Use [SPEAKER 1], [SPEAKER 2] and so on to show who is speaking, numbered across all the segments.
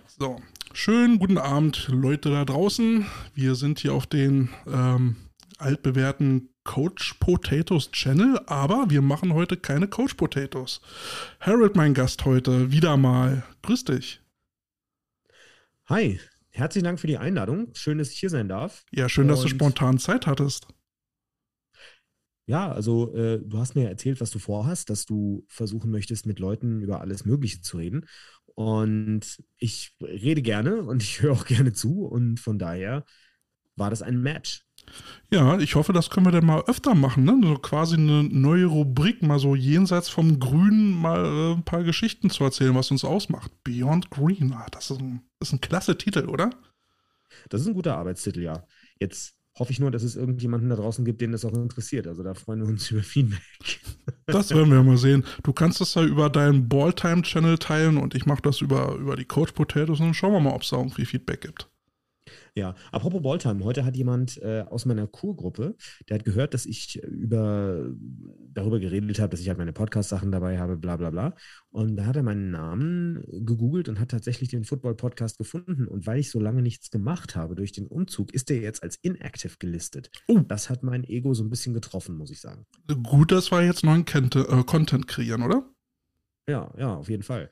[SPEAKER 1] So, schönen guten Abend, Leute da draußen. Wir sind hier auf den altbewährten Coach Potatoes Channel, aber wir machen heute keine Coach Potatoes. Harold, mein Gast heute, wieder mal. Grüß dich.
[SPEAKER 2] Hi, herzlichen Dank für die Einladung. Schön, dass ich hier sein darf.
[SPEAKER 1] Ja, schön, dass du
[SPEAKER 2] Und
[SPEAKER 1] spontan Zeit hattest.
[SPEAKER 2] ja, also du hast mir erzählt, was du vorhast, dass du versuchen möchtest, mit Leuten über alles Mögliche zu reden. Und ich rede gerne und ich höre auch gerne zu. Und von daher war das ein Match.
[SPEAKER 1] Ja, ich hoffe, das können wir dann mal öfter machen, ne? So quasi eine neue Rubrik, mal so jenseits vom Grün mal ein paar Geschichten zu erzählen, was uns ausmacht. Beyond Green, das ist ein klasse Titel, oder?
[SPEAKER 2] Das ist ein guter Arbeitstitel, ja. Jetzt hoffe ich nur, dass es irgendjemanden da draußen gibt, den das auch interessiert. Also da freuen wir uns über Feedback.
[SPEAKER 1] Das werden wir mal sehen. Du kannst es ja über deinen Balltime-Channel teilen und ich mache das über die Coach Potatoes und dann schauen wir mal, ob es da irgendwie Feedback gibt.
[SPEAKER 2] Ja, apropos Balltime, heute hat jemand aus meiner Kurgruppe, der hat gehört, dass ich darüber geredet habe, dass ich halt meine Podcast-Sachen dabei habe, bla bla bla. Und da hat er meinen Namen gegoogelt und hat tatsächlich den Football-Podcast gefunden. Und weil ich so lange nichts gemacht habe durch den Umzug, ist der jetzt als inactive gelistet.
[SPEAKER 1] Oh,
[SPEAKER 2] Das hat mein Ego so ein bisschen getroffen, muss ich sagen.
[SPEAKER 1] gut, dass wir jetzt neuen Content kreieren, oder?
[SPEAKER 2] Ja, ja, auf jeden Fall.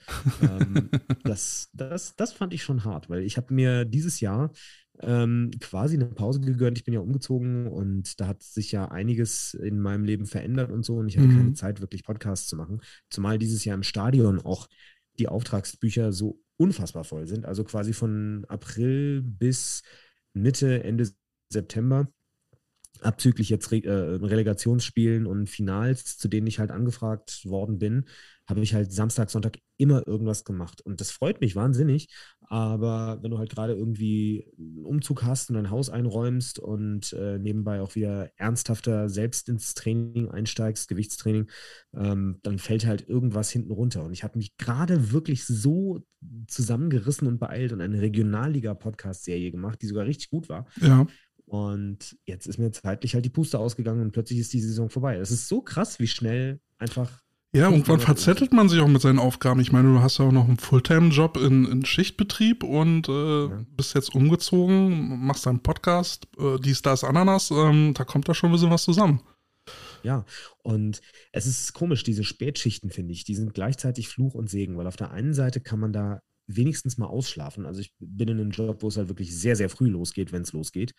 [SPEAKER 2] Das fand ich schon hart, weil ich habe mir dieses Jahr quasi eine Pause gegönnt. Ich bin ja umgezogen und da hat sich ja einiges in meinem Leben verändert und so und ich hatte keine
[SPEAKER 1] Mhm.
[SPEAKER 2] Zeit, wirklich Podcasts zu machen. Zumal dieses Jahr im Stadion auch die Auftragsbücher so unfassbar voll sind. Also quasi von April bis Mitte, Ende September abzüglich jetzt Relegationsspielen und Finals, zu denen ich halt angefragt worden bin, habe ich halt Samstag, Sonntag immer irgendwas gemacht. Und das freut mich wahnsinnig. Aber wenn du halt gerade irgendwie einen Umzug hast und ein Haus einräumst und nebenbei auch wieder ernsthafter selbst ins Training einsteigst, Gewichtstraining, dann fällt halt irgendwas hinten runter. Und ich habe mich gerade wirklich so zusammengerissen und beeilt und eine Regionalliga-Podcast-Serie gemacht, die sogar richtig gut war.
[SPEAKER 1] Ja.
[SPEAKER 2] Und jetzt ist mir zeitlich halt die Puste ausgegangen und plötzlich ist die Saison vorbei. Es ist so krass, wie schnell einfach
[SPEAKER 1] Ja,
[SPEAKER 2] 5
[SPEAKER 1] irgendwann
[SPEAKER 2] Monate um
[SPEAKER 1] verzettelt
[SPEAKER 2] sind.
[SPEAKER 1] man sich auch mit seinen Aufgaben. Ich meine, du hast ja auch noch einen Fulltime-Job in Schichtbetrieb und
[SPEAKER 2] Ja,
[SPEAKER 1] bist jetzt umgezogen, machst deinen Podcast, dies, das, Ananas, da kommt da schon ein bisschen was zusammen.
[SPEAKER 2] ja. Und es ist komisch, diese Spätschichten, finde ich, die sind gleichzeitig Fluch und Segen, weil auf der einen Seite kann man da wenigstens mal ausschlafen. Also ich bin in einem Job, wo es halt wirklich sehr, sehr früh losgeht, wenn es losgeht.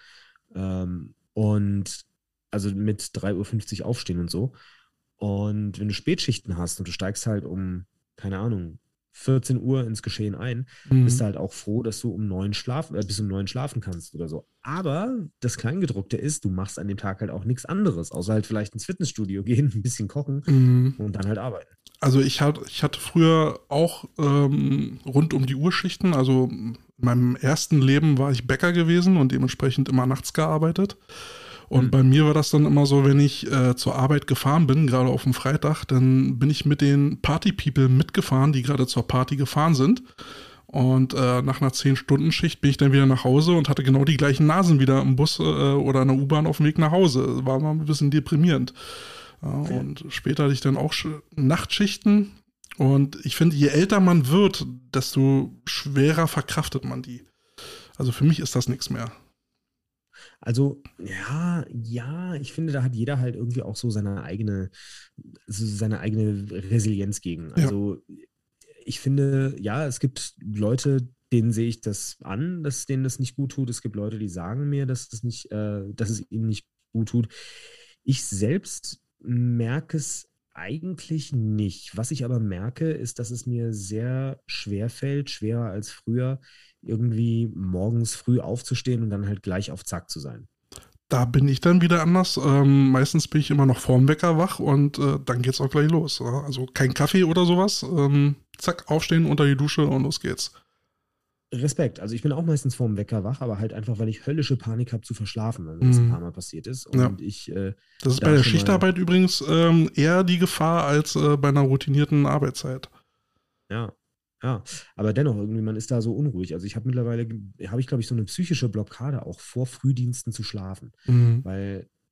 [SPEAKER 2] Und also mit 3:50 Uhr aufstehen und so. Und wenn du Spätschichten hast und du steigst halt um, keine Ahnung, 14 Uhr ins Geschehen ein, bist du
[SPEAKER 1] Mhm.
[SPEAKER 2] halt auch froh, dass du bis um 9 schlafen kannst oder so. Aber das Kleingedruckte ist, du machst an dem Tag halt auch nichts anderes, außer halt vielleicht ins Fitnessstudio gehen, ein bisschen kochen
[SPEAKER 1] Mhm.
[SPEAKER 2] und dann halt arbeiten.
[SPEAKER 1] Also ich hatte früher auch rund um die Uhr-Schichten. Also in meinem ersten Leben war ich Bäcker gewesen und dementsprechend immer nachts gearbeitet. Und
[SPEAKER 2] Hm.
[SPEAKER 1] bei mir war das dann immer so, wenn ich zur Arbeit gefahren bin, gerade auf dem Freitag, dann bin ich mit den Party-People mitgefahren, die gerade zur Party gefahren sind. Und nach einer 10-Stunden-Schicht bin ich dann wieder nach Hause und hatte genau die gleichen Nasen wieder im Bus oder in der U-Bahn auf dem Weg nach Hause. War mal ein bisschen deprimierend. Ja, und später hatte ich dann auch Nachtschichten. Und ich finde, je älter man wird, desto schwerer verkraftet man die. Also für mich ist das nichts mehr.
[SPEAKER 2] Also, ja, ja, ich finde, da hat jeder halt irgendwie auch so seine eigene Resilienz gegen.
[SPEAKER 1] Ja.
[SPEAKER 2] Also, ich finde, ja, es gibt Leute, denen sehe ich das an, dass denen das nicht gut tut. Es gibt Leute, die sagen mir, dass es ihnen nicht gut tut. Ich selbst merke es eigentlich nicht. Was ich aber merke, ist, dass es mir sehr schwer fällt, schwerer als früher, irgendwie morgens früh aufzustehen und dann halt gleich auf Zack zu sein.
[SPEAKER 1] Da bin ich dann wieder anders. Meistens bin ich immer noch vorm Wecker wach und dann geht's auch gleich los. Ja? Also kein Kaffee oder sowas. Zack, aufstehen, unter die Dusche und los geht's.
[SPEAKER 2] Respekt. Also ich bin auch meistens vorm Wecker wach, aber halt einfach, weil ich höllische Panik habe zu verschlafen, weil mir das ein
[SPEAKER 1] Mhm.
[SPEAKER 2] paar Mal passiert ist
[SPEAKER 1] Ja.
[SPEAKER 2] und ich
[SPEAKER 1] Das ist bei
[SPEAKER 2] da
[SPEAKER 1] der
[SPEAKER 2] schon mal,
[SPEAKER 1] Schichtarbeit übrigens eher die Gefahr als bei einer routinierten Arbeitszeit.
[SPEAKER 2] ja, ja, aber dennoch irgendwie, man ist da so unruhig. Also ich habe mittlerweile, habe ich glaube ich so eine psychische Blockade auch vor Frühdiensten zu schlafen,
[SPEAKER 1] Mhm.
[SPEAKER 2] weil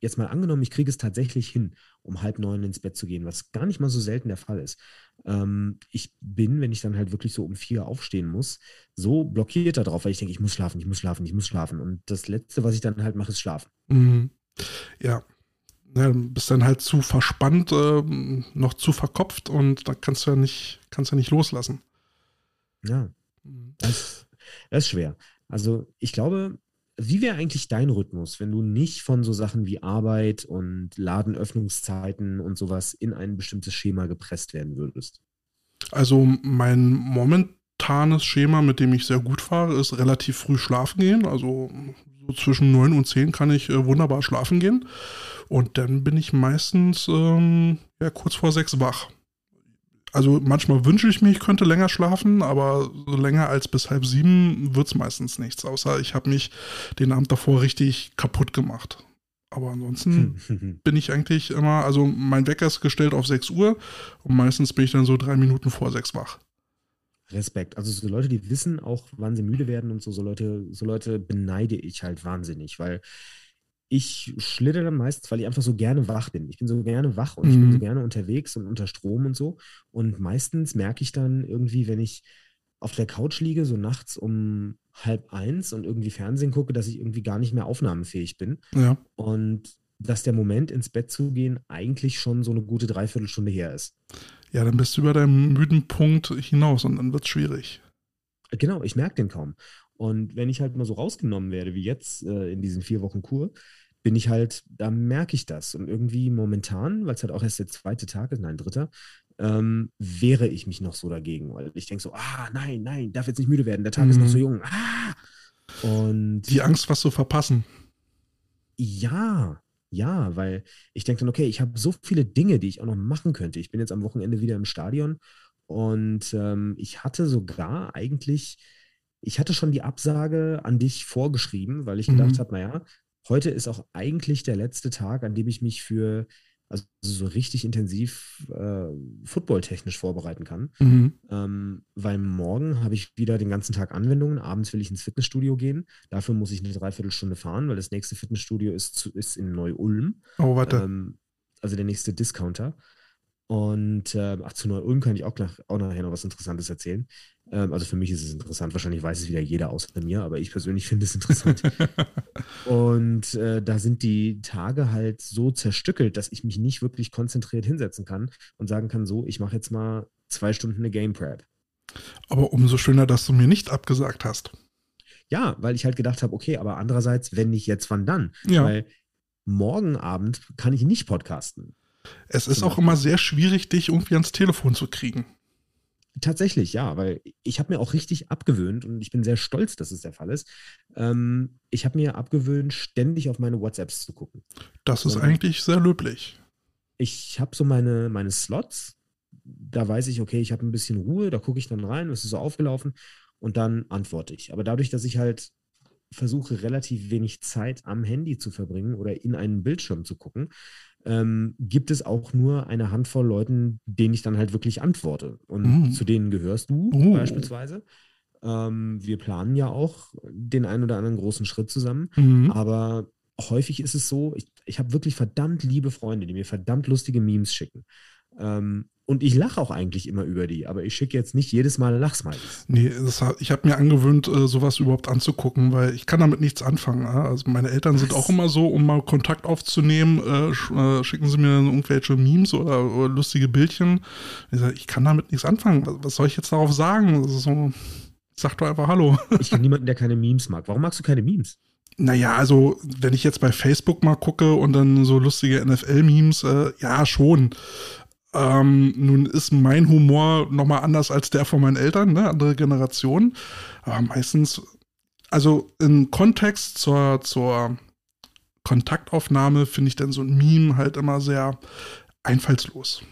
[SPEAKER 2] jetzt mal angenommen, ich kriege es tatsächlich hin, um 8:30 ins Bett zu gehen, was gar nicht mal so selten der Fall ist. Ich bin, wenn ich dann halt wirklich so um 4 aufstehen muss, so blockiert da drauf, weil ich denke, ich muss schlafen, ich muss schlafen, ich muss schlafen. Und das Letzte, was ich dann halt mache, ist schlafen.
[SPEAKER 1] Mhm. Ja. Ja, du bist dann halt zu verspannt, noch zu verkopft und da kannst du ja nicht loslassen.
[SPEAKER 2] Ja,
[SPEAKER 1] Mhm.
[SPEAKER 2] das ist schwer. Also ich glaube, wie wäre eigentlich dein Rhythmus, wenn du nicht von so Sachen wie Arbeit und Ladenöffnungszeiten und sowas in ein bestimmtes Schema gepresst werden würdest?
[SPEAKER 1] Also mein momentanes Schema, mit dem ich sehr gut fahre, ist relativ früh schlafen gehen. Also so zwischen 9 und 10 kann ich wunderbar schlafen gehen. Und dann bin ich meistens ja, kurz vor 6 wach. Also manchmal wünsche ich mir, ich könnte länger schlafen, aber so länger als bis 6:30 wird es meistens nichts. Außer ich habe mich den Abend davor richtig kaputt gemacht. Aber ansonsten bin ich eigentlich immer, also mein Wecker ist gestellt auf 6 Uhr und meistens bin ich dann so 3 Minuten vor 6 wach.
[SPEAKER 2] Respekt. Also so Leute, die wissen auch, wann sie müde werden und so Leute beneide ich halt wahnsinnig, weil ich schlitter dann meistens, weil ich einfach so gerne wach bin. Ich bin so gerne wach und ich bin so
[SPEAKER 1] Mhm.
[SPEAKER 2] gerne unterwegs und unter Strom und so. Und meistens merke ich dann irgendwie, wenn ich auf der Couch liege, so nachts um 12:30 und irgendwie Fernsehen gucke, dass ich irgendwie gar nicht mehr aufnahmefähig bin.
[SPEAKER 1] Ja.
[SPEAKER 2] Und dass der Moment, ins Bett zu gehen, eigentlich schon so eine gute Dreiviertelstunde her ist.
[SPEAKER 1] Ja, dann bist du über deinen müden Punkt hinaus und dann wird es schwierig.
[SPEAKER 2] Genau, ich merke den kaum. Und wenn ich halt mal so rausgenommen werde, wie jetzt in diesen 4 Wochen Kur, bin ich halt, da merke ich das. Und irgendwie momentan, weil es halt auch erst der zweite Tag ist, nein, dritter, wehre ich mich noch so dagegen, weil ich denke so, nein, nein, darf jetzt nicht müde werden, der Tag ist noch so
[SPEAKER 1] Mhm.
[SPEAKER 2] jung. Und
[SPEAKER 1] Die Angst, was zu verpassen.
[SPEAKER 2] ja, ja, weil ich denke dann, okay, ich habe so viele Dinge, die ich auch noch machen könnte. Ich bin jetzt am Wochenende wieder im Stadion und ich hatte sogar eigentlich, ich hatte schon die Absage an dich vorgeschrieben, weil ich gedacht
[SPEAKER 1] Mhm.
[SPEAKER 2] habe, naja, heute ist auch eigentlich der letzte Tag, an dem ich mich für, also so richtig intensiv footballtechnisch vorbereiten kann.
[SPEAKER 1] Mhm.
[SPEAKER 2] Weil morgen habe ich wieder den ganzen Tag Anwendungen. Abends will ich ins Fitnessstudio gehen. Dafür muss ich eine Dreiviertelstunde fahren, weil das nächste Fitnessstudio ist in Neu-Ulm.
[SPEAKER 1] Oh, warte.
[SPEAKER 2] Ähm, also der nächste Discounter. Und zu Neu-Ulm kann ich auch nachher noch was Interessantes erzählen. Also für mich ist es interessant. Wahrscheinlich weiß es wieder jeder außer mir, aber ich persönlich finde es interessant. Und da sind die Tage halt so zerstückelt, dass ich mich nicht wirklich konzentriert hinsetzen kann und sagen kann, so, ich mache jetzt mal 2 Stunden eine Game Prep.
[SPEAKER 1] Aber umso schöner, dass du mir nicht abgesagt hast.
[SPEAKER 2] Ja, weil ich halt gedacht habe, okay, aber andererseits, wenn nicht jetzt, wann dann?
[SPEAKER 1] Ja.
[SPEAKER 2] Weil morgen Abend kann ich nicht podcasten,
[SPEAKER 1] Es ist
[SPEAKER 2] zum
[SPEAKER 1] auch immer
[SPEAKER 2] Beispiel.
[SPEAKER 1] sehr schwierig, dich irgendwie ans Telefon zu kriegen.
[SPEAKER 2] Tatsächlich, ja, weil ich habe mir auch richtig abgewöhnt und ich bin sehr stolz, dass es der Fall ist. Ich habe mir abgewöhnt, ständig auf meine WhatsApps zu gucken,
[SPEAKER 1] Das ist
[SPEAKER 2] sondern
[SPEAKER 1] eigentlich sehr löblich.
[SPEAKER 2] ich habe so meine Slots. Da weiß ich, okay, ich habe ein bisschen Ruhe, da gucke ich dann rein, was ist so aufgelaufen und dann antworte ich. Aber dadurch, dass ich halt versuche, relativ wenig Zeit am Handy zu verbringen oder in einen Bildschirm zu gucken, gibt es auch nur eine Handvoll Leuten, denen ich dann halt wirklich antworte. Und
[SPEAKER 1] Mhm.
[SPEAKER 2] zu denen gehörst du
[SPEAKER 1] Oh.
[SPEAKER 2] beispielsweise. Wir planen ja auch den einen oder anderen großen Schritt zusammen,
[SPEAKER 1] Mhm.
[SPEAKER 2] aber häufig ist es so, ich habe wirklich verdammt liebe Freunde, die mir verdammt lustige Memes schicken. Und ich lache auch eigentlich immer über die, aber ich schicke jetzt nicht jedes Mal Lachsmilies.
[SPEAKER 1] Nee, ich habe mir angewöhnt, sowas überhaupt anzugucken, weil ich kann damit nichts anfangen. Ja? Also meine Eltern sind auch
[SPEAKER 2] Was?
[SPEAKER 1] immer so, um mal Kontakt aufzunehmen, schicken sie mir dann irgendwelche Memes oder lustige Bildchen. Ich sage, ich kann damit nichts anfangen. Was soll ich jetzt darauf sagen? Das ist so, sag doch einfach Hallo.
[SPEAKER 2] Ich kenne niemanden, der keine Memes mag. Warum magst du keine Memes?
[SPEAKER 1] Naja, also wenn ich jetzt bei Facebook mal gucke und dann so lustige NFL-Memes, ja schon. Nun ist mein Humor nochmal anders als der von meinen Eltern, ne? Andere Generation. Aber meistens, also im Kontext zur Kontaktaufnahme finde ich dann so ein Meme halt immer sehr einfallslos.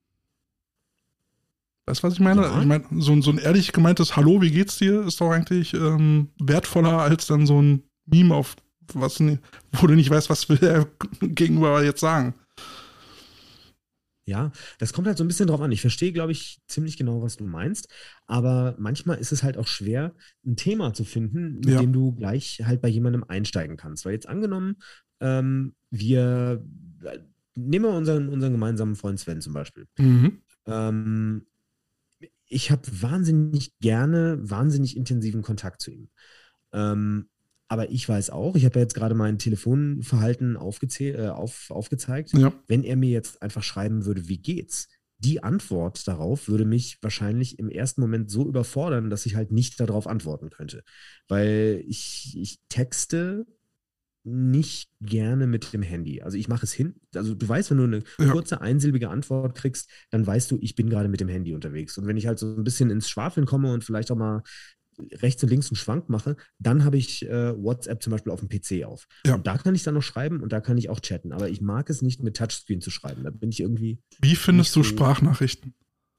[SPEAKER 1] Weißt du, was ich meine? Ich
[SPEAKER 2] Ja,
[SPEAKER 1] meine, so ein ehrlich gemeintes Hallo, wie geht's dir, ist doch eigentlich wertvoller als dann so ein Meme, auf was, wo du nicht weißt, was will der Gegenüber jetzt sagen.
[SPEAKER 2] Ja, das kommt halt so ein bisschen drauf an. Ich verstehe, glaube ich, ziemlich genau, was du meinst, aber manchmal ist es halt auch schwer, ein Thema zu finden, mit
[SPEAKER 1] Ja.
[SPEAKER 2] dem du gleich halt bei jemandem einsteigen kannst. Weil jetzt angenommen, wir nehmen wir unseren gemeinsamen Freund Sven zum Beispiel.
[SPEAKER 1] Mhm.
[SPEAKER 2] Ähm, Ich habe wahnsinnig gerne, wahnsinnig intensiven Kontakt zu ihm. Ähm, aber ich weiß auch, ich habe ja jetzt gerade mein Telefonverhalten aufgezeigt.
[SPEAKER 1] Ja.
[SPEAKER 2] Wenn er mir jetzt einfach schreiben würde, wie geht's? Die Antwort darauf würde mich wahrscheinlich im ersten Moment so überfordern, dass ich halt nicht darauf antworten könnte. Weil ich texte nicht gerne mit dem Handy. Also ich mache es hin. Also du weißt, wenn du eine
[SPEAKER 1] Ja.
[SPEAKER 2] kurze, einsilbige Antwort kriegst, dann weißt du, ich bin gerade mit dem Handy unterwegs. Und wenn ich halt so ein bisschen ins Schwafeln komme und vielleicht auch mal rechts und links einen Schwank mache, dann habe ich WhatsApp zum Beispiel auf dem PC auf.
[SPEAKER 1] Ja.
[SPEAKER 2] Und da kann ich dann noch schreiben und da kann ich auch chatten. Aber ich mag es nicht, mit Touchscreen zu schreiben. Da bin ich irgendwie
[SPEAKER 1] Wie
[SPEAKER 2] nicht
[SPEAKER 1] findest du
[SPEAKER 2] so
[SPEAKER 1] Sprachnachrichten?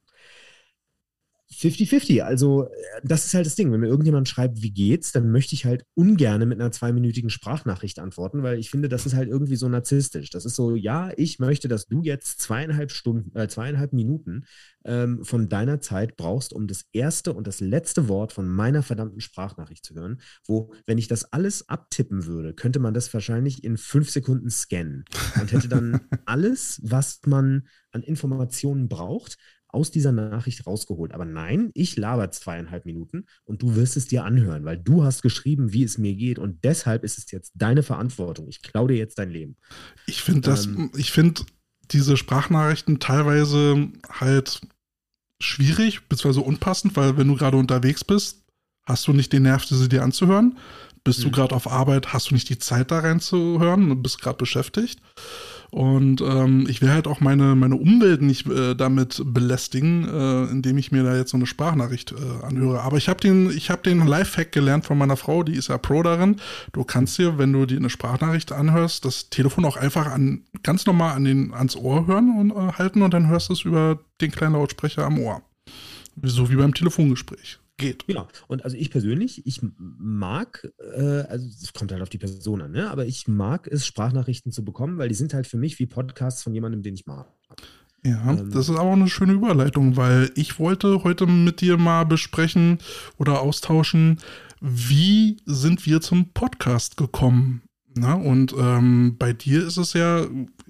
[SPEAKER 2] 50-50. Also, das ist halt das Ding. Wenn mir irgendjemand schreibt, wie geht's, dann möchte ich halt ungerne mit einer zweiminütigen Sprachnachricht antworten, weil ich finde, das ist halt irgendwie so narzisstisch. Das ist so, ja, ich möchte, dass du jetzt 2,5 Minuten von deiner Zeit brauchst, um das erste und das letzte Wort von meiner verdammten Sprachnachricht zu hören, wo, wenn ich das alles abtippen würde, könnte man das wahrscheinlich in 5 Sekunden scannen und hätte dann alles, was man an Informationen braucht, aus dieser Nachricht rausgeholt. Aber nein, ich laber 2,5 Minuten und du wirst es dir anhören, weil du hast geschrieben, wie es mir geht und deshalb ist es jetzt deine Verantwortung. Ich klaue dir jetzt dein Leben.
[SPEAKER 1] Ich finde diese Sprachnachrichten teilweise halt schwierig, beziehungsweise unpassend, weil wenn du gerade unterwegs bist, hast du nicht den Nerv, sie dir anzuhören. Bist du gerade auf Arbeit, hast du nicht die Zeit da reinzuhören und bist gerade beschäftigt. Und ich will halt auch meine Umwelt nicht damit belästigen, indem ich mir da jetzt so eine Sprachnachricht anhöre. Aber ich habe den Lifehack gelernt von meiner Frau, die ist ja Pro darin. Du kannst dir, wenn du dir eine Sprachnachricht anhörst, das Telefon auch einfach ganz normal ans Ohr hören und halten und dann hörst du es über den kleinen Lautsprecher am Ohr. So wie beim Telefongespräch. Geht.
[SPEAKER 2] Genau. Und also ich persönlich, ich mag, also es kommt halt auf die Person an, ne? Aber ich mag es, Sprachnachrichten zu bekommen, weil die sind halt für mich wie Podcasts von jemandem, den ich mag.
[SPEAKER 1] Ja, das ist aber eine schöne Überleitung, weil ich wollte heute mit dir mal besprechen oder austauschen, wie sind wir zum Podcast gekommen? Na, und bei dir ist es ja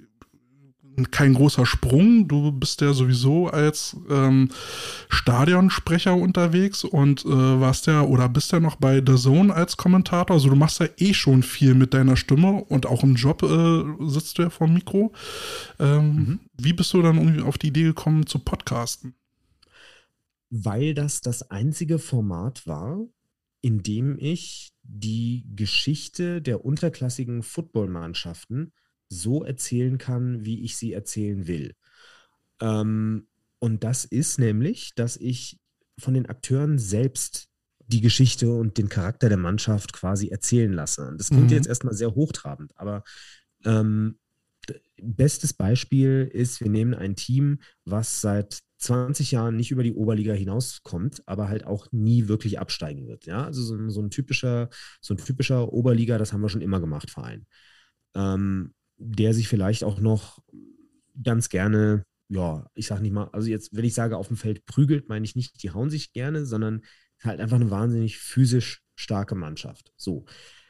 [SPEAKER 1] kein großer Sprung. Du bist ja sowieso als Stadionsprecher unterwegs und warst ja oder bist ja noch bei The Zone als Kommentator. Also du machst ja eh schon viel mit deiner Stimme und auch im Job sitzt du ja vor dem Mikro. Wie bist du dann irgendwie auf die Idee gekommen zu podcasten?
[SPEAKER 2] Weil das einzige Format war, in dem ich die Geschichte der unterklassigen Footballmannschaften so erzählen kann, wie ich sie erzählen will. Und das ist nämlich, dass ich von den Akteuren selbst die Geschichte und den Charakter der Mannschaft quasi erzählen lasse. Und das klingt jetzt erstmal sehr hochtrabend, aber bestes Beispiel ist, wir nehmen ein Team, was seit 20 Jahren nicht über die Oberliga hinauskommt, aber halt auch nie wirklich absteigen wird. Ja? Also so ein typischer Oberliga, das haben wir schon immer gemacht, Verein. Der sich vielleicht auch noch ganz gerne, ja, ich sag nicht mal, also jetzt, wenn ich sage, auf dem Feld prügelt, meine ich nicht, die hauen sich gerne, sondern halt einfach eine wahnsinnig physisch starke Mannschaft. So.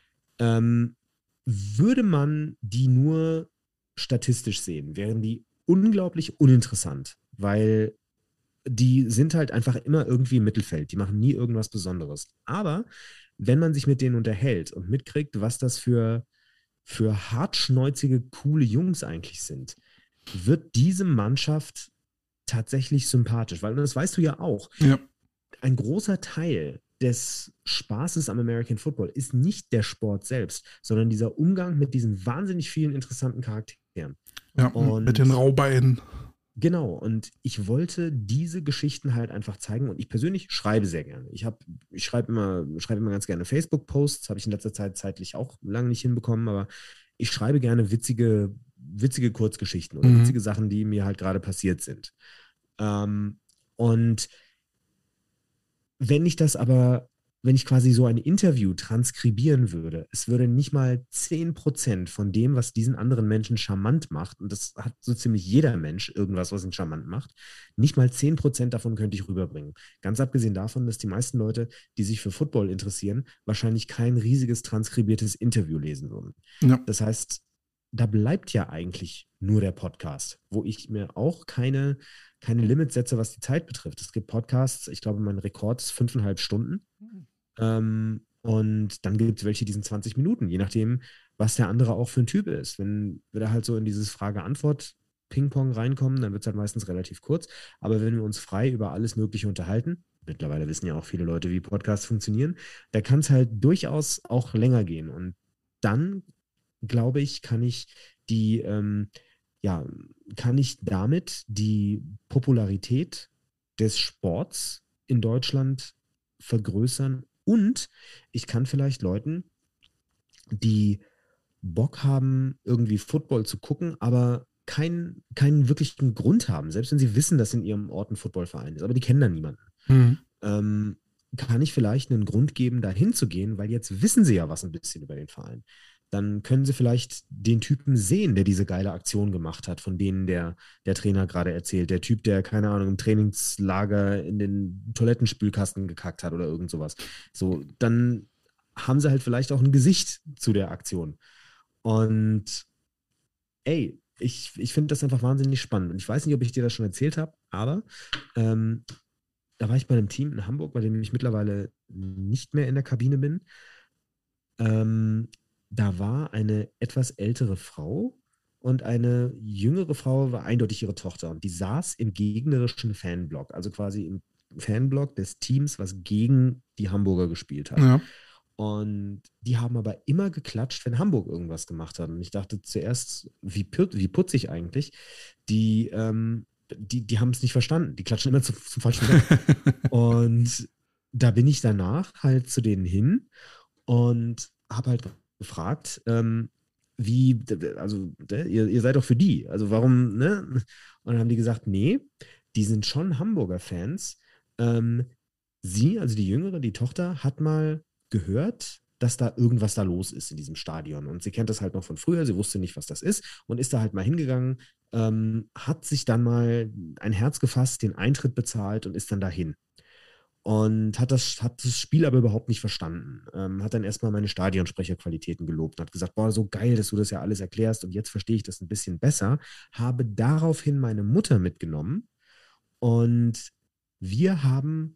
[SPEAKER 2] Würde man die nur statistisch sehen, wären die unglaublich uninteressant, weil die sind halt einfach immer irgendwie im Mittelfeld. Die machen nie irgendwas Besonderes. Aber wenn man sich mit denen unterhält und mitkriegt, was das für hartschnäuzige, coole Jungs eigentlich sind, wird diese Mannschaft tatsächlich sympathisch. Weil, das weißt du ja auch,
[SPEAKER 1] Ja.
[SPEAKER 2] ein großer Teil des Spaßes am American Football ist nicht der Sport selbst, sondern dieser Umgang mit diesen wahnsinnig vielen interessanten Charakteren.
[SPEAKER 1] Ja,
[SPEAKER 2] Und
[SPEAKER 1] mit den Raubeinen.
[SPEAKER 2] genau, und ich wollte diese Geschichten halt einfach zeigen und ich persönlich schreibe sehr gerne. Ich schreibe immer ganz gerne Facebook-Posts, habe ich in letzter Zeit zeitlich auch lange nicht hinbekommen, aber ich schreibe gerne witzige Kurzgeschichten oder witzige Sachen, die mir halt gerade passiert sind. Und wenn ich das aber wenn ich quasi so ein Interview transkribieren würde, es würde nicht mal 10% von dem, was diesen anderen Menschen charmant macht, und das hat so ziemlich jeder Mensch irgendwas, was ihn charmant macht, nicht mal 10% davon könnte ich rüberbringen. Ganz abgesehen davon, dass die meisten Leute, die sich für Football interessieren, wahrscheinlich kein riesiges transkribiertes Interview lesen würden.
[SPEAKER 1] Ja.
[SPEAKER 2] Das heißt, da bleibt ja eigentlich nur der Podcast, wo ich mir auch keine Limits setze, was die Zeit betrifft. Es gibt Podcasts, ich glaube, mein Rekord ist 5,5 Stunden. Und dann gibt es welche, die sind 20 Minuten, je nachdem, was der andere auch für ein Typ ist. Wenn wir da halt so in dieses Frage-Antwort-Ping-Pong reinkommen, dann wird es halt meistens relativ kurz. Aber wenn wir uns frei über alles Mögliche unterhalten, mittlerweile wissen ja auch viele Leute, wie Podcasts funktionieren, da kann es halt durchaus auch länger gehen. Und dann, glaube ich, kann ich damit die Popularität des Sports in Deutschland vergrößern, und ich kann vielleicht Leuten, die Bock haben, irgendwie Football zu gucken, aber keinen wirklichen Grund haben, selbst wenn sie wissen, dass in ihrem Ort ein Footballverein ist, aber die kennen da niemanden, kann ich vielleicht einen Grund geben, da hinzugehen, weil jetzt wissen sie ja was ein bisschen über den Verein. Dann können sie vielleicht den Typen sehen, der diese geile Aktion gemacht hat, von denen der Trainer gerade erzählt. Der Typ, der, keine Ahnung, im Trainingslager in den Toilettenspülkasten gekackt hat oder irgend sowas. So, dann haben sie halt vielleicht auch ein Gesicht zu der Aktion. Und ey, ich finde das einfach wahnsinnig spannend. Und ich weiß nicht, ob ich dir das schon erzählt habe, aber da war ich bei einem Team in Hamburg, bei dem ich mittlerweile nicht mehr in der Kabine bin. Da war eine etwas ältere Frau und eine jüngere Frau war eindeutig ihre Tochter. Und die saß im gegnerischen Fanblock, also quasi im Fanblock des Teams, was gegen die Hamburger gespielt hat.
[SPEAKER 1] Ja.
[SPEAKER 2] Und die haben aber immer geklatscht, wenn Hamburg irgendwas gemacht hat. Und ich dachte zuerst, wie putzig eigentlich. Die haben es nicht verstanden. Die klatschen immer zum falschen Weg. Und da bin ich danach halt zu denen hin und habe halt gefragt, ihr seid doch für die, also warum, ne? Und dann haben die gesagt, nee, die sind schon Hamburger Fans. Sie, also die Jüngere, die Tochter, hat mal gehört, dass da irgendwas da los ist in diesem Stadion. Und sie kennt das halt noch von früher, sie wusste nicht, was das ist und ist da halt mal hingegangen, hat sich dann mal ein Herz gefasst, den Eintritt bezahlt und ist dann dahin. Und hat das Spiel aber überhaupt nicht verstanden. Hat dann erstmal meine Stadionsprecherqualitäten gelobt und hat gesagt, boah, so geil, dass du das ja alles erklärst und jetzt verstehe ich das ein bisschen besser. Habe daraufhin meine Mutter mitgenommen und wir haben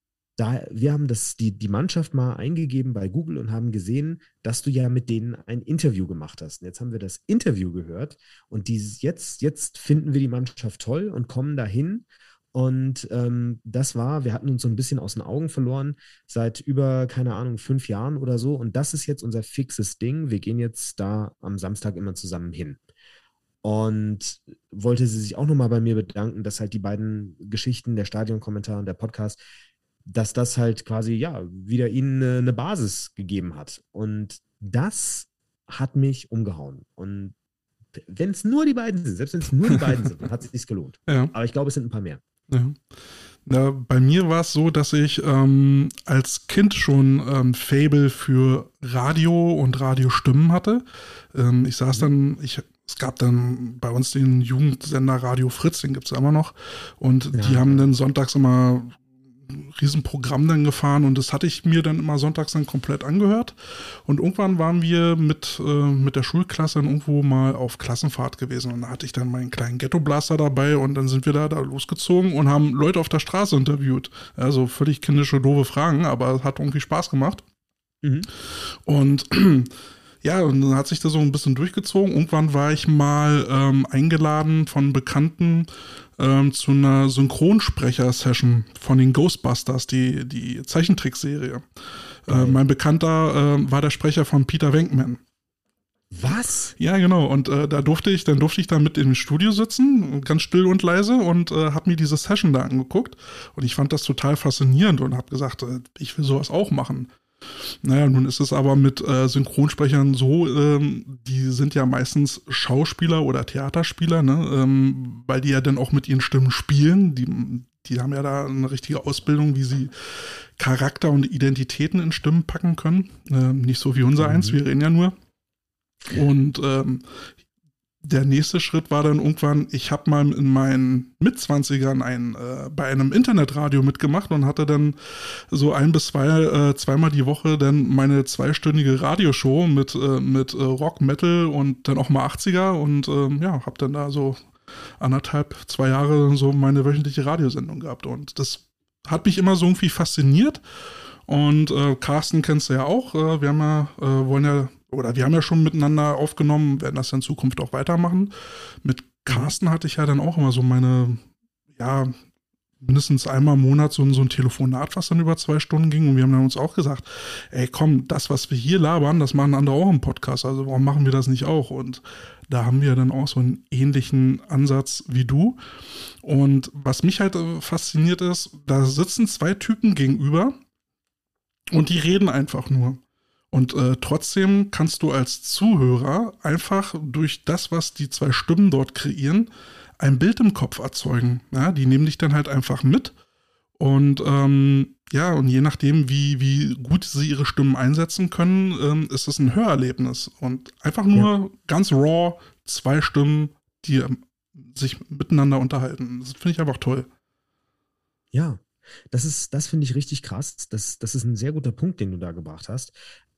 [SPEAKER 2] die Mannschaft mal eingegeben bei Google und haben gesehen, dass du ja mit denen ein Interview gemacht hast. Und jetzt haben wir das Interview gehört und jetzt finden wir die Mannschaft toll und kommen dahin. Und wir hatten uns so ein bisschen aus den Augen verloren seit über, keine Ahnung, 5 Jahren oder so. Und das ist jetzt unser fixes Ding. Wir gehen jetzt da am Samstag immer zusammen hin. Und wollte sie sich auch nochmal bei mir bedanken, dass halt die beiden Geschichten, der Stadionkommentar und der Podcast, dass das halt quasi, ja, wieder ihnen eine Basis gegeben hat. Und das hat mich umgehauen. Und wenn es nur die beiden sind, selbst wenn es nur die beiden sind, dann hat es sich gelohnt.
[SPEAKER 1] Ja.
[SPEAKER 2] Aber ich glaube, es sind ein paar mehr.
[SPEAKER 1] Ja. Na, bei mir war es so, dass ich als Kind schon Faible für Radio und Radiostimmen hatte. Es gab dann bei uns den Jugendsender Radio Fritz, den gibt es immer noch. Und die haben dann sonntags immer ein Riesenprogramm dann gefahren und das hatte ich mir dann immer sonntags dann komplett angehört. Und irgendwann waren wir mit der Schulklasse dann irgendwo mal auf Klassenfahrt gewesen und da hatte ich dann meinen kleinen Ghetto-Blaster dabei und dann sind wir da losgezogen und haben Leute auf der Straße interviewt. Also völlig kindische, doofe Fragen, aber es hat irgendwie Spaß gemacht. Mhm. Und ja, und dann hat sich das so ein bisschen durchgezogen. Irgendwann war ich mal eingeladen von Bekannten zu einer Synchronsprecher-Session von den Ghostbusters, die Zeichentrickserie. Mein Bekannter war der Sprecher von Peter Venkman.
[SPEAKER 2] Was?
[SPEAKER 1] Ja, genau. Und dann durfte ich da mit im Studio sitzen, ganz still und leise und habe mir diese Session da angeguckt. Und ich fand das total faszinierend und habe gesagt, ich will sowas auch machen. Naja, nun ist es aber mit Synchronsprechern so, die sind ja meistens Schauspieler oder Theaterspieler, ne? Weil die ja dann auch mit ihren Stimmen spielen. die haben ja da eine richtige Ausbildung, wie sie Charakter und Identitäten in Stimmen packen können. Nicht so wie unser eins, wir reden ja nur. Und der nächste Schritt war dann irgendwann, ich habe mal in meinen Mitzwanzigern bei einem Internetradio mitgemacht und hatte dann so zweimal die Woche dann meine 2-stündige Radioshow mit Rock, Metal und dann auch mal 80er und habe dann da so 2 Jahre so meine wöchentliche Radiosendung gehabt und das hat mich immer so irgendwie fasziniert und Carsten kennst du ja auch, wir haben ja schon miteinander aufgenommen, werden das in Zukunft auch weitermachen. Mit Carsten hatte ich ja dann auch immer so mindestens einmal im Monat so ein Telefonat, was dann über 2 Stunden ging. Und wir haben dann uns auch gesagt, ey komm, das, was wir hier labern, das machen andere auch im Podcast. Also warum machen wir das nicht auch? Und da haben wir dann auch so einen ähnlichen Ansatz wie du. Und was mich halt fasziniert ist, da sitzen 2 Typen gegenüber und die reden einfach nur. Und trotzdem kannst du als Zuhörer einfach durch das, was die 2 Stimmen dort kreieren, ein Bild im Kopf erzeugen. Ja, die nehmen dich dann halt einfach mit. Und und je nachdem, wie gut sie ihre Stimmen einsetzen können, ist es ein Hörerlebnis. Und einfach nur ganz raw 2 Stimmen, die sich miteinander unterhalten. Das finde ich einfach toll.
[SPEAKER 2] Ja. Das finde ich richtig krass. Das ist ein sehr guter Punkt, den du da gebracht hast.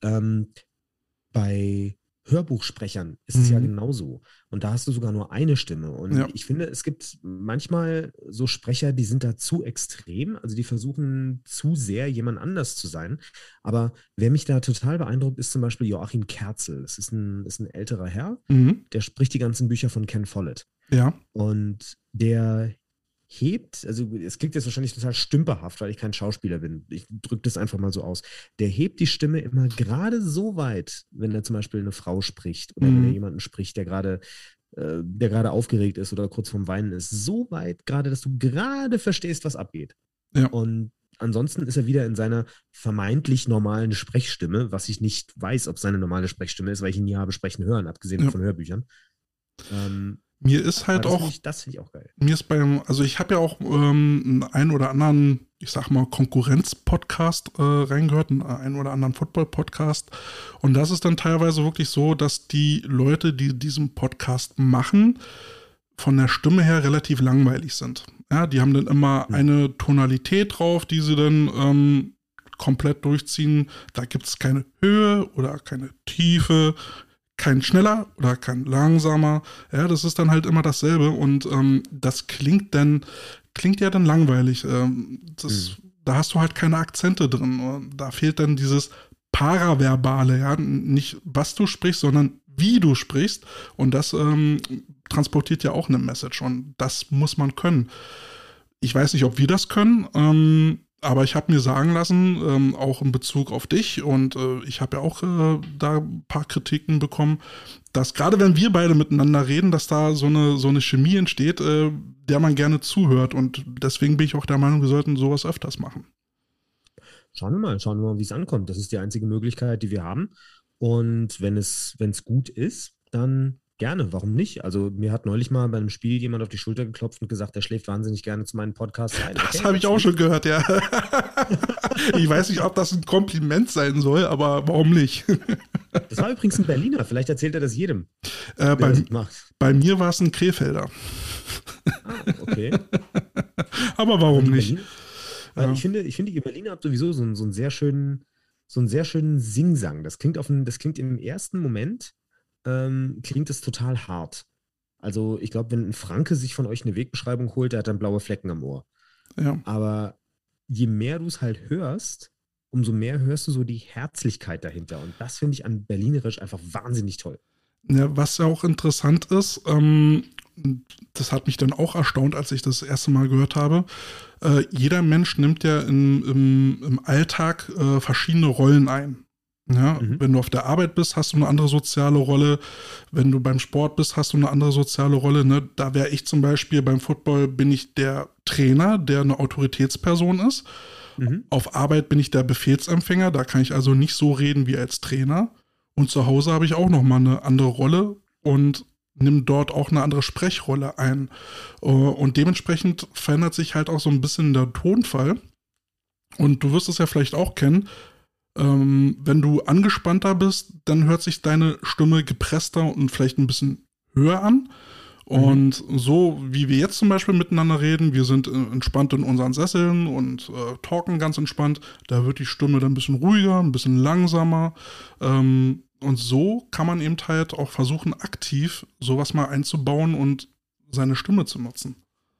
[SPEAKER 2] Bei Hörbuchsprechern ist es ja genauso. Und da hast du sogar nur eine Stimme. Und ich finde, es gibt manchmal so Sprecher, die sind da zu extrem. Also die versuchen zu sehr, jemand anders zu sein. Aber wer mich da total beeindruckt, ist zum Beispiel Joachim Kerzel. Das ist ein älterer Herr, der spricht die ganzen Bücher von Ken Follett.
[SPEAKER 1] Ja.
[SPEAKER 2] Und der hebt, also es klingt jetzt wahrscheinlich total stümperhaft, weil ich kein Schauspieler bin. Ich drücke das einfach mal so aus. Der hebt die Stimme immer gerade so weit, wenn er zum Beispiel eine Frau spricht oder wenn er jemanden spricht, der gerade aufgeregt ist oder kurz vorm Weinen ist, so weit gerade, dass du gerade verstehst, was abgeht.
[SPEAKER 1] Ja.
[SPEAKER 2] Und ansonsten ist er wieder in seiner vermeintlich normalen Sprechstimme, was ich nicht weiß, ob seine normale Sprechstimme ist, weil ich ihn nie habe sprechen hören, abgesehen von Hörbüchern.
[SPEAKER 1] Mir ist halt auch.
[SPEAKER 2] Das finde ich auch geil.
[SPEAKER 1] Mir ist ich habe ja auch einen oder anderen, ich sag mal, Konkurrenz-Podcast reingehört, einen oder anderen Football-Podcast. Und das ist dann teilweise wirklich so, dass die Leute, die diesen Podcast machen, von der Stimme her relativ langweilig sind. Ja, die haben dann immer eine Tonalität drauf, die sie dann komplett durchziehen. Da gibt es keine Höhe oder keine Tiefe. Kein schneller oder kein langsamer. Ja, das ist dann halt immer dasselbe und das klingt ja dann langweilig. Da hast du halt keine Akzente drin. Da fehlt dann dieses Paraverbale, ja, nicht was du sprichst, sondern wie du sprichst und das transportiert ja auch eine Message und das muss man können. Ich weiß nicht, ob wir das können, aber ich habe mir sagen lassen, auch in Bezug auf dich und ich habe ja auch da ein paar Kritiken bekommen, dass gerade wenn wir beide miteinander reden, dass da so eine Chemie entsteht, der man gerne zuhört und deswegen bin ich auch der Meinung, wir sollten sowas öfters machen.
[SPEAKER 2] Schauen wir mal, wie es ankommt. Das ist die einzige Möglichkeit, die wir haben und wenn es gut ist, dann gerne, warum nicht? Also mir hat neulich mal bei einem Spiel jemand auf die Schulter geklopft und gesagt, er schläft wahnsinnig gerne zu meinen Podcasts ein. Okay,
[SPEAKER 1] das habe ich auch schon gehört, ja. Ich weiß nicht, ob das ein Kompliment sein soll, aber warum nicht?
[SPEAKER 2] Das war übrigens ein Berliner, vielleicht erzählt er das jedem.
[SPEAKER 1] Bei mir war es ein Krefelder.
[SPEAKER 2] Okay.
[SPEAKER 1] Aber warum nicht?
[SPEAKER 2] Ja. Ich finde, ihr Berliner habt sowieso so einen sehr schönen Singsang. Das klingt im ersten Moment klingt es total hart. Also ich glaube, wenn ein Franke sich von euch eine Wegbeschreibung holt, der hat dann blaue Flecken am Ohr.
[SPEAKER 1] Ja.
[SPEAKER 2] Aber je mehr du es halt hörst, umso mehr hörst du so die Herzlichkeit dahinter. Und das finde ich an Berlinerisch einfach wahnsinnig toll.
[SPEAKER 1] Ja, was ja auch interessant ist, das hat mich dann auch erstaunt, als ich das erste Mal gehört habe. Jeder Mensch nimmt ja im Alltag verschiedene Rollen ein. Ja, wenn du auf der Arbeit bist, hast du eine andere soziale Rolle. Wenn du beim Sport bist, hast du eine andere soziale Rolle. Ne? Da wäre ich zum Beispiel beim Football, bin ich der Trainer, der eine Autoritätsperson ist. Auf Arbeit bin ich der Befehlsempfänger. Da kann ich also nicht so reden wie als Trainer. Und zu Hause habe ich auch nochmal eine andere Rolle. Und nimmt dort auch eine andere Sprechrolle ein. Und dementsprechend verändert sich halt auch so ein bisschen der Tonfall. Und du wirst es ja vielleicht auch kennen, wenn du angespannter bist, dann hört sich deine Stimme gepresster und vielleicht ein bisschen höher an. Und so wie wir jetzt zum Beispiel miteinander reden, wir sind entspannt in unseren Sesseln und talken ganz entspannt, da wird die Stimme dann ein bisschen ruhiger, ein bisschen langsamer. Und so kann man eben halt auch versuchen, aktiv sowas mal einzubauen und seine Stimme zu nutzen.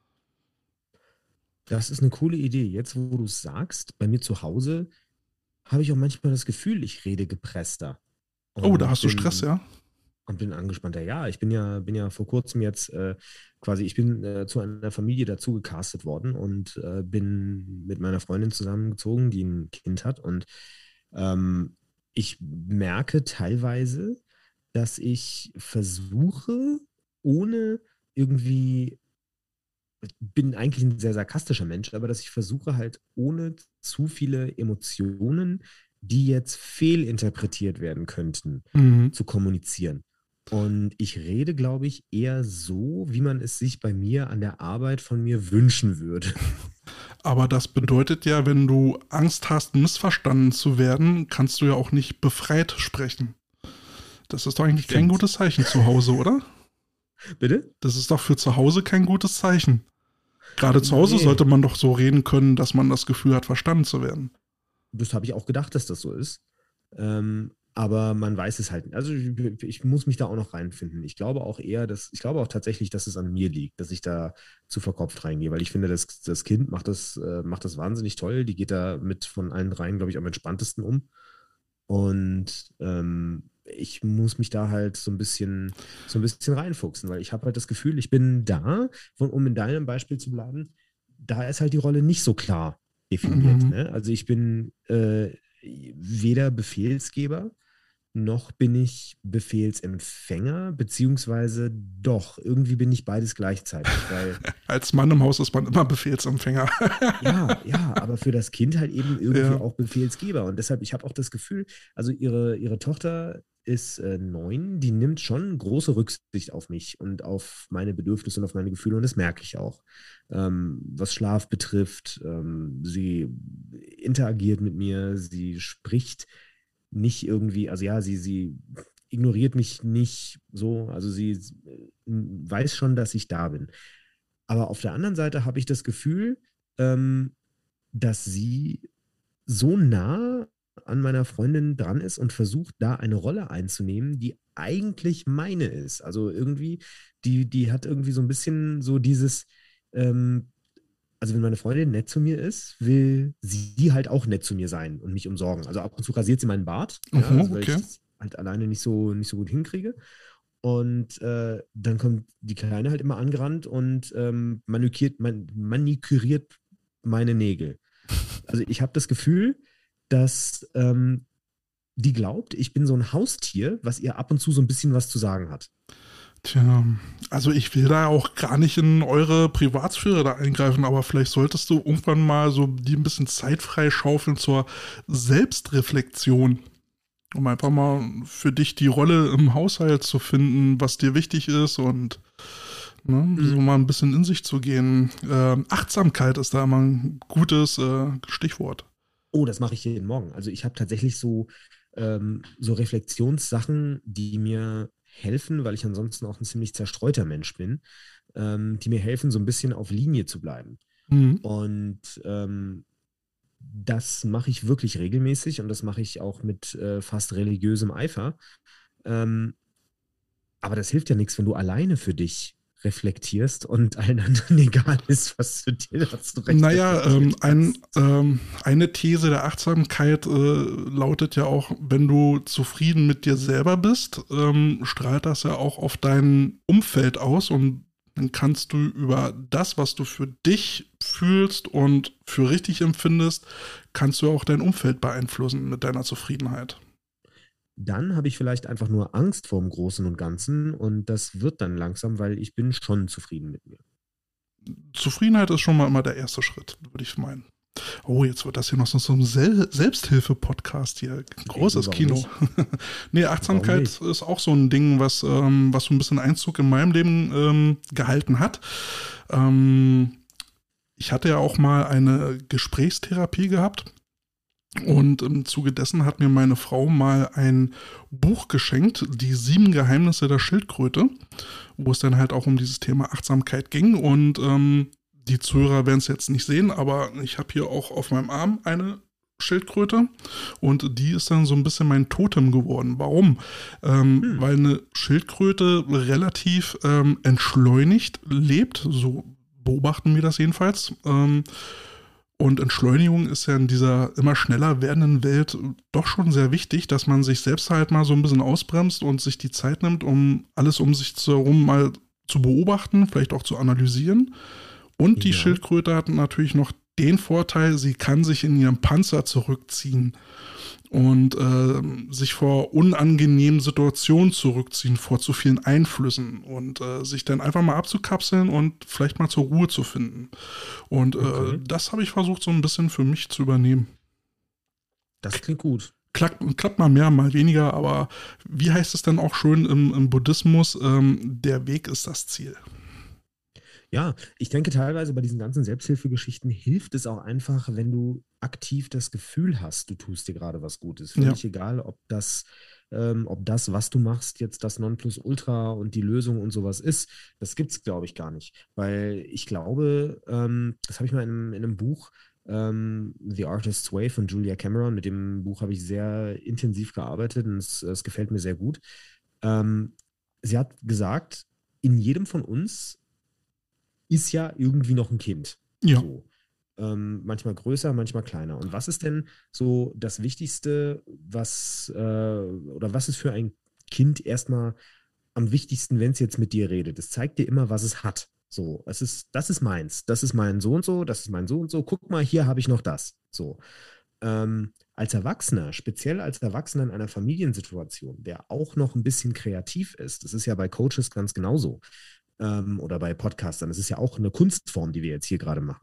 [SPEAKER 2] Das ist eine coole Idee. Jetzt, wo du es sagst, bei mir zu Hause habe ich auch manchmal das Gefühl, ich rede gepresster
[SPEAKER 1] Oh, da
[SPEAKER 2] und
[SPEAKER 1] hast du Stress, ja?
[SPEAKER 2] bin angespannter. Ja, ich bin ja vor kurzem jetzt quasi, ich bin zu einer Familie dazu gecastet worden und bin mit meiner Freundin zusammengezogen, die ein Kind hat. Und ich merke teilweise, dass ich versuche, ohne irgendwie, ich bin eigentlich ein sehr sarkastischer Mensch, aber dass ich versuche halt ohne zu viele Emotionen, die jetzt fehlinterpretiert werden könnten,
[SPEAKER 1] Mhm.
[SPEAKER 2] zu kommunizieren. Und ich rede, glaube ich, eher so, wie man es sich bei mir an der Arbeit von mir wünschen würde.
[SPEAKER 1] Aber das bedeutet ja, wenn du Angst hast, missverstanden zu werden, kannst du ja auch nicht befreit sprechen. Das ist doch eigentlich kein
[SPEAKER 2] Stimmt.
[SPEAKER 1] gutes Zeichen zu Hause, oder?
[SPEAKER 2] Bitte?
[SPEAKER 1] Das ist doch für zu Hause kein gutes Zeichen. Gerade zu Hause
[SPEAKER 2] Nee,
[SPEAKER 1] sollte man doch so reden können, dass man das Gefühl hat, verstanden zu werden.
[SPEAKER 2] das habe ich auch gedacht, dass das so ist. Aber man weiß es halt nicht. Also ich muss mich da auch noch reinfinden. Ich glaube auch tatsächlich, dass es an mir liegt, dass ich da zu verkopft reingehe, weil ich finde, das Kind macht das wahnsinnig toll. Die geht da mit von allen dreien, glaube ich, am entspanntesten um. Und ich muss mich da halt so ein bisschen reinfuchsen, weil ich habe halt das Gefühl, ich bin da, um in deinem Beispiel zu bleiben, da ist halt die Rolle nicht so klar definiert.
[SPEAKER 1] Mhm.
[SPEAKER 2] Ne? Also ich bin weder Befehlsgeber, noch bin ich Befehlsempfänger, beziehungsweise doch, irgendwie bin ich beides gleichzeitig, weil
[SPEAKER 1] Als Mann im Haus ist man immer Befehlsempfänger.
[SPEAKER 2] ja, aber für das Kind halt eben irgendwie
[SPEAKER 1] Ja.
[SPEAKER 2] auch Befehlsgeber. Und deshalb, ich habe auch das Gefühl, also ihre Tochter ist 9, die nimmt schon große Rücksicht auf mich und auf meine Bedürfnisse und auf meine Gefühle und das merke ich auch. Was Schlaf betrifft, sie interagiert mit mir, sie spricht nicht irgendwie, also ja, sie ignoriert mich nicht so, also sie weiß schon, dass ich da bin. Aber auf der anderen Seite habe ich das Gefühl, ähm, dass sie so nah an meiner Freundin dran ist und versucht, da eine Rolle einzunehmen, die eigentlich meine ist. Also irgendwie, die hat irgendwie so ein bisschen so dieses, ähm, also wenn meine Freundin nett zu mir ist, will sie halt auch nett zu mir sein und mich umsorgen. Also ab und zu rasiert sie meinen Bart, ja,
[SPEAKER 1] Mhm,
[SPEAKER 2] also weil ich
[SPEAKER 1] okay.
[SPEAKER 2] das halt alleine nicht so gut hinkriege. Und dann kommt die Kleine halt immer angerannt und maniküriert meine Nägel. Also ich habe das Gefühl, dass die glaubt, ich bin so ein Haustier, was ihr ab und zu so ein bisschen was zu sagen hat.
[SPEAKER 1] Tja, also ich will da auch gar nicht in eure Privatsphäre da eingreifen, aber vielleicht solltest du irgendwann mal so die ein bisschen Zeit freischaufeln zur Selbstreflexion, um einfach mal für dich die Rolle im Haushalt zu finden, was dir wichtig ist und ne, so
[SPEAKER 2] Mhm.
[SPEAKER 1] mal ein bisschen in sich zu gehen. Achtsamkeit ist da immer ein gutes Stichwort.
[SPEAKER 2] Oh, das mache ich jeden Morgen. Also ich habe tatsächlich so Reflexionssachen, die mir helfen, weil ich ansonsten auch ein ziemlich zerstreuter Mensch bin, die mir helfen, so ein bisschen auf Linie zu bleiben.
[SPEAKER 1] Mhm.
[SPEAKER 2] Und das mache ich wirklich regelmäßig und das mache ich auch mit fast religiösem Eifer. Ähm, aber das hilft ja nichts, wenn du alleine für dich reflektierst und allen anderen egal ist, was du dir dazu recht
[SPEAKER 1] Naja,
[SPEAKER 2] reflektiert hast.
[SPEAKER 1] eine These der Achtsamkeit lautet ja auch, wenn du zufrieden mit dir selber bist, strahlt das ja auch auf dein Umfeld aus und dann kannst du über das, was du für dich fühlst und für richtig empfindest, kannst du auch dein Umfeld beeinflussen mit deiner Zufriedenheit.
[SPEAKER 2] Dann habe ich vielleicht einfach nur Angst vor dem Großen und Ganzen und das wird dann langsam, weil ich bin schon zufrieden mit mir.
[SPEAKER 1] Zufriedenheit ist schon mal immer der erste Schritt, würde ich meinen. Oh, jetzt wird das hier noch so ein Selbsthilfe-Podcast hier. Großes
[SPEAKER 2] Warum
[SPEAKER 1] Kino.
[SPEAKER 2] nicht?
[SPEAKER 1] Nee,
[SPEAKER 2] Warum
[SPEAKER 1] Achtsamkeit
[SPEAKER 2] nicht?
[SPEAKER 1] ist auch so ein Ding, was so ein bisschen Einzug in meinem Leben gehalten hat. Ähm, Ich hatte ja auch mal eine Gesprächstherapie gehabt. Und im Zuge dessen hat mir meine Frau mal ein Buch geschenkt, die 7 Geheimnisse der Schildkröte, wo es dann halt auch um dieses Thema Achtsamkeit ging. Und die Zuhörer werden es jetzt nicht sehen, aber ich habe hier auch auf meinem Arm eine Schildkröte und die ist dann so ein bisschen mein Totem geworden. Warum? Weil eine Schildkröte relativ entschleunigt lebt, so beobachten wir das jedenfalls. Und Entschleunigung ist ja in dieser immer schneller werdenden Welt doch schon sehr wichtig, dass man sich selbst halt mal so ein bisschen ausbremst und sich die Zeit nimmt, um alles um sich herum mal zu beobachten, vielleicht auch zu analysieren. Und die
[SPEAKER 2] Ja,
[SPEAKER 1] Schildkröte hat natürlich noch den Vorteil, sie kann sich in ihrem Panzer zurückziehen und sich vor unangenehmen Situationen zurückziehen, vor zu vielen Einflüssen und sich dann einfach mal abzukapseln und vielleicht mal zur Ruhe zu finden. Und
[SPEAKER 2] okay.
[SPEAKER 1] das habe ich versucht so ein bisschen für mich zu übernehmen.
[SPEAKER 2] Das klingt gut.
[SPEAKER 1] Klappt mal mehr, mal weniger, aber wie heißt es denn auch schön im Buddhismus, der Weg ist das Ziel.
[SPEAKER 2] Ja, ich denke teilweise bei diesen ganzen Selbsthilfegeschichten hilft es auch einfach, wenn du aktiv das Gefühl hast, du tust dir gerade was Gutes.
[SPEAKER 1] Ja.
[SPEAKER 2] Völlig egal, ob das, was du machst, jetzt das Nonplusultra und die Lösung und sowas ist. Das gibt es, glaube ich, gar nicht. Weil ich glaube, das habe ich mal in einem Buch, The Artist's Way von Julia Cameron, mit dem Buch habe ich sehr intensiv gearbeitet und es gefällt mir sehr gut. Ähm, Sie hat gesagt, in jedem von uns ist ja irgendwie noch ein Kind.
[SPEAKER 1] Ja.
[SPEAKER 2] So. Manchmal größer, manchmal kleiner. Und was ist denn so das Wichtigste, oder was ist für ein Kind erstmal am wichtigsten, wenn es jetzt mit dir redet? Es zeigt dir immer, was es hat. So, das ist meins, das ist mein so und so, das ist mein so und so. Guck mal, hier habe ich noch das. So. Als Erwachsener, speziell als Erwachsener in einer Familiensituation, der auch noch ein bisschen kreativ ist, das ist ja bei Coaches ganz genauso, oder bei Podcastern, das ist ja auch eine Kunstform, die wir jetzt hier gerade machen,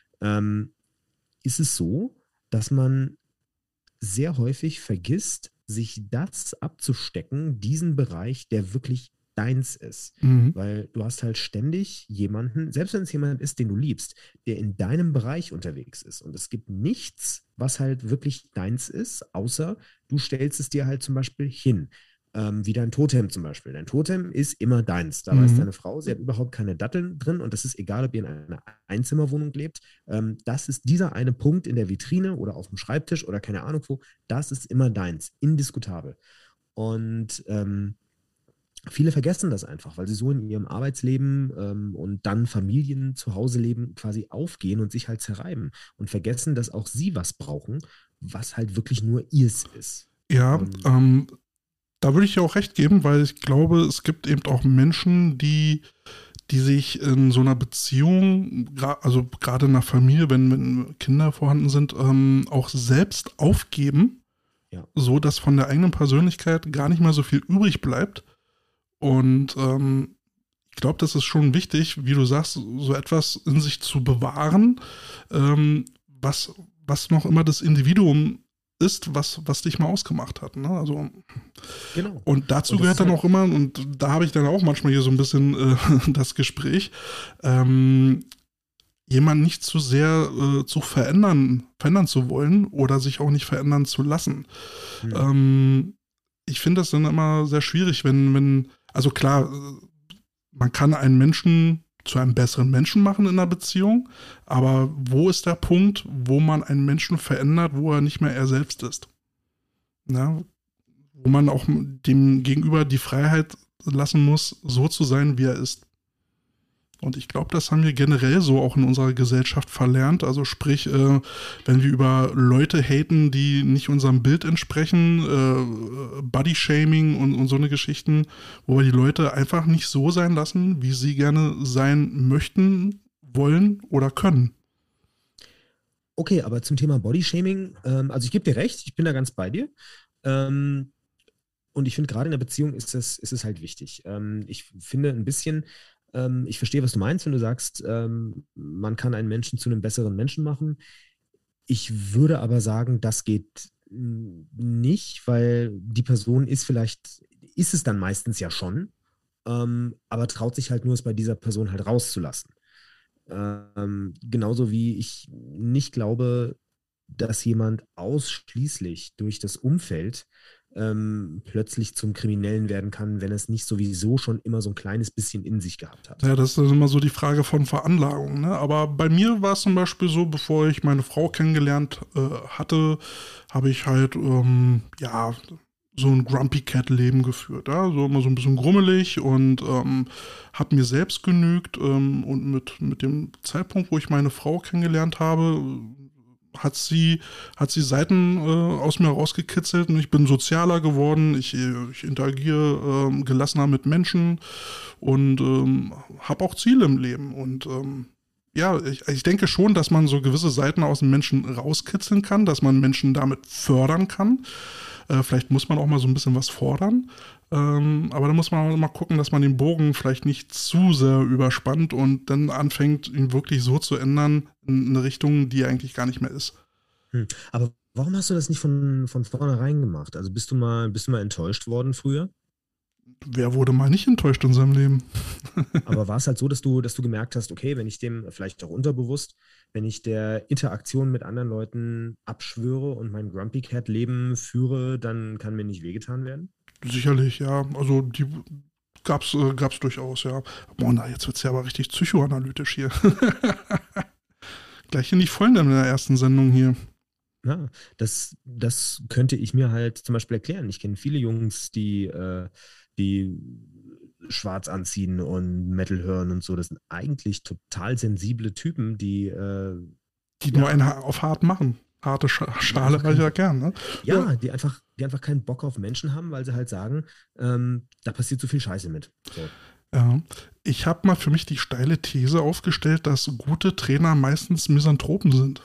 [SPEAKER 2] ist es so, dass man sehr häufig vergisst, sich das abzustecken, diesen Bereich, der wirklich deins ist.
[SPEAKER 1] Mhm.
[SPEAKER 2] Weil du hast halt ständig jemanden, selbst wenn es jemand ist, den du liebst, der in deinem Bereich unterwegs ist. Und es gibt nichts, was halt wirklich deins ist, außer du stellst es dir halt zum Beispiel hin. Wie dein Totem zum Beispiel. Dein Totem ist immer deins. Da weiß
[SPEAKER 1] Mhm.
[SPEAKER 2] deine Frau, sie hat überhaupt keine Datteln drin und das ist egal, ob ihr in einer Einzimmerwohnung lebt. Das ist dieser eine Punkt in der Vitrine oder auf dem Schreibtisch oder keine Ahnung wo. Das ist immer deins. Indiskutabel. Und viele vergessen das einfach, weil sie so in ihrem Arbeitsleben und dann Familien zu Hause leben quasi aufgehen und sich halt zerreiben und vergessen, dass auch sie was brauchen, was halt wirklich nur ihrs ist.
[SPEAKER 1] Ja,
[SPEAKER 2] Und
[SPEAKER 1] da würde ich dir auch recht geben, weil ich glaube, es gibt eben auch Menschen, die sich in so einer Beziehung, also gerade in einer Familie, wenn Kinder vorhanden sind, auch selbst aufgeben,
[SPEAKER 2] ja,
[SPEAKER 1] so dass von der eigenen Persönlichkeit gar nicht mehr so viel übrig bleibt. Und ich glaube, das ist schon wichtig, wie du sagst, so etwas in sich zu bewahren, was noch immer das Individuum ist, was dich mal ausgemacht hat. Ne? Also,
[SPEAKER 2] genau.
[SPEAKER 1] und dazu
[SPEAKER 2] Und das
[SPEAKER 1] gehört
[SPEAKER 2] ist
[SPEAKER 1] dann
[SPEAKER 2] halt,
[SPEAKER 1] auch immer, und da habe ich dann auch manchmal hier so ein bisschen das Gespräch, jemanden nicht zu sehr zu verändern zu wollen oder sich auch nicht verändern zu lassen.
[SPEAKER 2] hm,
[SPEAKER 1] Ähm, Ich finde das dann immer sehr schwierig, also klar, man kann einen Menschen zu einem besseren Menschen machen in einer Beziehung, aber wo ist der Punkt, wo man einen Menschen verändert, wo er nicht mehr er selbst ist? Ja, wo man auch dem Gegenüber die Freiheit lassen muss, so zu sein, wie er ist. Und ich glaube, das haben wir generell so auch in unserer Gesellschaft verlernt. Also sprich, wenn wir über Leute haten, die nicht unserem Bild entsprechen, Bodyshaming und so eine Geschichten, wo wir die Leute einfach nicht so sein lassen, wie sie gerne sein möchten, wollen oder können.
[SPEAKER 2] okay, aber zum Thema Bodyshaming, also ich gebe dir recht, ich bin da ganz bei dir. Ähm, und ich finde, gerade in der Beziehung ist es halt wichtig. Ich finde ein bisschen, ich verstehe, was du meinst, wenn du sagst, man kann einen Menschen zu einem besseren Menschen machen. Ich würde aber sagen, das geht nicht, weil die Person ist es dann meistens ja schon, aber traut sich halt nur, es bei dieser Person halt rauszulassen. Genauso wie ich nicht glaube, dass jemand ausschließlich durch das Umfeld plötzlich zum Kriminellen werden kann, wenn es nicht sowieso schon immer so ein kleines bisschen in sich gehabt hat.
[SPEAKER 1] Ja, das ist immer so die Frage von Veranlagung, ne? Aber bei mir war es zum Beispiel so, bevor ich meine Frau kennengelernt hatte, habe ich halt, ja, so ein Grumpy Cat-Leben geführt. Ja? So immer so ein bisschen grummelig und habe mir selbst genügt. Und mit dem Zeitpunkt, wo ich meine Frau kennengelernt habe, hat sie Seiten aus mir rausgekitzelt und ich bin sozialer geworden. Ich interagiere gelassener mit Menschen und habe auch Ziele im Leben. Und ja, ich denke schon, dass man so gewisse Seiten aus dem Menschen rauskitzeln kann, dass man Menschen damit fördern kann. Vielleicht muss man auch mal so ein bisschen was fordern. Aber da muss man auch mal gucken, dass man den Bogen vielleicht nicht zu sehr überspannt und dann anfängt, ihn wirklich so zu ändern in eine Richtung, die eigentlich gar nicht mehr ist.
[SPEAKER 2] Aber warum hast du das nicht von vornherein gemacht? Also bist du mal enttäuscht worden früher?
[SPEAKER 1] Wer wurde mal nicht enttäuscht in seinem Leben?
[SPEAKER 2] Aber war es halt so, dass du gemerkt hast, okay, wenn ich dem vielleicht auch unterbewusst, wenn ich der Interaktion mit anderen Leuten abschwöre und mein Grumpy Cat Leben führe, dann kann mir nicht wehgetan werden?
[SPEAKER 1] Sicherlich, ja. Also die gab's durchaus, ja. Boah, na, jetzt wird's ja aber richtig psychoanalytisch hier. Gleich in die Vollen in der ersten Sendung hier.
[SPEAKER 2] Ja, das könnte ich mir halt zum Beispiel erklären. Ich kenne viele Jungs, die schwarz anziehen und Metal hören und so. Das sind eigentlich total sensible Typen, die
[SPEAKER 1] Die nur einen auf hart machen. Harte Schale habe ich ja gern, ne?
[SPEAKER 2] Ja, die einfach keinen Bock auf Menschen haben, weil sie halt sagen, da passiert zu viel Scheiße mit. So.
[SPEAKER 1] Ja. Ich habe mal für mich die steile These aufgestellt, dass gute Trainer meistens Misanthropen sind.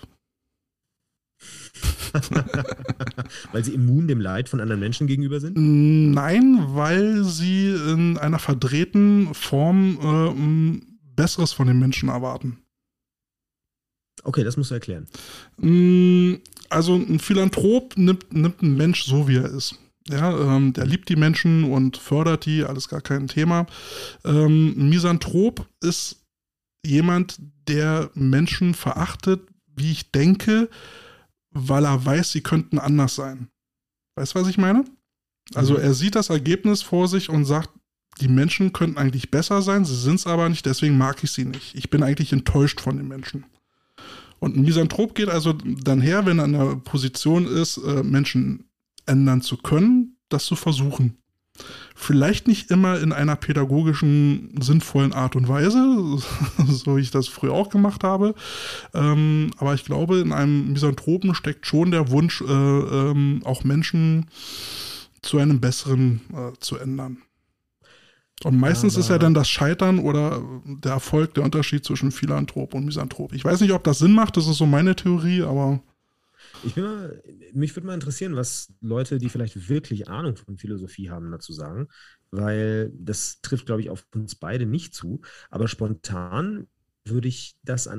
[SPEAKER 2] Weil sie immun dem Leid von anderen Menschen gegenüber sind?
[SPEAKER 1] Nein, weil sie in einer verdrehten Form Besseres von den Menschen erwarten.
[SPEAKER 2] Okay, das musst du erklären.
[SPEAKER 1] Also ein Philanthrop nimmt einen Mensch so, wie er ist. Ja, der liebt die Menschen und fördert die, alles gar kein Thema. Ein Misanthrop ist jemand, der Menschen verachtet, wie ich denke, weil er weiß, sie könnten anders sein. Weißt du, was ich meine? Also er sieht das Ergebnis vor sich und sagt, die Menschen könnten eigentlich besser sein, sie sind es aber nicht, deswegen mag ich sie nicht. Ich bin eigentlich enttäuscht von den Menschen. Und ein Misanthrop geht also dann her, wenn er in der Position ist, Menschen ändern zu können, das zu versuchen. Vielleicht nicht immer in einer pädagogischen, sinnvollen Art und Weise, so wie ich das früher auch gemacht habe. Aber ich glaube, in einem Misanthropen steckt schon der Wunsch, auch Menschen zu einem Besseren zu ändern. Und meistens ist ja dann das Scheitern oder der Erfolg der Unterschied zwischen Philanthrop und Misanthrop. Ich weiß nicht, ob das Sinn macht, das ist so meine Theorie, aber...
[SPEAKER 2] Mich würde mal interessieren, was Leute, die vielleicht wirklich Ahnung von Philosophie haben, dazu sagen, weil das trifft, glaube ich, auf uns beide nicht zu. Aber spontan würde ich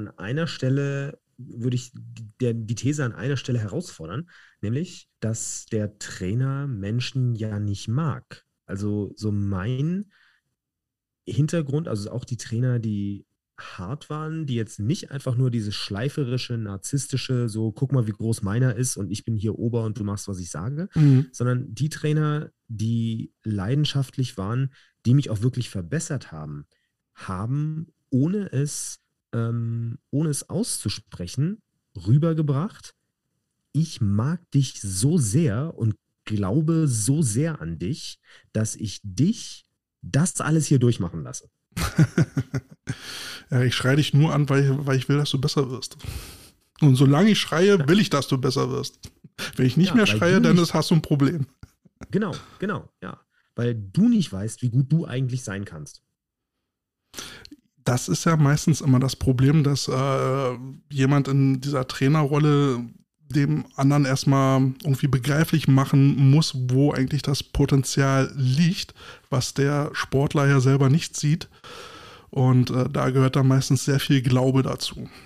[SPEAKER 2] die These an einer Stelle herausfordern, nämlich, dass der Trainer Menschen ja nicht mag. Also so mein Hintergrund, also auch die Trainer, die hart waren, die jetzt nicht einfach nur dieses schleiferische, narzisstische, so guck mal, wie groß meiner ist und ich bin hier Ober und du machst, was ich sage, sondern die Trainer, die leidenschaftlich waren, die mich auch wirklich verbessert haben, ohne es auszusprechen, rübergebracht, ich mag dich so sehr und glaube so sehr an dich, dass ich dich das alles hier durchmachen lasse.
[SPEAKER 1] Ja, ich schreie dich nur an, weil ich will, dass du besser wirst. Und solange ich schreie, will ich, dass du besser wirst. Wenn ich nicht mehr schreie, dann hast du ein Problem.
[SPEAKER 2] Genau, ja. Weil du nicht weißt, wie gut du eigentlich sein kannst.
[SPEAKER 1] Das ist ja meistens immer das Problem, dass jemand in dieser Trainerrolle dem anderen erstmal irgendwie begreiflich machen muss, wo eigentlich das Potenzial liegt, was der Sportler ja selber nicht sieht. Und da gehört dann meistens sehr viel Glaube dazu.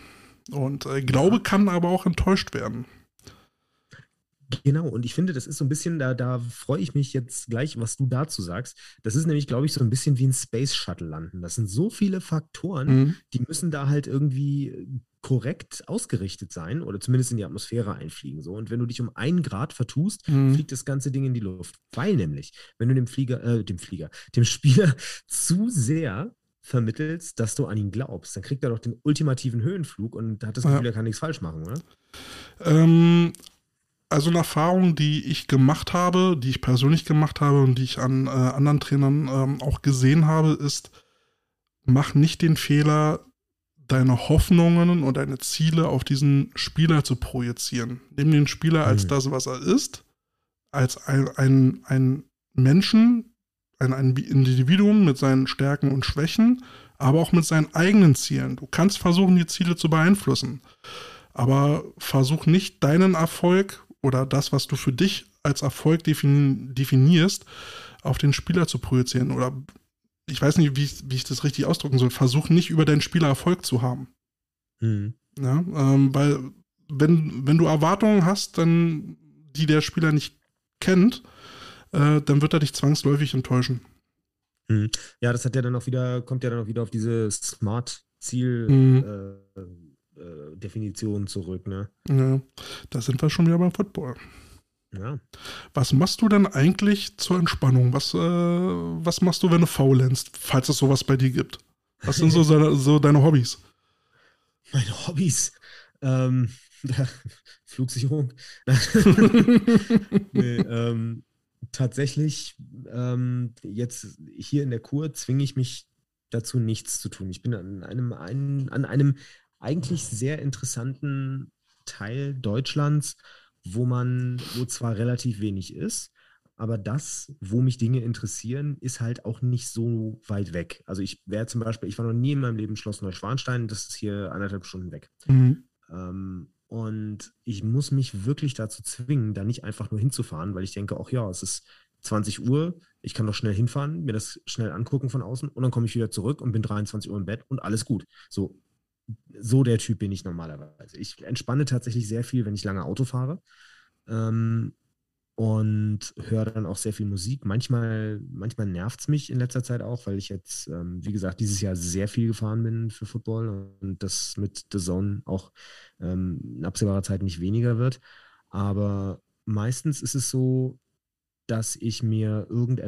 [SPEAKER 1] Und Glaube kann aber auch enttäuscht werden.
[SPEAKER 2] Genau, und ich finde, das ist so ein bisschen, da freue ich mich jetzt gleich, was du dazu sagst. Das ist nämlich, glaube ich, so ein bisschen wie ein Space Shuttle landen. Das sind so viele Faktoren,
[SPEAKER 1] Mhm.
[SPEAKER 2] die müssen da halt irgendwie korrekt ausgerichtet sein oder zumindest in die Atmosphäre einfliegen. So. Und wenn du dich um 1 Grad vertust,
[SPEAKER 1] Mhm.
[SPEAKER 2] fliegt das ganze Ding in die Luft. Weil nämlich, wenn du dem Spieler zu sehr vermittelst, dass du an ihn glaubst, dann kriegt er doch den ultimativen Höhenflug und hat das
[SPEAKER 1] Ja.
[SPEAKER 2] Gefühl, er kann nichts falsch machen, oder?
[SPEAKER 1] Ähm, also eine Erfahrung, die ich gemacht habe, die ich persönlich gemacht habe und die ich an anderen Trainern auch gesehen habe, ist, mach nicht den Fehler, deine Hoffnungen und deine Ziele auf diesen Spieler zu projizieren. Nimm den Spieler als
[SPEAKER 2] Hm.
[SPEAKER 1] das, was er ist, als ein Menschen, ein Individuum mit seinen Stärken und Schwächen, aber auch mit seinen eigenen Zielen. Du kannst versuchen, die Ziele zu beeinflussen, aber versuch nicht deinen Erfolg oder das, was du für dich als Erfolg definierst, auf den Spieler zu projizieren. Oder ich weiß nicht, wie ich das richtig ausdrücken soll. Versuch nicht über deinen Spieler Erfolg zu haben.
[SPEAKER 2] Hm.
[SPEAKER 1] Ja, weil wenn du Erwartungen hast, dann, die der Spieler nicht kennt, dann wird er dich zwangsläufig enttäuschen.
[SPEAKER 2] Hm. Ja, das hat ja dann auch wieder, kommt ja dann auch wieder auf diese
[SPEAKER 1] Mhm.
[SPEAKER 2] Smart-Ziel-Definition zurück, ne?
[SPEAKER 1] Ja, da sind wir schon wieder beim Football.
[SPEAKER 2] Ja.
[SPEAKER 1] Was machst du denn eigentlich zur Entspannung? Was machst du, wenn du faulenzt, falls es sowas bei dir gibt? Was sind so deine Hobbys?
[SPEAKER 2] Meine Hobbys. Ähm, Flugsicherung. Nee, tatsächlich, jetzt hier in der Kur zwinge ich mich dazu, nichts zu tun. Ich bin an einem eigentlich sehr interessanten Teil Deutschlands, wo zwar relativ wenig ist, aber das, wo mich Dinge interessieren, ist halt auch nicht so weit weg. Also ich war noch nie in meinem Leben in Schloss Neuschwanstein, das ist hier 1,5 Stunden weg.
[SPEAKER 1] Mhm.
[SPEAKER 2] Und ich muss mich wirklich dazu zwingen, da nicht einfach nur hinzufahren, weil ich denke, ach ja, es ist 20 Uhr, ich kann doch schnell hinfahren, mir das schnell angucken von außen und dann komme ich wieder zurück und bin 23 Uhr im Bett und alles gut. So der Typ bin ich normalerweise. Ich entspanne tatsächlich sehr viel, wenn ich lange Auto fahre. Ähm, und höre dann auch sehr viel Musik. Manchmal nervt es mich in letzter Zeit auch, weil ich jetzt, wie gesagt, dieses Jahr sehr viel gefahren bin für Football und das mit The Zone auch in absehbarer Zeit nicht weniger wird. Aber meistens ist es so, dass ich mir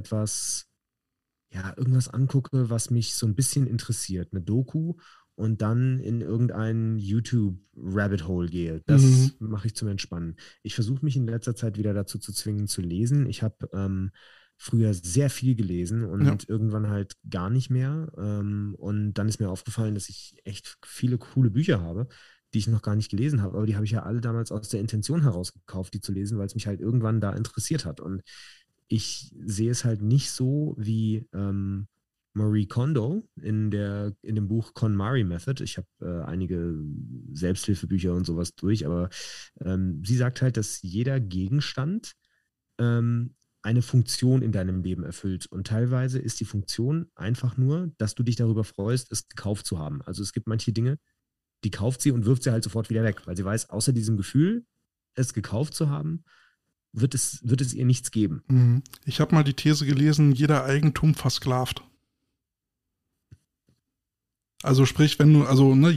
[SPEAKER 2] irgendwas angucke, was mich so ein bisschen interessiert, eine Doku und dann in irgendein YouTube-Rabbit Hole gehe.
[SPEAKER 1] Mhm.
[SPEAKER 2] Das mache ich zum Entspannen. Ich versuche mich in letzter Zeit wieder dazu zu zwingen, zu lesen. Ich habe früher sehr viel gelesen
[SPEAKER 1] Ja.
[SPEAKER 2] und irgendwann halt gar nicht mehr. Und dann ist mir aufgefallen, dass ich echt viele coole Bücher habe, die ich noch gar nicht gelesen habe. Aber die habe ich ja alle damals aus der Intention heraus gekauft, die zu lesen, weil es mich halt irgendwann da interessiert hat. Und ich sehe es halt nicht so wie Marie Kondo in dem Buch KonMari Method. Ich habe einige Selbsthilfebücher und sowas durch, aber sie sagt halt, dass jeder Gegenstand ähm, eine Funktion in deinem Leben erfüllt. Und teilweise ist die Funktion einfach nur, dass du dich darüber freust, es gekauft zu haben. Also es gibt manche Dinge, die kauft sie und wirft sie halt sofort wieder weg, weil sie weiß, außer diesem Gefühl, es gekauft zu haben, wird es ihr nichts geben.
[SPEAKER 1] Mhm. Ich habe mal die These gelesen, jeder Eigentum versklavt. Also sprich, wenn du, also ne,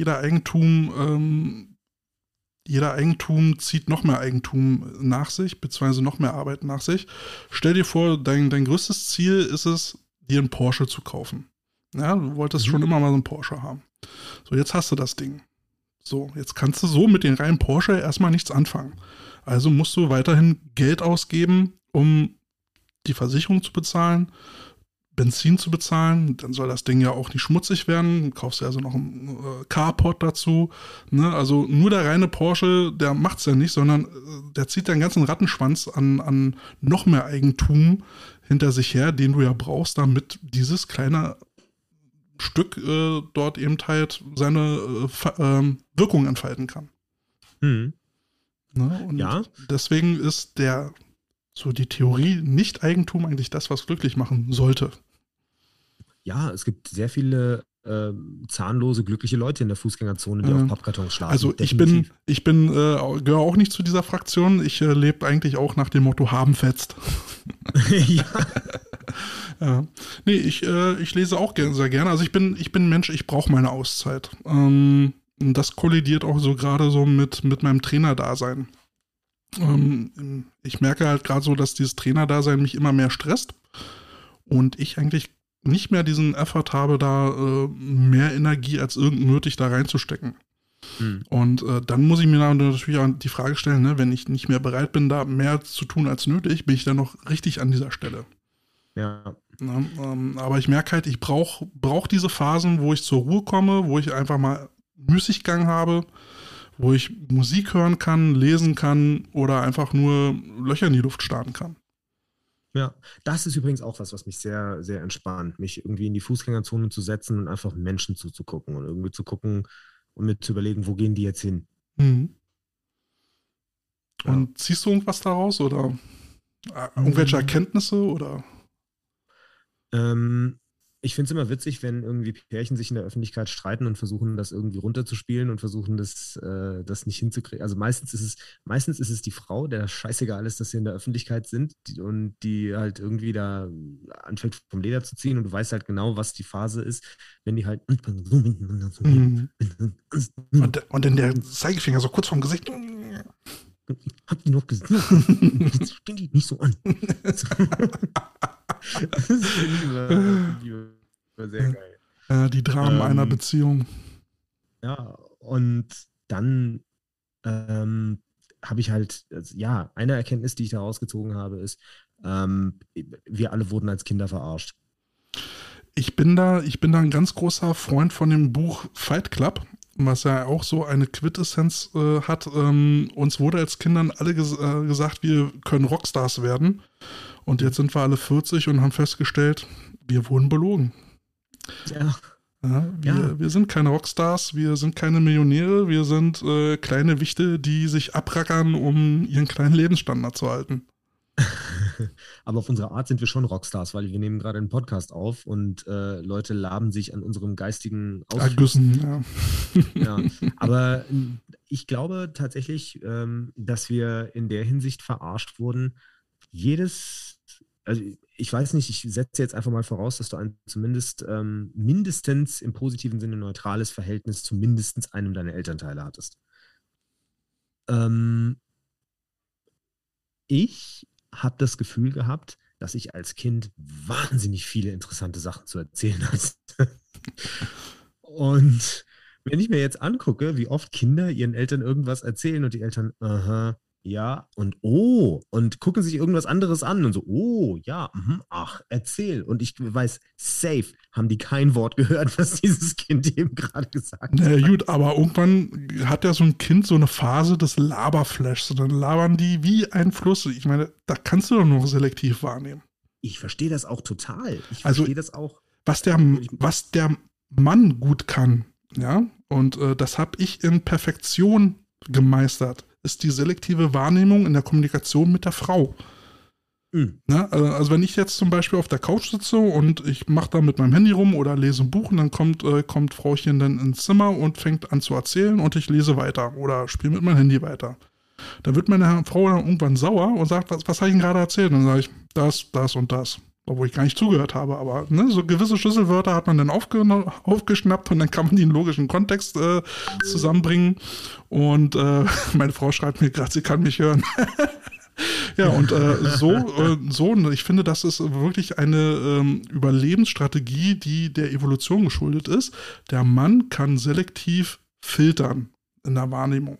[SPEAKER 1] jeder Eigentum zieht noch mehr Eigentum nach sich, beziehungsweise noch mehr Arbeit nach sich. Stell dir vor, dein größtes Ziel ist es, dir einen Porsche zu kaufen. Ja, du wolltest
[SPEAKER 2] Mhm.
[SPEAKER 1] schon immer mal so einen Porsche haben. So, jetzt hast du das Ding. So, jetzt kannst du so mit den reinen Porsche erstmal nichts anfangen. Also musst du weiterhin Geld ausgeben, um die Versicherung zu bezahlen, Benzin zu bezahlen, dann soll das Ding ja auch nicht schmutzig werden. Du kaufst ja also noch einen Carport dazu. Ne? Also nur der reine Porsche, der macht es ja nicht, sondern der zieht den ganzen Rattenschwanz an noch mehr Eigentum hinter sich her, den du ja brauchst, damit dieses kleine Stück dort eben halt seine Wirkung entfalten kann.
[SPEAKER 2] Mhm.
[SPEAKER 1] Ne? Und
[SPEAKER 2] Ja,
[SPEAKER 1] deswegen ist so die Theorie Nicht-Eigentum eigentlich das, was glücklich machen sollte.
[SPEAKER 2] ja, es gibt sehr viele zahnlose, glückliche Leute in der Fußgängerzone, die auf Pappkartons schlafen.
[SPEAKER 1] Also gehöre auch nicht zu dieser Fraktion. Ich lebe eigentlich auch nach dem Motto haben fetzt. Ja. Ja. Nee, ich lese auch sehr gerne. Also ich bin ein Mensch, ich brauche meine Auszeit. Das kollidiert auch so gerade so mit meinem Trainerdasein. Ich merke halt gerade so, dass dieses Trainerdasein mich immer mehr stresst und ich eigentlich nicht mehr diesen Effort habe, da mehr Energie als irgend nötig da reinzustecken. Und dann muss ich mir natürlich auch die Frage stellen, ne, wenn ich nicht mehr bereit bin, da mehr zu tun als nötig, bin ich dann noch richtig an dieser Stelle.
[SPEAKER 2] Ja.
[SPEAKER 1] Aber ich merke halt, ich brauch diese Phasen, wo ich zur Ruhe komme, wo ich einfach mal Müßiggang habe, wo ich Musik hören kann, lesen kann oder einfach nur Löcher in die Luft starren kann.
[SPEAKER 2] Ja, das ist übrigens auch was mich sehr, sehr entspannt, mich irgendwie in die Fußgängerzone zu setzen und einfach Menschen zuzugucken und irgendwie zu gucken und mir zu überlegen, wo gehen die jetzt hin?
[SPEAKER 1] Mhm. Und ziehst du irgendwas daraus oder irgendwelche Erkenntnisse oder?
[SPEAKER 2] Ich finde es immer witzig, wenn irgendwie Pärchen sich in der Öffentlichkeit streiten und versuchen, das irgendwie runterzuspielen und versuchen, das nicht hinzukriegen. Also meistens ist es die Frau, der scheißegal ist, dass sie in der Öffentlichkeit sind und die halt irgendwie da anfängt vom Leder zu ziehen und du weißt halt genau, was die Phase ist, wenn die halt
[SPEAKER 1] und dann der Zeigefinger so kurz vorm Gesicht.
[SPEAKER 2] Hab die noch gesehen? Jetzt stehen die nicht so an. Das ist sehr geil.
[SPEAKER 1] Die Dramen einer Beziehung.
[SPEAKER 2] Ja, und dann habe ich halt, eine Erkenntnis, die ich da rausgezogen habe, ist, wir alle wurden als Kinder verarscht.
[SPEAKER 1] Ich bin da ein ganz großer Freund von dem Buch Fight Club, was ja auch so eine Quintessenz hat. Uns wurde als Kindern alle gesagt, wir können Rockstars werden. Und jetzt sind wir alle 40 und haben festgestellt, wir wurden belogen.
[SPEAKER 2] Ja.
[SPEAKER 1] Wir sind keine Rockstars, wir sind keine Millionäre, wir sind kleine Wichte, die sich abrackern, um ihren kleinen Lebensstandard zu halten.
[SPEAKER 2] Aber auf unsere Art sind wir schon Rockstars, weil wir nehmen gerade einen Podcast auf und Leute laben sich an unserem geistigen
[SPEAKER 1] Ergüssen,
[SPEAKER 2] ja. Aber ich glaube tatsächlich, dass wir in der Hinsicht verarscht wurden. Also ich weiß nicht, ich setze jetzt einfach mal voraus, dass du ein zumindest mindestens im positiven Sinne neutrales Verhältnis zu mindestens einem deiner Elternteile hattest. Ich habe das Gefühl gehabt, dass ich als Kind wahnsinnig viele interessante Sachen zu erzählen hatte. Und wenn ich mir jetzt angucke, wie oft Kinder ihren Eltern irgendwas erzählen und die Eltern, aha, ja, und oh, und gucken sich irgendwas anderes an und so, oh, ja, ach, erzähl. Und ich weiß, safe haben die kein Wort gehört, was dieses Kind eben gerade gesagt hat.
[SPEAKER 1] Na gut, aber irgendwann hat ja so ein Kind so eine Phase des Laberflashs und dann labern die wie ein Fluss. Ich meine, da kannst du doch nur selektiv wahrnehmen.
[SPEAKER 2] Ich verstehe das auch total. Ich verstehe das auch.
[SPEAKER 1] Was der Mann gut kann, ja, und das habe ich in Perfektion gemeistert, ist die selektive Wahrnehmung in der Kommunikation mit der Frau. Ne? Also wenn ich jetzt zum Beispiel auf der Couch sitze und ich mache da mit meinem Handy rum oder lese ein Buch und dann kommt Frauchen dann ins Zimmer und fängt an zu erzählen und ich lese weiter oder spiele mit meinem Handy weiter. Da wird meine Frau dann irgendwann sauer und sagt, was habe ich Ihnen gerade erzählt? Und dann sage ich, das und das. Obwohl ich gar nicht zugehört habe, aber ne, so gewisse Schlüsselwörter hat man dann aufgeschnappt und dann kann man die in logischen Kontext zusammenbringen. Und meine Frau schreibt mir gerade, sie kann mich hören. Ja, und ich finde, das ist wirklich eine Überlebensstrategie, die der Evolution geschuldet ist. Der Mann kann selektiv filtern in der Wahrnehmung.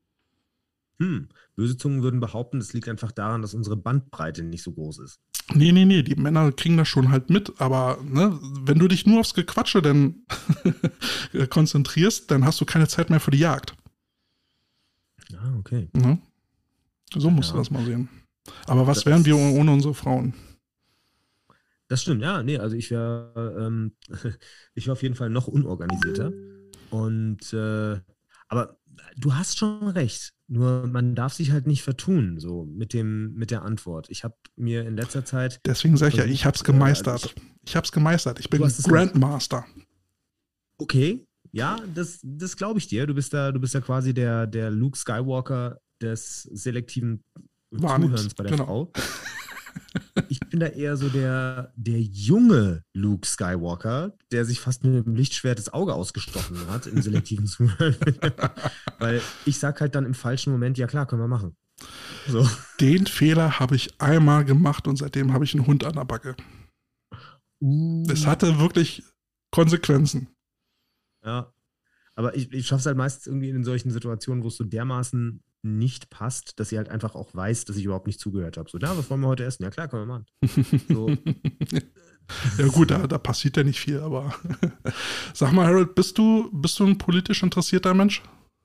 [SPEAKER 2] Böse Zungen würden behaupten, das liegt einfach daran, dass unsere Bandbreite nicht so groß ist.
[SPEAKER 1] Nee, die Männer kriegen das schon halt mit, aber ne, wenn du dich nur aufs Gequatsche dann konzentrierst, dann hast du keine Zeit mehr für die Jagd.
[SPEAKER 2] Ah, okay.
[SPEAKER 1] Ne? So musst du das mal sehen. Aber was wären wir ohne unsere Frauen?
[SPEAKER 2] Das stimmt, ja, nee, also ich wäre auf jeden Fall noch unorganisierter. Und aber du hast schon recht. Nur man darf sich halt nicht vertun, so mit der Antwort. Ich habe mir in letzter Zeit.
[SPEAKER 1] Deswegen sage ich ja, ich habe es gemeistert. Ich bin Grandmaster.
[SPEAKER 2] Okay, ja, das glaube ich dir. Du bist da quasi der Luke Skywalker des selektiven
[SPEAKER 1] Wahrnehmens,
[SPEAKER 2] Zuhörens bei der
[SPEAKER 1] genau.
[SPEAKER 2] Frau. Ich bin da eher so der junge Luke Skywalker, der sich fast mit dem Lichtschwert das Auge ausgestochen hat im selektiven Zuhören. Weil ich sag halt dann im falschen Moment, ja klar, können wir machen. So.
[SPEAKER 1] Den Fehler habe ich einmal gemacht und seitdem habe ich einen Hund an der Backe. Es hatte wirklich Konsequenzen.
[SPEAKER 2] Ja, aber ich schaffe es halt meistens irgendwie in solchen Situationen, wo es so dermaßen nicht passt, dass sie halt einfach auch weiß, dass ich überhaupt nicht zugehört habe. So, ja, was wollen wir heute essen? Ja klar, können wir machen. So.
[SPEAKER 1] Ja gut, da passiert ja nicht viel, aber sag mal, Harold, bist du ein politisch interessierter Mensch?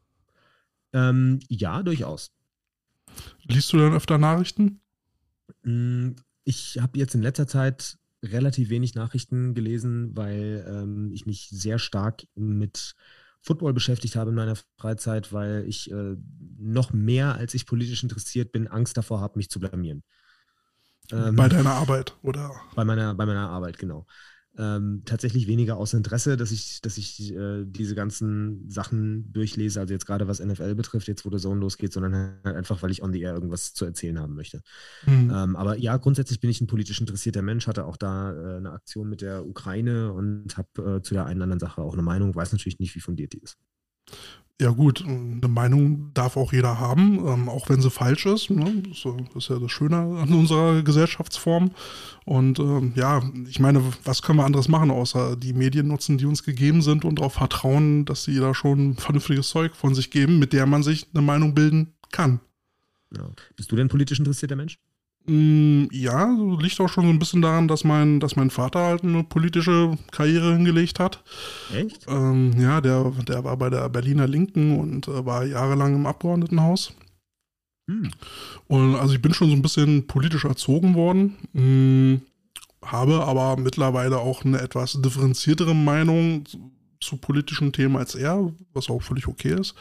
[SPEAKER 2] Ja, durchaus.
[SPEAKER 1] Liest du dann öfter Nachrichten?
[SPEAKER 2] Mm, Ich habe jetzt in letzter Zeit relativ wenig Nachrichten gelesen, weil ich mich sehr stark mit Football beschäftigt habe in meiner Freizeit, weil ich noch mehr, als ich politisch interessiert bin, Angst davor habe, mich zu blamieren.
[SPEAKER 1] Bei
[SPEAKER 2] Ähm,
[SPEAKER 1] deiner Arbeit, oder?
[SPEAKER 2] bei meiner Arbeit, genau. Tatsächlich weniger aus Interesse, dass ich diese ganzen Sachen durchlese, also jetzt gerade was NFL betrifft, jetzt wo der Zone losgeht, sondern halt einfach, weil ich on the air irgendwas zu erzählen haben möchte.
[SPEAKER 1] Hm.
[SPEAKER 2] Aber ja, grundsätzlich bin ich ein politisch interessierter Mensch, hatte auch da eine Aktion mit der Ukraine und habe zu der einen oder anderen Sache auch eine Meinung, weiß natürlich nicht, wie fundiert die ist.
[SPEAKER 1] Ja gut, eine Meinung darf auch jeder haben, auch wenn sie falsch ist. Ne? Das ist ja das Schöne an unserer Gesellschaftsform. Und ja, ich meine, was können wir anderes machen, außer die Medien nutzen, die uns gegeben sind und darauf vertrauen, dass sie da schon vernünftiges Zeug von sich geben, mit der man sich eine Meinung bilden kann.
[SPEAKER 2] Ja. Bist du denn politisch interessierter Mensch?
[SPEAKER 1] Ja, liegt auch schon so ein bisschen daran, dass mein Vater halt eine politische Karriere hingelegt hat.
[SPEAKER 2] Echt?
[SPEAKER 1] Ja, der war bei der Berliner Linken und war jahrelang im Abgeordnetenhaus.
[SPEAKER 2] Hm.
[SPEAKER 1] Und also ich bin schon so ein bisschen politisch erzogen worden, habe aber mittlerweile auch eine etwas differenziertere Meinung zu politischen Themen als er, was auch völlig okay ist.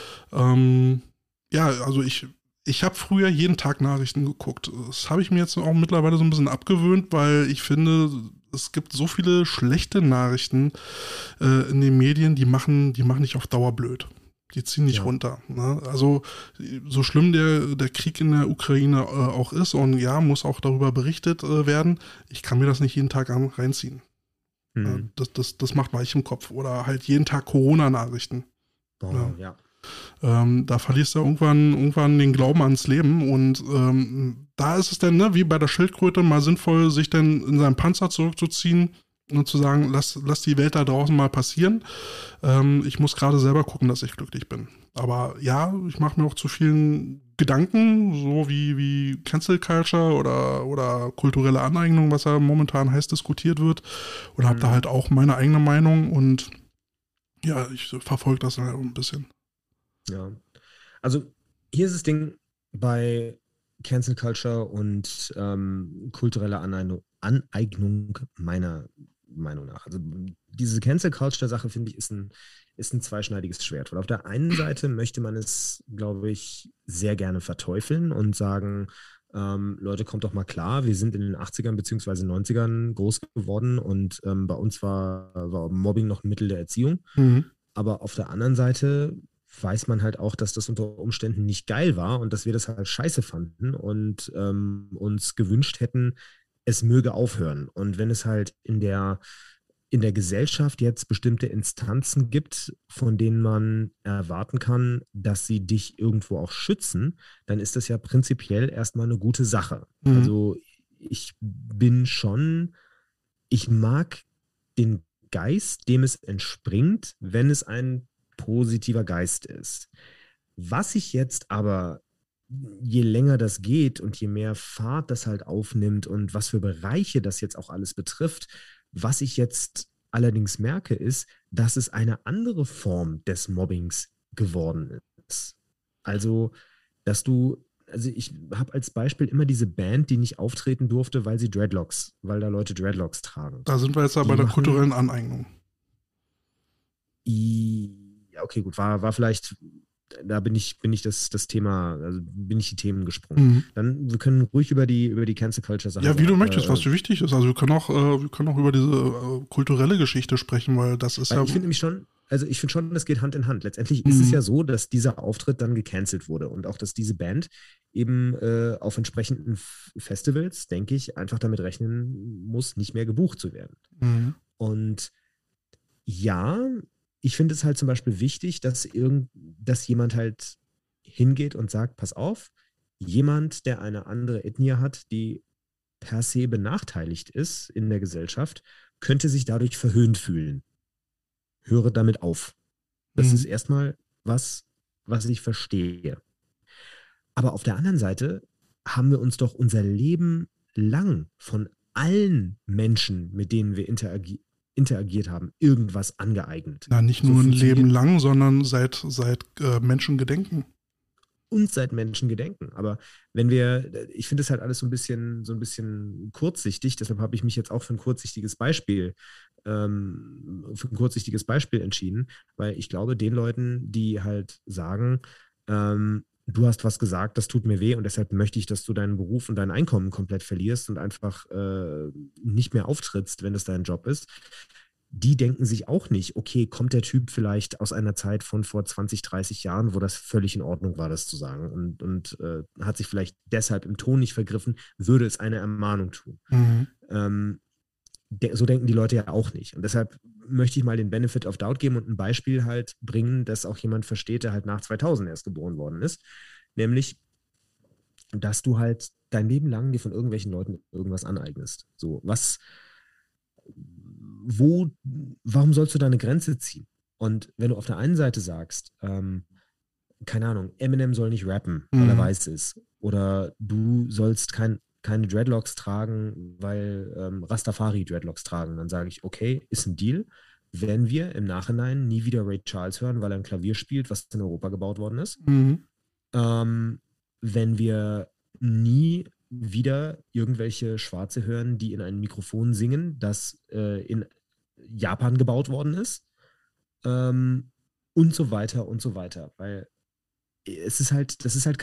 [SPEAKER 1] Ja, also ich habe früher jeden Tag Nachrichten geguckt. Das habe ich mir jetzt auch mittlerweile so ein bisschen abgewöhnt, weil ich finde, es gibt so viele schlechte Nachrichten in den Medien, die machen dich auf Dauer blöd. Die ziehen nicht
[SPEAKER 2] Ja.
[SPEAKER 1] runter. Ne? Also so schlimm der Krieg in der Ukraine auch ist und ja, muss auch darüber berichtet werden, ich kann mir das nicht jeden Tag reinziehen.
[SPEAKER 2] Hm.
[SPEAKER 1] Das macht weich im Kopf. Oder halt jeden Tag Corona-Nachrichten. Ja.
[SPEAKER 2] Oh, ja.
[SPEAKER 1] Da verlierst du irgendwann den Glauben ans Leben und da ist es dann, ne, wie bei der Schildkröte, mal sinnvoll, sich dann in seinen Panzer zurückzuziehen und zu sagen, lass die Welt da draußen mal passieren. Ich muss gerade selber gucken, dass ich glücklich bin. Aber ja, ich mache mir auch zu vielen Gedanken, so wie Cancel Culture oder kulturelle Aneignung, was ja momentan heiß diskutiert wird. Und habe da halt auch meine eigene Meinung und ja, ich verfolge das halt auch ein bisschen.
[SPEAKER 2] Ja. Also hier ist das Ding bei Cancel Culture und kultureller Aneignung meiner Meinung nach. Also diese Cancel Culture Sache, finde ich, ist ein zweischneidiges Schwert. Weil auf der einen Seite möchte man es, glaube ich, sehr gerne verteufeln und sagen, Leute, kommt doch mal klar, wir sind in den 80ern bzw. 90ern groß geworden und bei uns war Mobbing noch ein Mittel der Erziehung.
[SPEAKER 1] Mhm.
[SPEAKER 2] Aber auf der anderen Seite weiß man halt auch, dass das unter Umständen nicht geil war und dass wir das halt scheiße fanden und uns gewünscht hätten, es möge aufhören. Und wenn es halt in der Gesellschaft jetzt bestimmte Instanzen gibt, von denen man erwarten kann, dass sie dich irgendwo auch schützen, dann ist das ja prinzipiell erstmal eine gute Sache.
[SPEAKER 1] Mhm.
[SPEAKER 2] Also ich mag den Geist, dem es entspringt, wenn es ein positiver Geist ist. Was ich jetzt aber, je länger das geht und je mehr Fahrt das halt aufnimmt und was für Bereiche das jetzt auch alles betrifft, was ich jetzt allerdings merke, ist, dass es eine andere Form des Mobbings geworden ist. Also, also ich habe als Beispiel immer diese Band, die nicht auftreten durfte, weil da Leute Dreadlocks tragen.
[SPEAKER 1] Da sind wir jetzt ja bei
[SPEAKER 2] Die
[SPEAKER 1] der
[SPEAKER 2] machen,
[SPEAKER 1] kulturellen Aneignung.
[SPEAKER 2] ja, okay, gut, war vielleicht da bin ich das Thema, also bin ich die Themen gesprungen.
[SPEAKER 1] Mhm.
[SPEAKER 2] Dann, wir können ruhig über die Cancel Culture Sache
[SPEAKER 1] Ja, wie du möchtest, was dir wichtig ist. Also wir können auch über diese kulturelle Geschichte sprechen, weil das ist
[SPEAKER 2] weil
[SPEAKER 1] ja.
[SPEAKER 2] ich finde nämlich schon, also ich finde schon, das geht Hand in Hand. Letztendlich ist es ja so, dass dieser Auftritt dann gecancelt wurde und auch, dass diese Band eben auf entsprechenden Festivals, denke ich, einfach damit rechnen muss, nicht mehr gebucht zu werden.
[SPEAKER 1] Mhm.
[SPEAKER 2] Und ja, ich finde es halt zum Beispiel wichtig, dass jemand halt hingeht und sagt, pass auf, jemand, der eine andere Ethnie hat, die per se benachteiligt ist in der Gesellschaft, könnte sich dadurch verhöhnt fühlen. Höre damit auf. Das ist erstmal was ich verstehe. Aber auf der anderen Seite haben wir uns doch unser Leben lang von allen Menschen, mit denen wir interagiert haben, irgendwas angeeignet.
[SPEAKER 1] Na, nicht nur ein Leben lang, sondern seit Menschengedenken.
[SPEAKER 2] Und seit Menschengedenken. Aber ich finde es halt alles so ein bisschen kurzsichtig, deshalb habe ich mich jetzt auch für ein kurzsichtiges Beispiel entschieden, weil ich glaube, den Leuten, die halt sagen, du hast was gesagt, das tut mir weh und deshalb möchte ich, dass du deinen Beruf und dein Einkommen komplett verlierst und einfach nicht mehr auftrittst, wenn es dein Job ist, die denken sich auch nicht, okay, kommt der Typ vielleicht aus einer Zeit von vor 20, 30 Jahren, wo das völlig in Ordnung war, das zu sagen und hat sich vielleicht deshalb im Ton nicht vergriffen, würde es eine Ermahnung tun. So denken die Leute ja auch nicht. Und deshalb möchte ich mal den Benefit of Doubt geben und ein Beispiel halt bringen, dass auch jemand versteht, der halt nach 2000 erst geboren worden ist. Nämlich, dass du halt dein Leben lang dir von irgendwelchen Leuten irgendwas aneignest. So, warum sollst du da eine Grenze ziehen? Und wenn du auf der einen Seite sagst, keine Ahnung, Eminem soll nicht rappen, weil er weiß ist, oder du sollst keine Dreadlocks tragen, weil Rastafari Dreadlocks tragen, dann sage ich, okay, ist ein Deal. Werden wir im Nachhinein nie wieder Ray Charles hören, weil er ein Klavier spielt, was in Europa gebaut worden ist. Wenn wir nie wieder irgendwelche Schwarze hören, die in ein Mikrofon singen, das in Japan gebaut worden ist. Und so weiter und so weiter. Weil das ist halt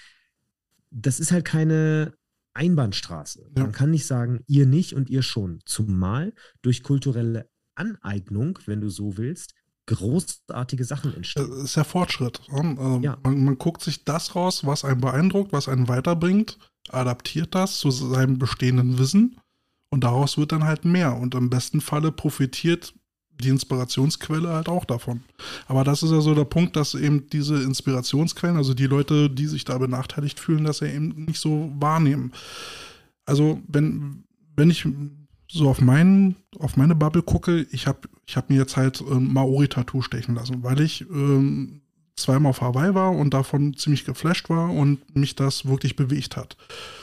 [SPEAKER 2] keine Einbahnstraße.
[SPEAKER 1] Ja.
[SPEAKER 2] Man kann nicht sagen, ihr nicht und ihr schon. Zumal durch kulturelle Aneignung, wenn du so willst, großartige Sachen entstehen.
[SPEAKER 1] Das ist ja Fortschritt.
[SPEAKER 2] Ja.
[SPEAKER 1] Man guckt sich das raus, was einen beeindruckt, was einen weiterbringt, adaptiert das zu seinem bestehenden Wissen und daraus wird dann halt mehr. Und im besten Falle profitiert die Inspirationsquelle halt auch davon. Aber das ist ja so der Punkt, dass eben diese Inspirationsquellen, also die Leute, die sich da benachteiligt fühlen, das ja eben nicht so wahrnehmen. Also wenn ich so auf meine Bubble gucke, ich hab mir jetzt halt Maori-Tattoo stechen lassen, weil ich zweimal auf Hawaii war und davon ziemlich geflasht war und mich das wirklich bewegt hat.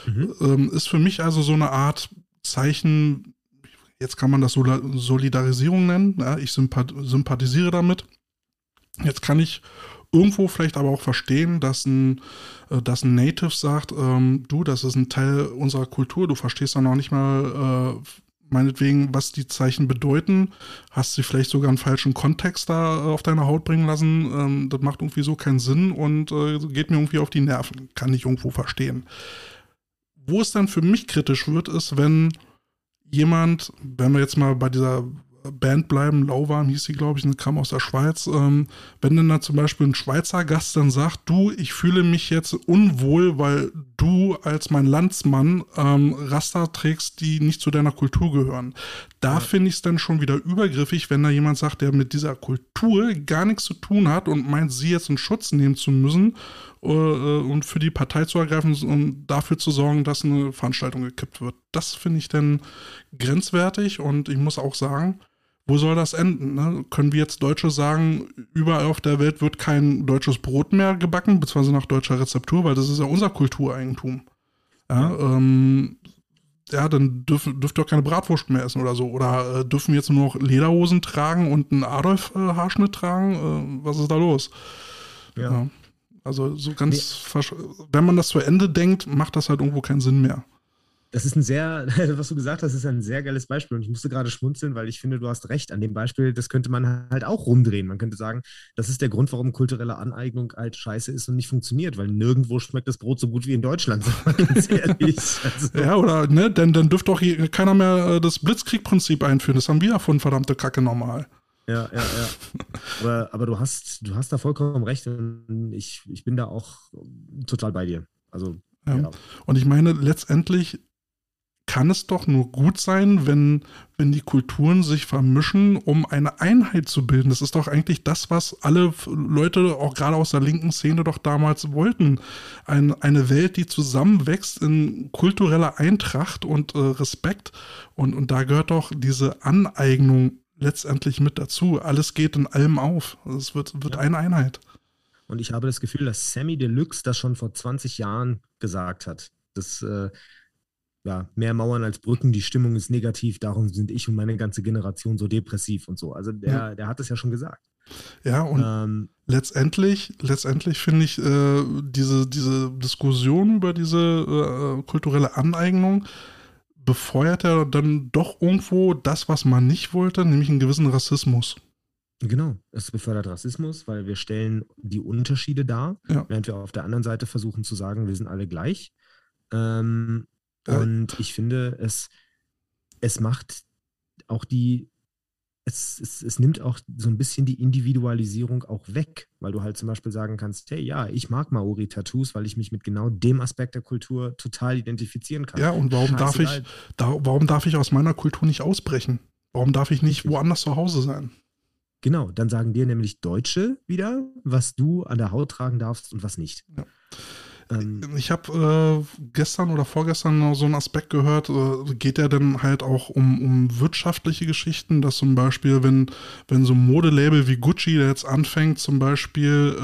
[SPEAKER 1] Ist für mich also so eine Art Zeichen, jetzt kann man das Solidarisierung nennen, ja, ich sympathisiere damit. Jetzt kann ich irgendwo vielleicht aber auch verstehen, dass ein Native sagt, du, das ist ein Teil unserer Kultur, du verstehst dann auch nicht mal meinetwegen, was die Zeichen bedeuten, hast sie vielleicht sogar einen falschen Kontext da auf deine Haut bringen lassen, das macht irgendwie so keinen Sinn und geht mir irgendwie auf die Nerven, kann ich irgendwo verstehen. Wo es dann für mich kritisch wird, ist, wenn jemand, wenn wir jetzt mal bei dieser Band bleiben, Lauwarm hieß sie, glaube ich, kam aus der Schweiz, wenn dann da zum Beispiel ein Schweizer Gast dann sagt, du, ich fühle mich jetzt unwohl, weil du als mein Landsmann Rasta trägst, die nicht zu deiner Kultur gehören. Da finde ich es dann schon wieder übergriffig, wenn da jemand sagt, der mit dieser Kultur gar nichts zu tun hat und meint, sie jetzt in Schutz nehmen zu müssen und für die Partei zu ergreifen und dafür zu sorgen, dass eine Veranstaltung gekippt wird. Das finde ich dann grenzwertig und ich muss auch sagen, wo soll das enden? Ne? Können wir jetzt Deutsche sagen, überall auf der Welt wird kein deutsches Brot mehr gebacken, beziehungsweise nach deutscher Rezeptur, weil das ist ja unser Kultureigentum. Ja, dann dürft ihr auch keine Bratwurst mehr essen oder so. Oder dürfen wir jetzt nur noch Lederhosen tragen und einen Adolf-Haarschnitt tragen? Was ist da los? Ja. Also so ganz, wenn man das zu Ende denkt, macht das halt irgendwo keinen Sinn mehr.
[SPEAKER 2] Das ist was du gesagt hast, ist ein sehr geiles Beispiel. Und ich musste gerade schmunzeln, weil ich finde, du hast recht. An dem Beispiel, das könnte man halt auch rumdrehen. Man könnte sagen, das ist der Grund, warum kulturelle Aneignung halt scheiße ist und nicht funktioniert, weil nirgendwo schmeckt das Brot so gut wie in Deutschland, sag mal ganz ehrlich. Also,
[SPEAKER 1] Ja, oder, ne, denn dann dürfte auch keiner mehr das Blitzkrieg-Prinzip einführen. Das haben wir erfunden, verdammte Kacke normal.
[SPEAKER 2] ja, ja, ja. Aber du hast da vollkommen recht und ich bin da auch total bei dir. Also,
[SPEAKER 1] Ja.
[SPEAKER 2] ja.
[SPEAKER 1] Und ich meine, letztendlich kann es doch nur gut sein, wenn die Kulturen sich vermischen, um eine Einheit zu bilden. Das ist doch eigentlich das, was alle Leute, auch gerade aus der linken Szene, doch damals wollten. Eine Welt, die zusammenwächst in kultureller Eintracht und Respekt. Und da gehört doch diese Aneignung letztendlich mit dazu. Alles geht in allem auf. Es wird
[SPEAKER 2] Ja.
[SPEAKER 1] eine Einheit.
[SPEAKER 2] Und ich habe das Gefühl, dass Sammy Deluxe das schon vor 20 Jahren gesagt hat. Das ja, mehr Mauern als Brücken, die Stimmung ist negativ, darum sind ich und meine ganze Generation so depressiv und so. Also der hat es ja schon gesagt.
[SPEAKER 1] Ja, und letztendlich finde ich diese Diskussion über diese kulturelle Aneignung befeuert ja dann doch irgendwo das, was man nicht wollte, nämlich einen gewissen Rassismus.
[SPEAKER 2] Genau, es befördert Rassismus, weil wir stellen die Unterschiede dar,
[SPEAKER 1] Ja.
[SPEAKER 2] während wir auf der anderen Seite versuchen zu sagen, wir sind alle gleich. Und ich finde, es macht auch es nimmt auch so ein bisschen die Individualisierung auch weg, weil du halt zum Beispiel sagen kannst, hey, ja, ich mag Maori-Tattoos, weil ich mich mit genau dem Aspekt der Kultur total identifizieren kann.
[SPEAKER 1] Ja, und warum darf ich aus meiner Kultur nicht ausbrechen? Warum darf ich nicht
[SPEAKER 2] Richtig.
[SPEAKER 1] woanders zu Hause sein?
[SPEAKER 2] Genau, dann sagen dir nämlich Deutsche wieder, was du an der Haut tragen darfst und was nicht.
[SPEAKER 1] Ja. Ich habe gestern oder vorgestern noch so einen Aspekt gehört, geht ja dann halt auch um wirtschaftliche Geschichten, dass zum Beispiel, wenn so ein Modelabel wie Gucci, der jetzt anfängt, zum Beispiel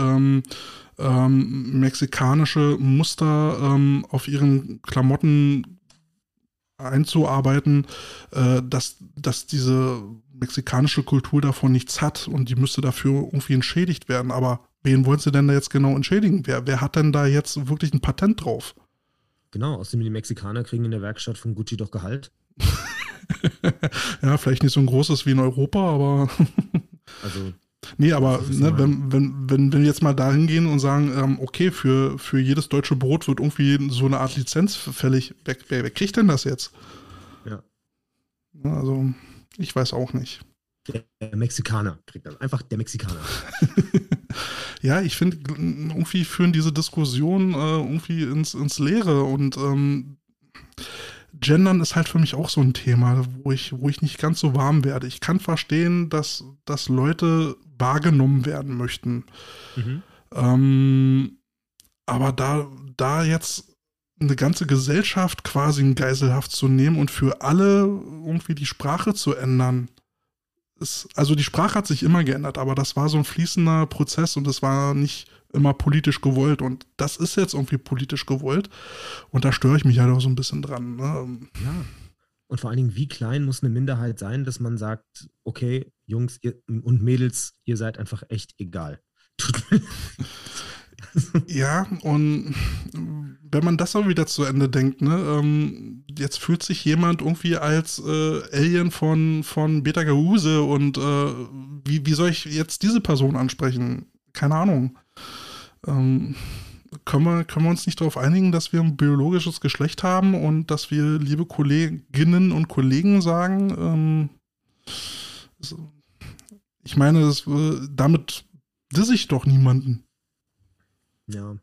[SPEAKER 1] mexikanische Muster auf ihren Klamotten einzuarbeiten, dass diese mexikanische Kultur davon nichts hat und die müsste dafür irgendwie entschädigt werden. Aber wen wollen sie denn da jetzt genau entschädigen? Wer hat denn da jetzt wirklich ein Patent drauf?
[SPEAKER 2] Genau, außerdem die Mexikaner kriegen in der Werkstatt von Gucci doch Gehalt.
[SPEAKER 1] Ja, vielleicht nicht so ein großes wie in Europa, aber
[SPEAKER 2] Also,
[SPEAKER 1] nee, aber ne, wenn wir jetzt mal dahin gehen und sagen, okay, für jedes deutsche Brot wird irgendwie so eine Art Lizenz fällig, wer kriegt denn das jetzt?
[SPEAKER 2] ja.
[SPEAKER 1] Also, ich weiß auch nicht.
[SPEAKER 2] Der Mexikaner kriegt das. Einfach der Mexikaner.
[SPEAKER 1] Ja, ich finde, irgendwie führen diese Diskussionen irgendwie ins Leere und Gendern ist halt für mich auch so ein Thema, wo ich nicht ganz so warm werde. Ich kann verstehen, dass Leute wahrgenommen werden möchten.
[SPEAKER 2] Mhm.
[SPEAKER 1] Aber da jetzt eine ganze Gesellschaft quasi in Geiselhaft zu nehmen und für alle irgendwie die Sprache zu ändern, also die Sprache hat sich immer geändert, aber das war so ein fließender Prozess und das war nicht immer politisch gewollt und das ist jetzt irgendwie politisch gewollt und da störe ich mich halt auch so ein bisschen dran. Ne?
[SPEAKER 2] Ja. Und vor allen Dingen, wie klein muss eine Minderheit sein, dass man sagt, okay, Jungs und Mädels, ihr seid einfach echt egal.
[SPEAKER 1] Ja, und wenn man das auch wieder zu Ende denkt, ne, jetzt fühlt sich jemand irgendwie als Alien von Beta Gahuse und wie soll ich jetzt diese Person ansprechen? Keine Ahnung. Können wir uns nicht darauf einigen, dass wir ein biologisches Geschlecht haben und dass wir liebe Kolleginnen und Kollegen sagen? Ich meine, damit disse ich doch niemanden.
[SPEAKER 2] Ja.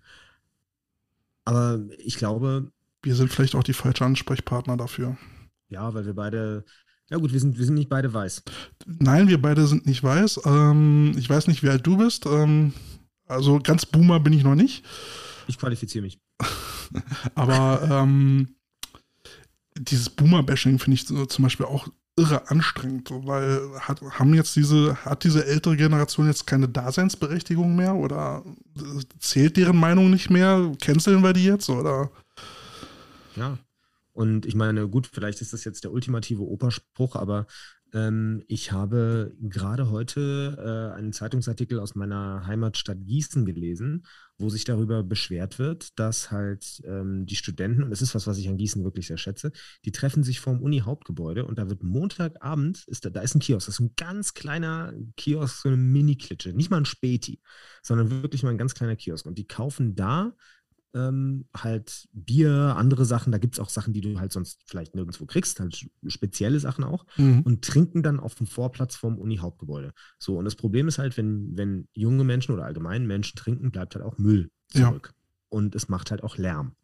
[SPEAKER 2] Aber ich glaube,
[SPEAKER 1] Wir sind vielleicht auch die falschen Ansprechpartner dafür.
[SPEAKER 2] ja, weil wir beide, ja gut, wir sind nicht beide weiß.
[SPEAKER 1] Nein, wir beide sind nicht weiß. Ich weiß nicht, wie alt du bist. Also ganz Boomer bin ich noch nicht.
[SPEAKER 2] Ich qualifiziere mich.
[SPEAKER 1] Aber dieses Boomer-Bashing finde ich zum Beispiel auch irre anstrengend, weil hat diese ältere Generation jetzt keine Daseinsberechtigung mehr oder zählt deren Meinung nicht mehr? Canceln wir die jetzt oder?
[SPEAKER 2] Ja. Und ich meine, gut, vielleicht ist das jetzt der ultimative Operspruch, aber ich habe gerade heute einen Zeitungsartikel aus meiner Heimatstadt Gießen gelesen, wo sich darüber beschwert wird, dass halt die Studenten, und das ist was ich an Gießen wirklich sehr schätze, die treffen sich vorm Uni-Hauptgebäude und da wird Montagabend, da ist ein Kiosk, das ist ein ganz kleiner Kiosk, so eine Mini-Klitsche, nicht mal ein Späti, sondern wirklich mal ein ganz kleiner Kiosk. Und die kaufen da halt Bier, andere Sachen, da gibt es auch Sachen, die du halt sonst vielleicht nirgendwo kriegst, halt spezielle Sachen auch,
[SPEAKER 1] Mhm.
[SPEAKER 2] und trinken dann auf dem Vorplatz vom Uni-Hauptgebäude. So, und das Problem ist halt, wenn junge Menschen oder allgemein Menschen trinken, bleibt halt auch Müll
[SPEAKER 1] Ja,
[SPEAKER 2] zurück. Und es macht halt auch Lärm.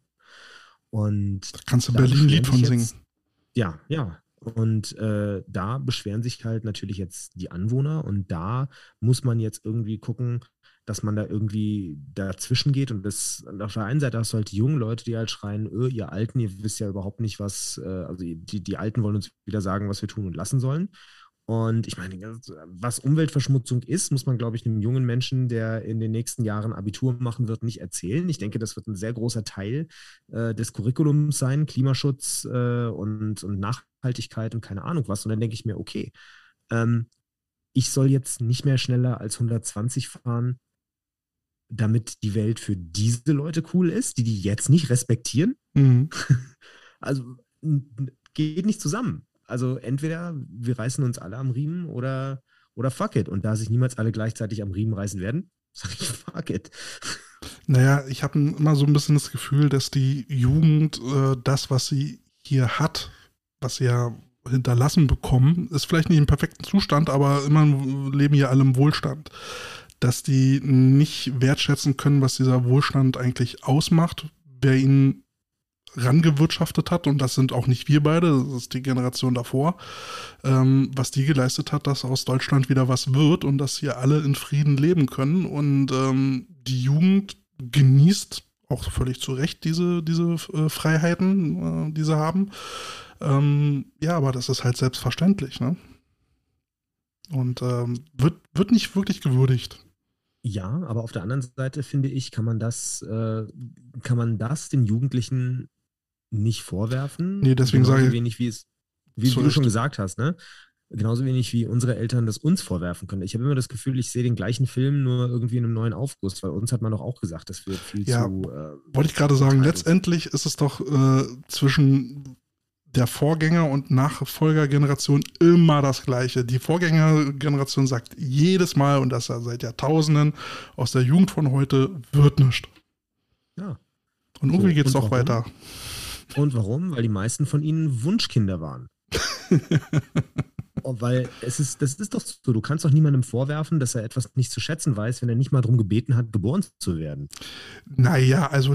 [SPEAKER 2] Und
[SPEAKER 1] da kannst du
[SPEAKER 2] da
[SPEAKER 1] Berlin ein
[SPEAKER 2] beschweren
[SPEAKER 1] Lied
[SPEAKER 2] sich
[SPEAKER 1] von singen.
[SPEAKER 2] jetzt, ja, ja. Und da beschweren sich halt natürlich jetzt die Anwohner und da muss man jetzt irgendwie gucken, dass man da irgendwie dazwischen geht. Und das, und auf der einen Seite hast du halt die jungen Leute, die halt schreien, ihr Alten, ihr wisst ja überhaupt nicht, was, also die Alten wollen uns wieder sagen, was wir tun und lassen sollen. Und ich meine, was Umweltverschmutzung ist, muss man, glaube ich, einem jungen Menschen, der in den nächsten Jahren Abitur machen wird, nicht erzählen. Ich denke, das wird ein sehr großer Teil des Curriculums sein, Klimaschutz und Nachhaltigkeit und keine Ahnung was. Und dann denke ich mir, okay, ähm, ich soll jetzt nicht mehr schneller als 120 fahren, damit die Welt für diese Leute cool ist, die jetzt nicht respektieren.
[SPEAKER 1] Mhm.
[SPEAKER 2] Also geht nicht zusammen. Also entweder wir reißen uns alle am Riemen oder fuck it. Und da sich niemals alle gleichzeitig am Riemen reißen werden, sage ich fuck it.
[SPEAKER 1] Naja, ich habe immer so ein bisschen das Gefühl, dass die Jugend das, was sie hier hat, was sie ja hinterlassen bekommen, ist vielleicht nicht im perfekten Zustand, aber immer leben ja alle im Wohlstand. Dass die nicht wertschätzen können, was dieser Wohlstand eigentlich ausmacht, wer ihn rangewirtschaftet hat, und das sind auch nicht wir beide, das ist die Generation davor, was die geleistet hat, dass aus Deutschland wieder was wird und dass hier alle in Frieden leben können. Und die Jugend genießt auch völlig zu Recht diese Freiheiten, die sie haben. Ja, aber das ist halt selbstverständlich, ne? Und wird nicht wirklich gewürdigt.
[SPEAKER 2] Ja, aber auf der anderen Seite finde ich, kann man das den Jugendlichen nicht vorwerfen.
[SPEAKER 1] Nee, deswegen
[SPEAKER 2] Genauso
[SPEAKER 1] sage ich
[SPEAKER 2] wenig wie
[SPEAKER 1] zu
[SPEAKER 2] du schon
[SPEAKER 1] Recht.
[SPEAKER 2] gesagt hast, ne? Genauso wenig wie unsere Eltern das uns vorwerfen können. Ich habe immer das Gefühl, ich sehe den gleichen Film nur irgendwie in einem neuen Aufguss, weil uns hat man doch auch gesagt, das wird viel
[SPEAKER 1] Ja,
[SPEAKER 2] zu
[SPEAKER 1] wollte ich gerade sagen,
[SPEAKER 2] brutal.
[SPEAKER 1] letztendlich ist es doch zwischen der Vorgänger- und Nachfolgergeneration immer das Gleiche. Die Vorgängergeneration sagt jedes Mal, und das ja seit Jahrtausenden, aus der Jugend von heute wird nichts.
[SPEAKER 2] Ja.
[SPEAKER 1] Und
[SPEAKER 2] So,
[SPEAKER 1] irgendwie geht es
[SPEAKER 2] und
[SPEAKER 1] doch
[SPEAKER 2] warum?
[SPEAKER 1] weiter.
[SPEAKER 2] Und warum? Weil die meisten von ihnen Wunschkinder waren. Weil das ist doch so, du kannst doch niemandem vorwerfen, dass er etwas nicht zu schätzen weiß, wenn er nicht mal darum gebeten hat, geboren zu werden.
[SPEAKER 1] Naja, also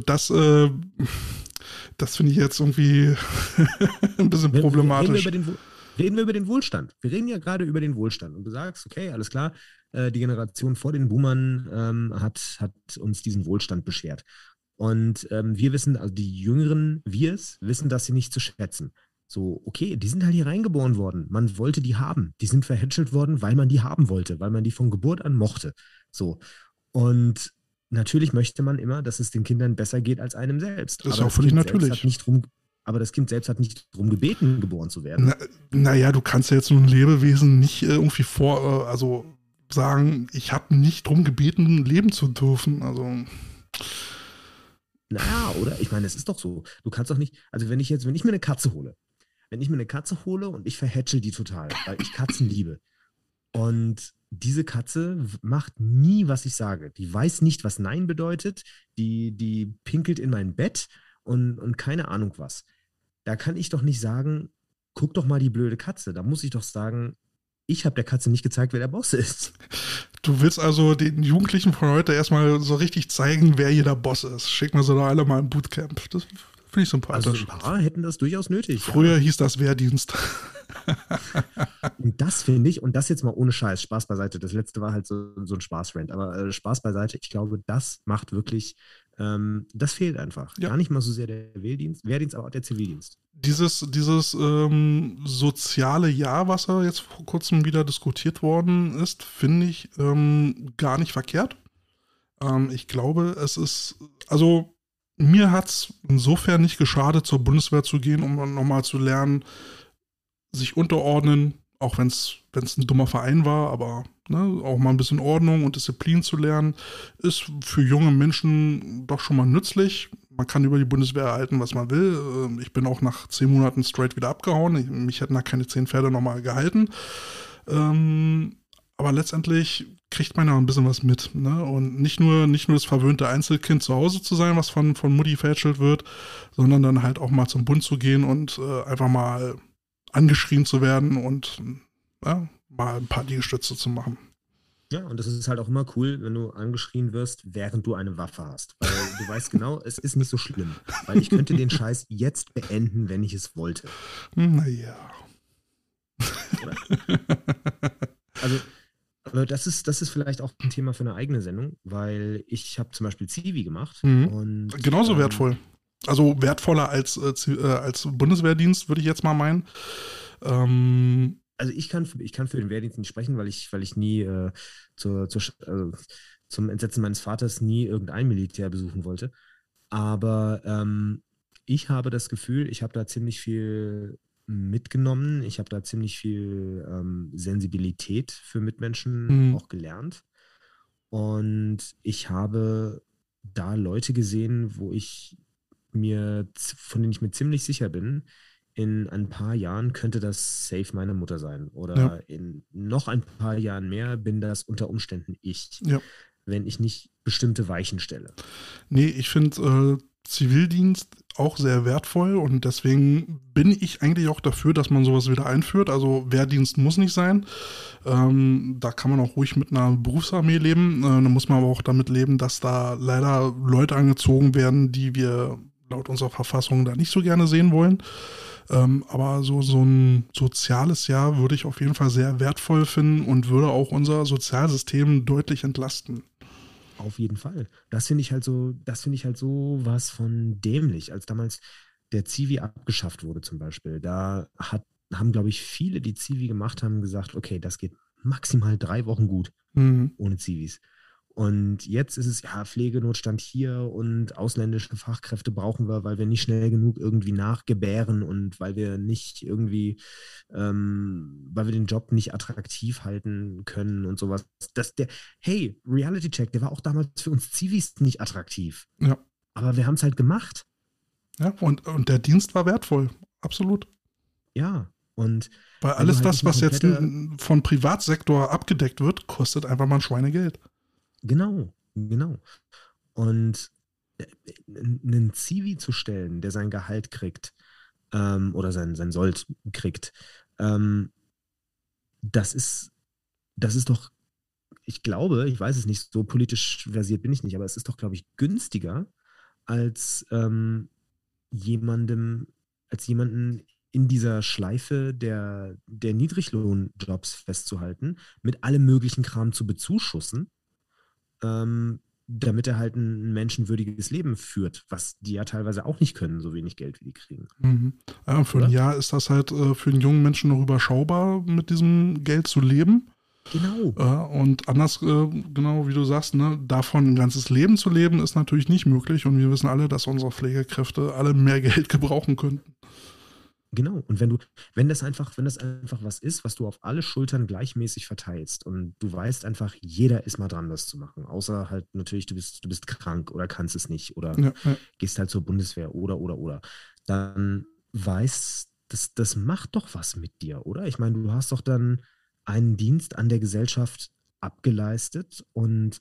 [SPEAKER 1] das finde ich jetzt irgendwie ein bisschen problematisch.
[SPEAKER 2] Reden wir über den Wohlstand. Wir reden ja gerade über den Wohlstand. Und du sagst, okay, alles klar, die Generation vor den Boomern hat uns diesen Wohlstand beschert. Und wir wissen, also die Jüngeren, wissen das sie nicht zu schätzen. So, okay, die sind halt hier reingeboren worden. Man wollte die haben. Die sind verhätschelt worden, weil man die haben wollte, weil man die von Geburt an mochte. So. Und natürlich möchte man immer, dass es den Kindern besser geht als einem selbst.
[SPEAKER 1] Das ist auch völlig natürlich.
[SPEAKER 2] Aber das Kind selbst hat nicht darum gebeten, geboren zu werden.
[SPEAKER 1] Naja, du kannst ja jetzt so ein Lebewesen nicht irgendwie also sagen, ich habe nicht drum gebeten, leben zu dürfen. Also.
[SPEAKER 2] Naja, oder? Ich meine, es ist doch so. Du kannst doch nicht, also wenn ich mir eine Katze hole, und ich verhätschel die total, weil ich Katzen liebe. Und diese Katze macht nie, was ich sage. Die weiß nicht, was Nein bedeutet. Die pinkelt in mein Bett und keine Ahnung was. Da kann ich doch nicht sagen, guck doch mal die blöde Katze. Da muss ich doch sagen, ich habe der Katze nicht gezeigt, wer der Boss ist.
[SPEAKER 1] Du willst also den Jugendlichen von heute erstmal so richtig zeigen, wer hier der Boss ist. Schick mal so da alle mal im Bootcamp. Das finde ich sympathisch.
[SPEAKER 2] Also ein paar hätten das durchaus nötig.
[SPEAKER 1] Früher hieß das Wehrdienst.
[SPEAKER 2] Und das finde ich, und das jetzt mal ohne Scheiß, Spaß beiseite. Das letzte war halt so ein Spaßrant, aber Spaß beiseite, ich glaube, das macht wirklich, das fehlt einfach.
[SPEAKER 1] Ja.
[SPEAKER 2] Gar nicht mal so sehr der Wehrdienst, aber auch der Zivildienst.
[SPEAKER 1] Dieses soziale Jahr, was ja jetzt vor kurzem wieder diskutiert worden ist, finde ich gar nicht verkehrt. Ich glaube, es ist, also mir hat es insofern nicht geschadet, zur Bundeswehr zu gehen, um dann nochmal zu lernen, sich unterordnen, auch wenn es ein dummer Verein war, aber ne, auch mal ein bisschen Ordnung und Disziplin zu lernen, ist für junge Menschen doch schon mal nützlich. Man kann über die Bundeswehr erhalten, was man will. Ich bin auch nach 10 Monaten straight wieder abgehauen. Mich hätten da keine 10 Pferde nochmal gehalten. Aber letztendlich kriegt man ja ein bisschen was mit. Ne? Und nicht nur das verwöhnte Einzelkind zu Hause zu sein, was von Mutti fälschelt wird, sondern dann halt auch mal zum Bund zu gehen und einfach mal angeschrien zu werden und ja, mal ein paar Liegestütze zu machen.
[SPEAKER 2] Ja, und das ist halt auch immer cool, wenn du angeschrien wirst, während du eine Waffe hast. Weil du weißt genau, es ist nicht so schlimm. Weil ich könnte den Scheiß jetzt beenden, wenn ich es wollte.
[SPEAKER 1] Naja.
[SPEAKER 2] Also, aber das ist vielleicht auch ein Thema für eine eigene Sendung, weil ich habe zum Beispiel Zivi gemacht. Und,
[SPEAKER 1] genauso wertvoll. Also wertvoller als Bundeswehrdienst, würde ich jetzt mal meinen.
[SPEAKER 2] Also ich kann für den Wehrdienst nicht sprechen, weil ich nie zum Entsetzen meines Vaters nie irgendein Militär besuchen wollte. Aber ich habe das Gefühl, ich habe da ziemlich viel mitgenommen. Ich habe da ziemlich viel Sensibilität für Mitmenschen auch gelernt. Und ich habe da Leute gesehen, von denen ich mir ziemlich sicher bin, in ein paar Jahren könnte das safe meine Mutter sein. Oder in noch ein paar Jahren mehr bin das unter Umständen ich. Ja. Wenn ich nicht bestimmte Weichen stelle.
[SPEAKER 1] Nee, ich finde Zivildienst auch sehr wertvoll und deswegen bin ich eigentlich auch dafür, dass man sowas wieder einführt. Also Wehrdienst muss nicht sein. Da kann man auch ruhig mit einer Berufsarmee leben. Da muss man aber auch damit leben, dass da leider Leute angezogen werden, die wir laut unserer Verfassung da nicht so gerne sehen wollen. Aber so ein soziales Jahr würde ich auf jeden Fall sehr wertvoll finden und würde auch unser Sozialsystem deutlich entlasten.
[SPEAKER 2] Auf jeden Fall. Das finde ich halt so was von dämlich. Als damals der Zivi abgeschafft wurde zum Beispiel, haben, glaube ich, viele, die Zivi gemacht haben, gesagt, okay, das geht maximal 3 Wochen gut ohne Zivis. Und jetzt ist es, ja, Pflegenotstand hier und ausländische Fachkräfte brauchen wir, weil wir nicht schnell genug irgendwie nachgebären und weil wir nicht irgendwie, weil wir den Job nicht attraktiv halten können und sowas. Hey, Reality Check, der war auch damals für uns Zivis nicht attraktiv.
[SPEAKER 1] Ja.
[SPEAKER 2] Aber wir haben es halt gemacht.
[SPEAKER 1] Ja, und der Dienst war wertvoll. Absolut.
[SPEAKER 2] Ja, und
[SPEAKER 1] weil alles das, was jetzt vom Privatsektor abgedeckt wird, kostet einfach mal ein Schweinegeld.
[SPEAKER 2] Genau. Und einen Zivi zu stellen, der sein Gehalt kriegt, oder sein Sold kriegt, das ist doch, ich glaube, ich weiß es nicht, so politisch versiert bin ich nicht, aber es ist doch, glaube ich, günstiger, als jemanden in dieser Schleife der Niedriglohnjobs festzuhalten, mit allem möglichen Kram zu bezuschussen, damit er halt ein menschenwürdiges Leben führt, was die ja teilweise auch nicht können, so wenig Geld wie die kriegen.
[SPEAKER 1] Ja, für ein Jahr ist das halt für einen jungen Menschen noch überschaubar, mit diesem Geld zu leben.
[SPEAKER 2] Genau.
[SPEAKER 1] Und anders, genau wie du sagst, ne, davon ein ganzes Leben zu leben, ist natürlich nicht möglich. Und wir wissen alle, dass unsere Pflegekräfte alle mehr Geld gebrauchen könnten.
[SPEAKER 2] Genau. Und wenn das einfach was ist, was du auf alle Schultern gleichmäßig verteilst und du weißt einfach, jeder ist mal dran, das zu machen. Außer halt natürlich, du bist krank oder kannst es nicht oder gehst halt zur Bundeswehr oder. Dann weißt, das macht doch was mit dir, oder? Ich meine, du hast doch dann einen Dienst an der Gesellschaft abgeleistet und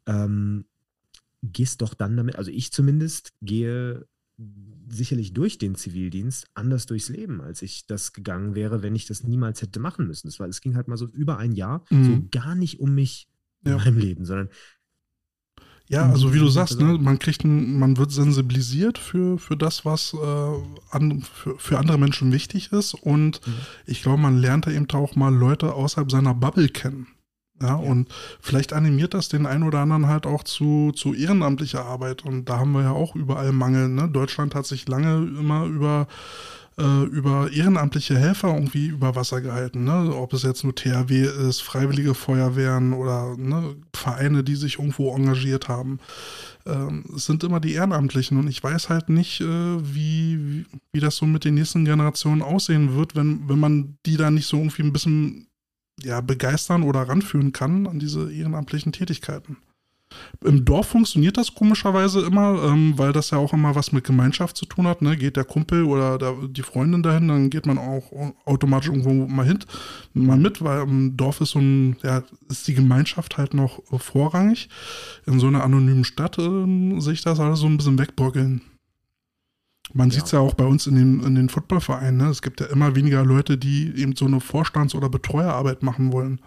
[SPEAKER 2] gehst doch dann damit, also ich zumindest gehe sicherlich durch den Zivildienst anders durchs Leben, als ich das gegangen wäre, wenn ich das niemals hätte machen müssen. Es ging halt mal so über ein Jahr, so gar nicht um mich in meinem Leben, sondern
[SPEAKER 1] ja, also wie du sagst, ne, man wird sensibilisiert für das, was für andere Menschen wichtig ist und ich glaube, man lernt da eben auch mal Leute außerhalb seiner Bubble kennen. Ja, und vielleicht animiert das den einen oder anderen halt auch zu ehrenamtlicher Arbeit. Und da haben wir ja auch überall Mangel. Ne? Deutschland hat sich lange immer über über ehrenamtliche Helfer irgendwie über Wasser gehalten, ne? Ob es jetzt nur THW ist, Freiwillige Feuerwehren oder ne, Vereine, die sich irgendwo engagiert haben. Es sind immer die Ehrenamtlichen und ich weiß halt nicht, wie das so mit den nächsten Generationen aussehen wird, wenn man die da nicht so irgendwie ein bisschen begeistern oder ranführen kann an diese ehrenamtlichen Tätigkeiten. Im Dorf funktioniert das komischerweise immer, weil das ja auch immer was mit Gemeinschaft zu tun hat. Ne? Geht der Kumpel oder die Freundin dahin, dann geht man auch automatisch irgendwo mal mit, weil im Dorf ist ist die Gemeinschaft halt noch vorrangig. In so einer anonymen Stadt sehe ich das alles so ein bisschen wegbröckeln. Man sieht es ja auch bei uns in den Footballvereinen. Ne? Es gibt ja immer weniger Leute, die eben so eine Vorstands- oder Betreuerarbeit machen wollen.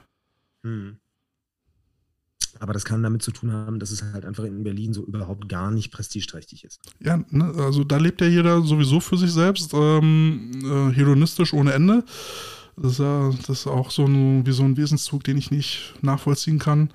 [SPEAKER 2] Aber das kann damit zu tun haben, dass es halt einfach in Berlin so überhaupt gar nicht prestigeträchtig ist.
[SPEAKER 1] Ja, ne, also da lebt ja jeder sowieso für sich selbst, hedonistisch ohne Ende. Das ist auch wie so ein Wesenszug, den ich nicht nachvollziehen kann.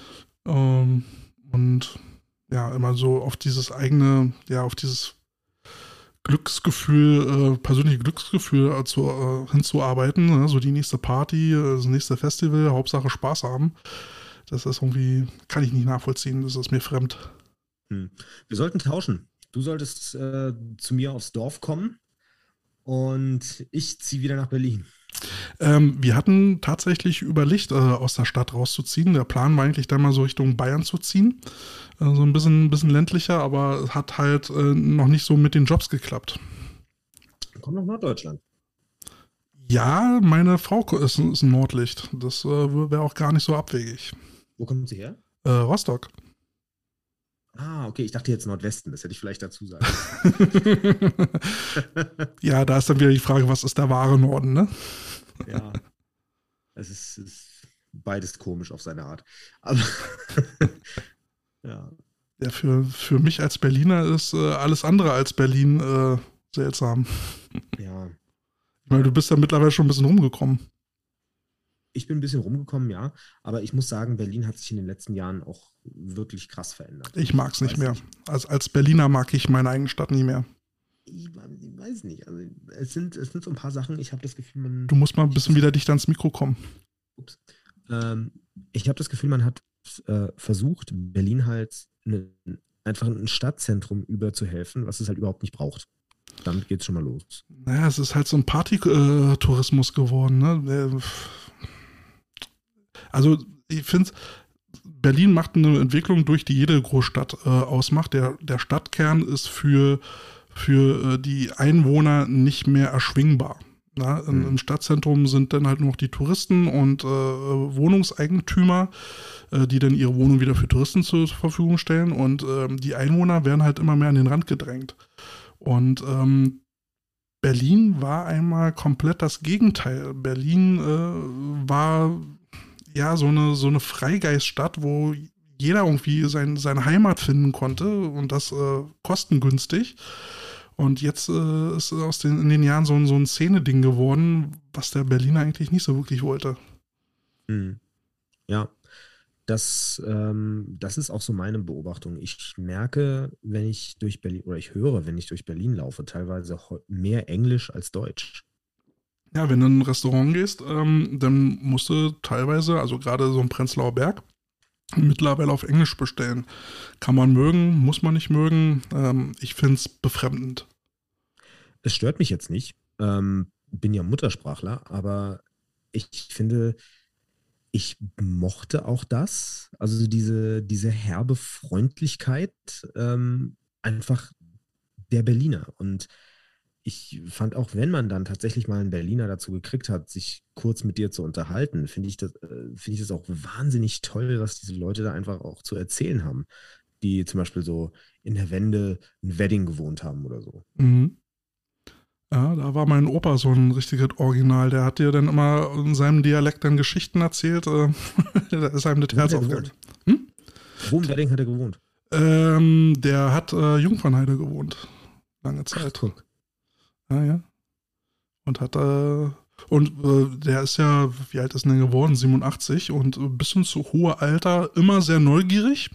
[SPEAKER 1] Und ja, immer so auf dieses eigene, auf dieses Glücksgefühl, persönliche Glücksgefühl hinzuarbeiten. Ne? So die nächste Party, das nächste Festival, Hauptsache Spaß haben. Das ist irgendwie, kann ich nicht nachvollziehen, das ist mir fremd.
[SPEAKER 2] Wir sollten tauschen. Du solltest zu mir aufs Dorf kommen und ich ziehe wieder nach Berlin.
[SPEAKER 1] Wir hatten tatsächlich überlegt, aus der Stadt rauszuziehen. Der Plan war eigentlich dann mal so Richtung Bayern zu ziehen. So ein bisschen ländlicher, aber es hat halt noch nicht so mit den Jobs geklappt.
[SPEAKER 2] Komm nach Norddeutschland.
[SPEAKER 1] Ja, meine Frau ist ein Nordlicht. Das wäre auch gar nicht so abwegig.
[SPEAKER 2] Wo kommt sie her?
[SPEAKER 1] Rostock.
[SPEAKER 2] Ah, okay, ich dachte jetzt Nordwesten, das hätte ich vielleicht dazu sagen.
[SPEAKER 1] Ja, da ist dann wieder die Frage, was ist der wahre Norden, ne?
[SPEAKER 2] Ja, es ist beides komisch auf seine Art. Aber ja.
[SPEAKER 1] Ja, für mich als Berliner ist alles andere als Berlin seltsam.
[SPEAKER 2] Ja.
[SPEAKER 1] Weil du bist ja mittlerweile schon ein bisschen rumgekommen.
[SPEAKER 2] Ich bin ein bisschen rumgekommen, ja. Aber ich muss sagen, Berlin hat sich in den letzten Jahren auch wirklich krass verändert.
[SPEAKER 1] Ich mag es nicht mehr. Als Berliner mag ich meine eigene Stadt nie mehr.
[SPEAKER 2] Ich weiß nicht. Also es sind so ein paar Sachen, ich habe das Gefühl,
[SPEAKER 1] Du musst mal ein bisschen wieder dichter ans Mikro kommen.
[SPEAKER 2] Ups. Ich habe das Gefühl, man hat versucht, Berlin halt einfach ein Stadtzentrum überzuhelfen, was es halt überhaupt nicht braucht. Damit geht es schon mal los.
[SPEAKER 1] Naja, es ist halt so ein Party-Tourismus geworden. Ne? Also ich finde, Berlin macht eine Entwicklung durch, die jede Großstadt ausmacht. Der Stadtkern ist für die Einwohner nicht mehr erschwingbar. Na, im Stadtzentrum sind dann halt nur noch die Touristen und Wohnungseigentümer, die dann ihre Wohnung wieder für Touristen zur Verfügung stellen. Und die Einwohner werden halt immer mehr an den Rand gedrängt. Und Berlin war einmal komplett das Gegenteil. Berlin war ja so eine Freigeiststadt, wo jeder irgendwie seine Heimat finden konnte und das kostengünstig. Und jetzt ist in den Jahren so ein Szene-Ding geworden, was der Berliner eigentlich nicht so wirklich wollte.
[SPEAKER 2] Ja, das ist auch so meine Beobachtung. Ich merke, wenn ich durch Berlin, oder ich höre, wenn ich durch Berlin laufe, teilweise mehr Englisch als Deutsch.
[SPEAKER 1] Ja, wenn du in ein Restaurant gehst, dann musst du teilweise, also gerade so im Prenzlauer Berg, mittlerweile auf Englisch bestellen. Kann man mögen, muss man nicht mögen. Ich finde es befremdend.
[SPEAKER 2] Es stört mich jetzt nicht. Bin ja Muttersprachler, aber ich finde, ich mochte auch das. Also diese herbe Freundlichkeit einfach der Berliner. Und ich fand auch, wenn man dann tatsächlich mal einen Berliner dazu gekriegt hat, sich kurz mit dir zu unterhalten, finde ich das auch wahnsinnig toll, was diese Leute da einfach auch zu erzählen haben, die zum Beispiel so in der Wende ein Wedding gewohnt haben oder so.
[SPEAKER 1] Mhm. Ja, da war mein Opa so ein richtiges Original. Der hat dir dann immer in seinem Dialekt dann Geschichten erzählt. Da ist einem das Herz aufgegangen.
[SPEAKER 2] Wo im Wedding hat er gewohnt?
[SPEAKER 1] Der hat Jungfernheide gewohnt. Lange Zeit.
[SPEAKER 2] Ach,
[SPEAKER 1] ja. Und der ist ja, wie alt ist denn der geworden? 87 und bis ins hohe Alter immer sehr neugierig,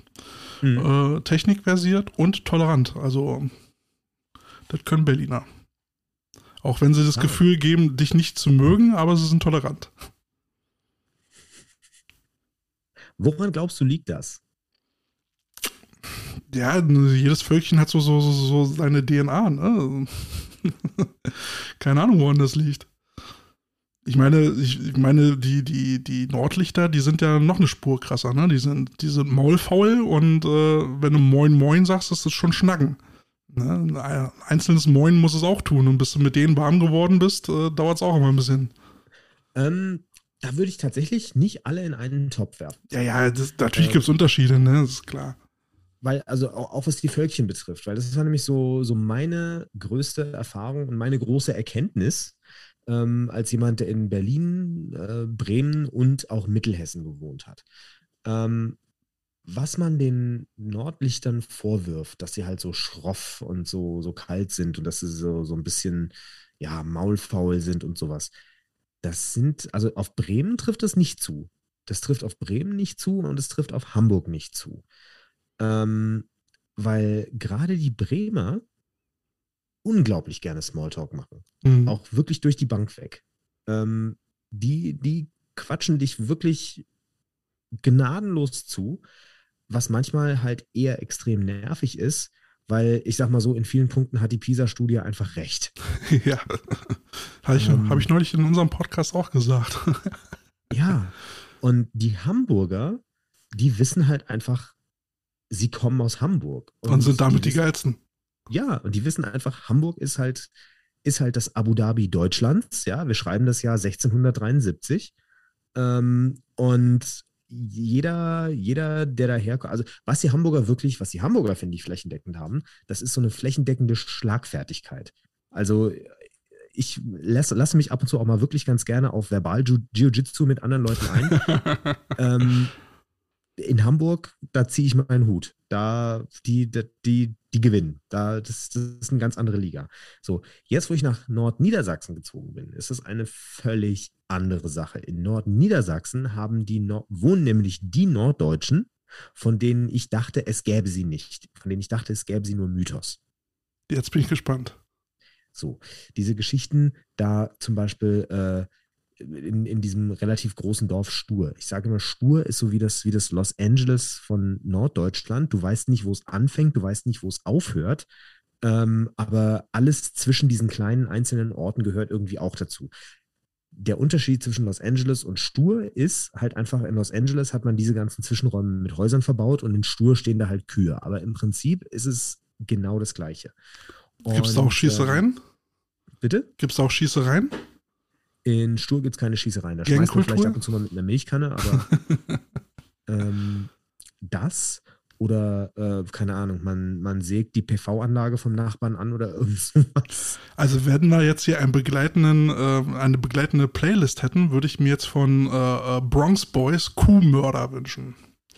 [SPEAKER 1] technikversiert und tolerant. Also, das können Berliner. Auch wenn sie das Gefühl geben, dich nicht zu mögen, aber sie sind tolerant.
[SPEAKER 2] Woran glaubst du, liegt das?
[SPEAKER 1] Ja, jedes Völkchen hat so seine DNA, ne? Keine Ahnung, woran das liegt. Ich meine, die Nordlichter, die sind ja noch eine Spur krasser, ne? Die sind maulfaul und wenn du Moin Moin sagst, ist das schon Schnacken. Ne? Ein einzelnes Moin muss es auch tun und bis du mit denen warm geworden bist, dauert es auch immer ein bisschen.
[SPEAKER 2] Da würde ich tatsächlich nicht alle in einen Topf werfen.
[SPEAKER 1] Ja, natürlich gibt es Unterschiede, ne? Das ist klar.
[SPEAKER 2] Weil, also auch was die Völkchen betrifft, weil das war nämlich so meine größte Erfahrung und meine große Erkenntnis, als jemand, der in Berlin, Bremen und auch Mittelhessen gewohnt hat. Was man den Nordlichtern vorwirft, dass sie halt so schroff und so kalt sind und dass sie so ein bisschen, ja, maulfaul sind und sowas. Also auf Bremen trifft das nicht zu. Das trifft auf Bremen nicht zu und es trifft auf Hamburg nicht zu. Weil gerade die Bremer unglaublich gerne Smalltalk machen.
[SPEAKER 1] Mhm.
[SPEAKER 2] Auch wirklich durch die Bank weg. Die quatschen dich wirklich gnadenlos zu, was manchmal halt eher extrem nervig ist, weil ich sag mal so, in vielen Punkten hat die PISA-Studie einfach recht.
[SPEAKER 1] Ja, hab ich neulich in unserem Podcast auch gesagt.
[SPEAKER 2] Ja, und die Hamburger, die wissen halt einfach, sie kommen aus Hamburg.
[SPEAKER 1] Und sind damit die Geilsten.
[SPEAKER 2] Ja, und die wissen einfach, Hamburg ist halt das Abu Dhabi Deutschlands. Ja, wir schreiben das Jahr 1673. Und jeder, der daherkommt, also was die Hamburger, finde ich, flächendeckend haben, das ist so eine flächendeckende Schlagfertigkeit. Also ich lasse mich ab und zu auch mal wirklich ganz gerne auf Verbal-Jiu-Jitsu mit anderen Leuten ein. In Hamburg, da ziehe ich meinen Hut. Die gewinnen. Das ist eine ganz andere Liga. So, jetzt, wo ich nach Nordniedersachsen gezogen bin, ist das eine völlig andere Sache. In Nordniedersachsen wohnen nämlich die Norddeutschen, von denen ich dachte, es gäbe sie nicht. Von denen ich dachte, es gäbe sie nur Mythos.
[SPEAKER 1] Jetzt bin ich gespannt.
[SPEAKER 2] So, diese Geschichten, da zum Beispiel in diesem relativ großen Dorf Stur. Ich sage immer, Stur ist so wie das Los Angeles von Norddeutschland. Du weißt nicht, wo es anfängt, du weißt nicht, wo es aufhört. Aber alles zwischen diesen kleinen einzelnen Orten gehört irgendwie auch dazu. Der Unterschied zwischen Los Angeles und Stur ist halt einfach, in Los Angeles hat man diese ganzen Zwischenräume mit Häusern verbaut und in Stur stehen da halt Kühe. Aber im Prinzip ist es genau das Gleiche.
[SPEAKER 1] Gibt es da auch Schießereien?
[SPEAKER 2] Bitte?
[SPEAKER 1] Gibt es da auch Schießereien?
[SPEAKER 2] In Stur gibt es keine Schießereien. Da schmeißt man vielleicht ab und zu mal mit einer Milchkanne, aber das oder, keine Ahnung, man sägt die PV-Anlage vom Nachbarn an oder irgend sowas.
[SPEAKER 1] Also wenn wir jetzt hier eine begleitende Playlist hätten, würde ich mir jetzt von Bronx Boys Kuhmörder wünschen.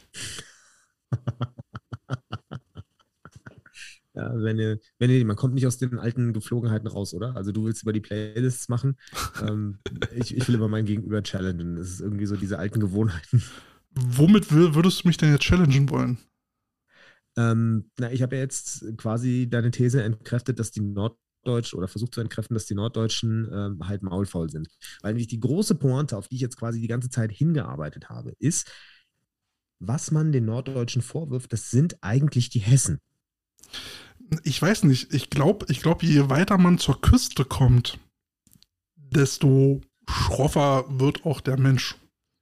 [SPEAKER 2] Ja, man kommt nicht aus den alten Gepflogenheiten raus, oder? Also du willst über die Playlists machen. Ich will über mein Gegenüber challengen. Das ist irgendwie so diese alten Gewohnheiten.
[SPEAKER 1] Womit würdest du mich denn jetzt challengen wollen?
[SPEAKER 2] Ich habe ja jetzt quasi deine These entkräftet, dass die Norddeutschen oder versucht zu entkräften, dass die Norddeutschen halt maulfaul sind. Weil nämlich die große Pointe, auf die ich jetzt quasi die ganze Zeit hingearbeitet habe, ist, was man den Norddeutschen vorwirft, das sind eigentlich die Hessen.
[SPEAKER 1] Ich weiß nicht. Ich glaube, je weiter man zur Küste kommt, desto schroffer wird auch der Mensch.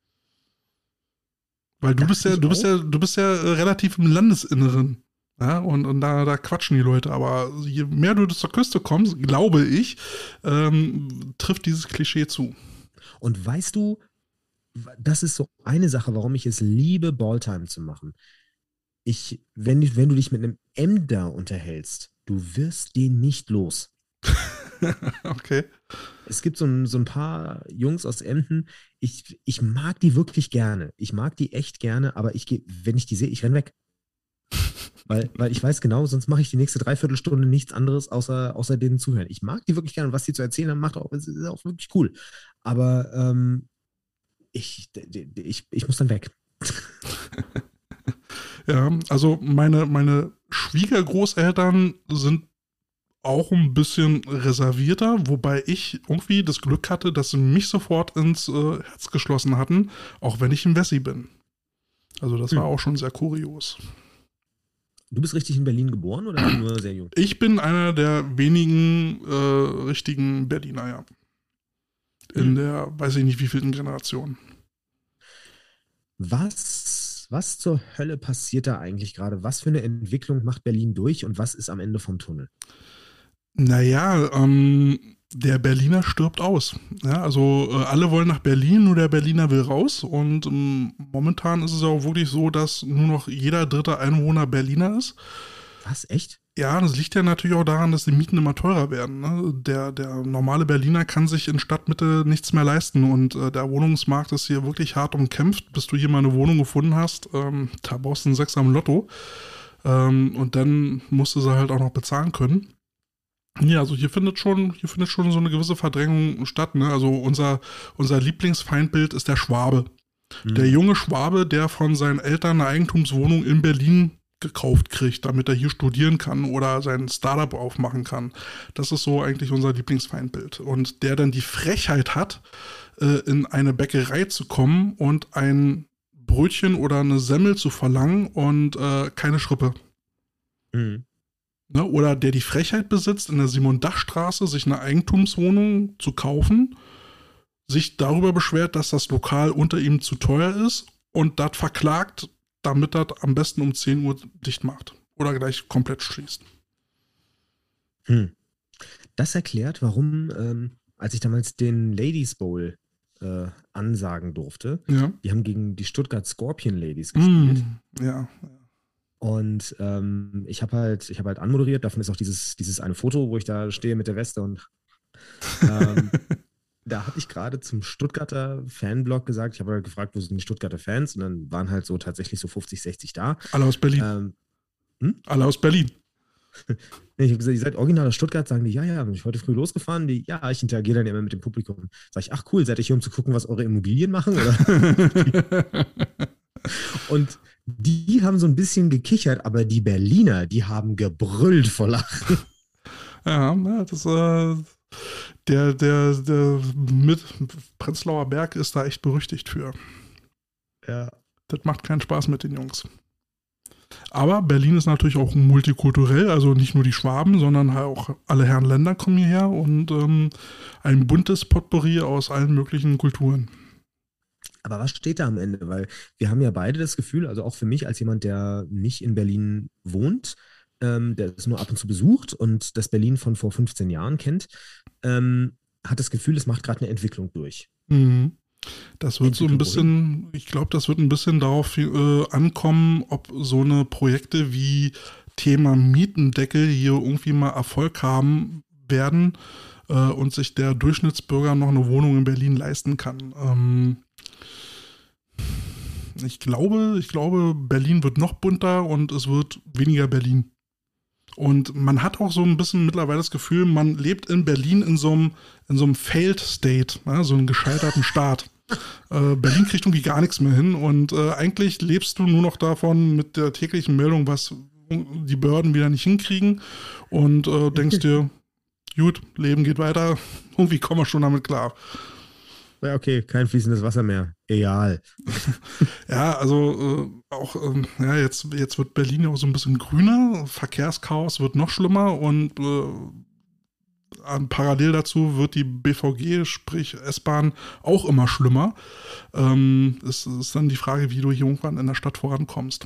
[SPEAKER 1] Weil du bist ja relativ im Landesinneren. Ja, und da quatschen die Leute. Aber je mehr du zur Küste kommst, glaube ich, trifft dieses Klischee zu.
[SPEAKER 2] Und weißt du, das ist so eine Sache, warum ich es liebe, Balltime zu machen. Wenn du dich mit einem Emder unterhältst, du wirst den nicht los.
[SPEAKER 1] Okay.
[SPEAKER 2] Es gibt so ein paar Jungs aus Emden, ich mag die wirklich gerne. Ich mag die echt gerne, aber wenn ich die sehe, ich renn weg. Weil ich weiß genau, sonst mache ich die nächste Dreiviertelstunde nichts anderes, außer denen zuhören. Ich mag die wirklich gerne und was die zu erzählen haben, ist auch wirklich cool. Aber ich muss dann weg.
[SPEAKER 1] Ja, also meine Schwiegergroßeltern sind auch ein bisschen reservierter, wobei ich irgendwie das Glück hatte, dass sie mich sofort ins Herz geschlossen hatten, auch wenn ich ein Wessi bin. Also das war auch schon sehr kurios.
[SPEAKER 2] Du bist richtig in Berlin geboren oder nur sehr jung?
[SPEAKER 1] Ich bin einer der wenigen richtigen Berliner, ja. In der, weiß ich nicht, wievielten Generation.
[SPEAKER 2] Was zur Hölle passiert da eigentlich gerade? Was für eine Entwicklung macht Berlin durch und was ist am Ende vom Tunnel?
[SPEAKER 1] Naja, der Berliner stirbt aus. Ja, also alle wollen nach Berlin, nur der Berliner will raus. Und momentan ist es auch wirklich so, dass nur noch jeder dritte Einwohner Berliner ist.
[SPEAKER 2] Was, echt?
[SPEAKER 1] Ja, das liegt ja natürlich auch daran, dass die Mieten immer teurer werden. Ne? Der normale Berliner kann sich in Stadtmitte nichts mehr leisten und der Wohnungsmarkt ist hier wirklich hart umkämpft. Bis du hier mal eine Wohnung gefunden hast, da brauchst du einen Sechser im Lotto und dann musst du sie halt auch noch bezahlen können. Ja, also hier findet schon so eine gewisse Verdrängung statt. Ne? Also unser Lieblingsfeindbild ist der Schwabe. Der junge Schwabe, der von seinen Eltern eine Eigentumswohnung in Berlin gekauft kriegt, damit er hier studieren kann oder sein Startup aufmachen kann. Das ist so eigentlich unser Lieblingsfeindbild. Und der dann die Frechheit hat, in eine Bäckerei zu kommen und ein Brötchen oder eine Semmel zu verlangen und keine Schrippe.
[SPEAKER 2] Mhm.
[SPEAKER 1] Ne? Oder der die Frechheit besitzt, in der Simon-Dach-Straße sich eine Eigentumswohnung zu kaufen, sich darüber beschwert, dass das Lokal unter ihm zu teuer ist und das verklagt, damit das am besten um 10 Uhr dicht macht. Oder gleich komplett schließt.
[SPEAKER 2] Das erklärt, warum, als ich damals den Ladies Bowl ansagen durfte,
[SPEAKER 1] Ja.
[SPEAKER 2] die haben gegen die Stuttgart Scorpion Ladies gespielt.
[SPEAKER 1] Ja.
[SPEAKER 2] Und ich habe halt anmoderiert, davon ist auch dieses eine Foto, wo ich da stehe mit der Weste und da hatte ich gerade zum Stuttgarter Fanblog gesagt, ich habe halt gefragt, wo sind die Stuttgarter Fans? Und dann waren halt so tatsächlich so 50, 60 da.
[SPEAKER 1] Alle aus Berlin. Alle aus Berlin.
[SPEAKER 2] Ich habe gesagt, ihr seid original aus Stuttgart, sagen die, ja, bin ich heute früh losgefahren. Ich interagiere dann immer mit dem Publikum. Sag ich, ach cool, seid ihr hier, um zu gucken, was eure Immobilien machen? Oder? Und die haben so ein bisschen gekichert, aber die Berliner, die haben gebrüllt vor Lachen.
[SPEAKER 1] Ja, das der mit Prenzlauer Berg ist da echt berüchtigt für.
[SPEAKER 2] Ja.
[SPEAKER 1] Das macht keinen Spaß mit den Jungs. Aber Berlin ist natürlich auch multikulturell, also nicht nur die Schwaben, sondern halt auch alle Herren Länder kommen hierher und ein buntes Potpourri aus allen möglichen Kulturen.
[SPEAKER 2] Aber was steht da am Ende? Weil wir haben ja beide das Gefühl, also auch für mich als jemand, der nicht in Berlin wohnt, der es nur ab und zu besucht und das Berlin von vor 15 Jahren kennt, hat das Gefühl, es macht gerade eine Entwicklung durch.
[SPEAKER 1] Mhm. Das wird so ein bisschen, ich glaube, das wird ein bisschen darauf ankommen, ob so eine Projekte wie Thema Mietendeckel hier irgendwie mal Erfolg haben werden und sich der Durchschnittsbürger noch eine Wohnung in Berlin leisten kann. Ich glaube, Berlin wird noch bunter und es wird weniger Berlin. Und man hat auch so ein bisschen mittlerweile das Gefühl, man lebt in Berlin in so einem Failed State, ja, so einem gescheiterten Staat. Berlin kriegt irgendwie gar nichts mehr hin und eigentlich lebst du nur noch davon mit der täglichen Meldung, was die Behörden wieder nicht hinkriegen und denkst dir, gut, Leben geht weiter, irgendwie kommen wir schon damit klar.
[SPEAKER 2] Ja, okay, kein fließendes Wasser mehr. Egal.
[SPEAKER 1] Ja, also jetzt wird Berlin ja auch so ein bisschen grüner. Verkehrschaos wird noch schlimmer und parallel dazu wird die BVG, sprich S-Bahn, auch immer schlimmer. Es ist dann die Frage, wie du hier irgendwann in der Stadt vorankommst.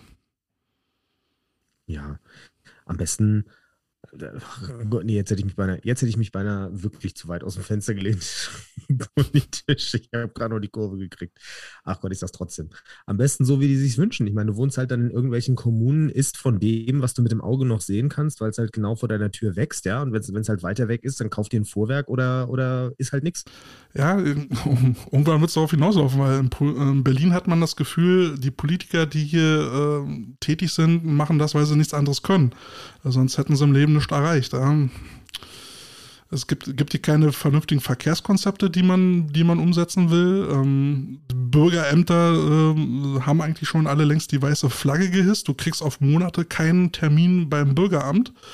[SPEAKER 2] Ja, am besten. Nee, jetzt hätte ich mich beinahe wirklich zu weit aus dem Fenster gelehnt. Politisch. Ich habe gerade noch die Kurve gekriegt. Ach Gott, ich sag's trotzdem. Am besten so, wie die sich wünschen. Ich meine, du wohnst halt dann in irgendwelchen Kommunen, isst von dem, was du mit dem Auge noch sehen kannst, weil es halt genau vor deiner Tür wächst, ja. Und wenn es halt weiter weg ist, dann kauf dir ein Vorwerk oder ist halt nichts.
[SPEAKER 1] Ja, irgendwann wird es darauf hinauslaufen, weil in Berlin hat man das Gefühl, die Politiker, die hier tätig sind, machen das, weil sie nichts anderes können. Sonst hätten sie im Leben nichts erreicht. Ja. Es gibt hier keine vernünftigen Verkehrskonzepte, die man umsetzen will. Bürgerämter haben eigentlich schon alle längst die weiße Flagge gehisst. Du kriegst auf Monate keinen Termin beim Bürgeramt.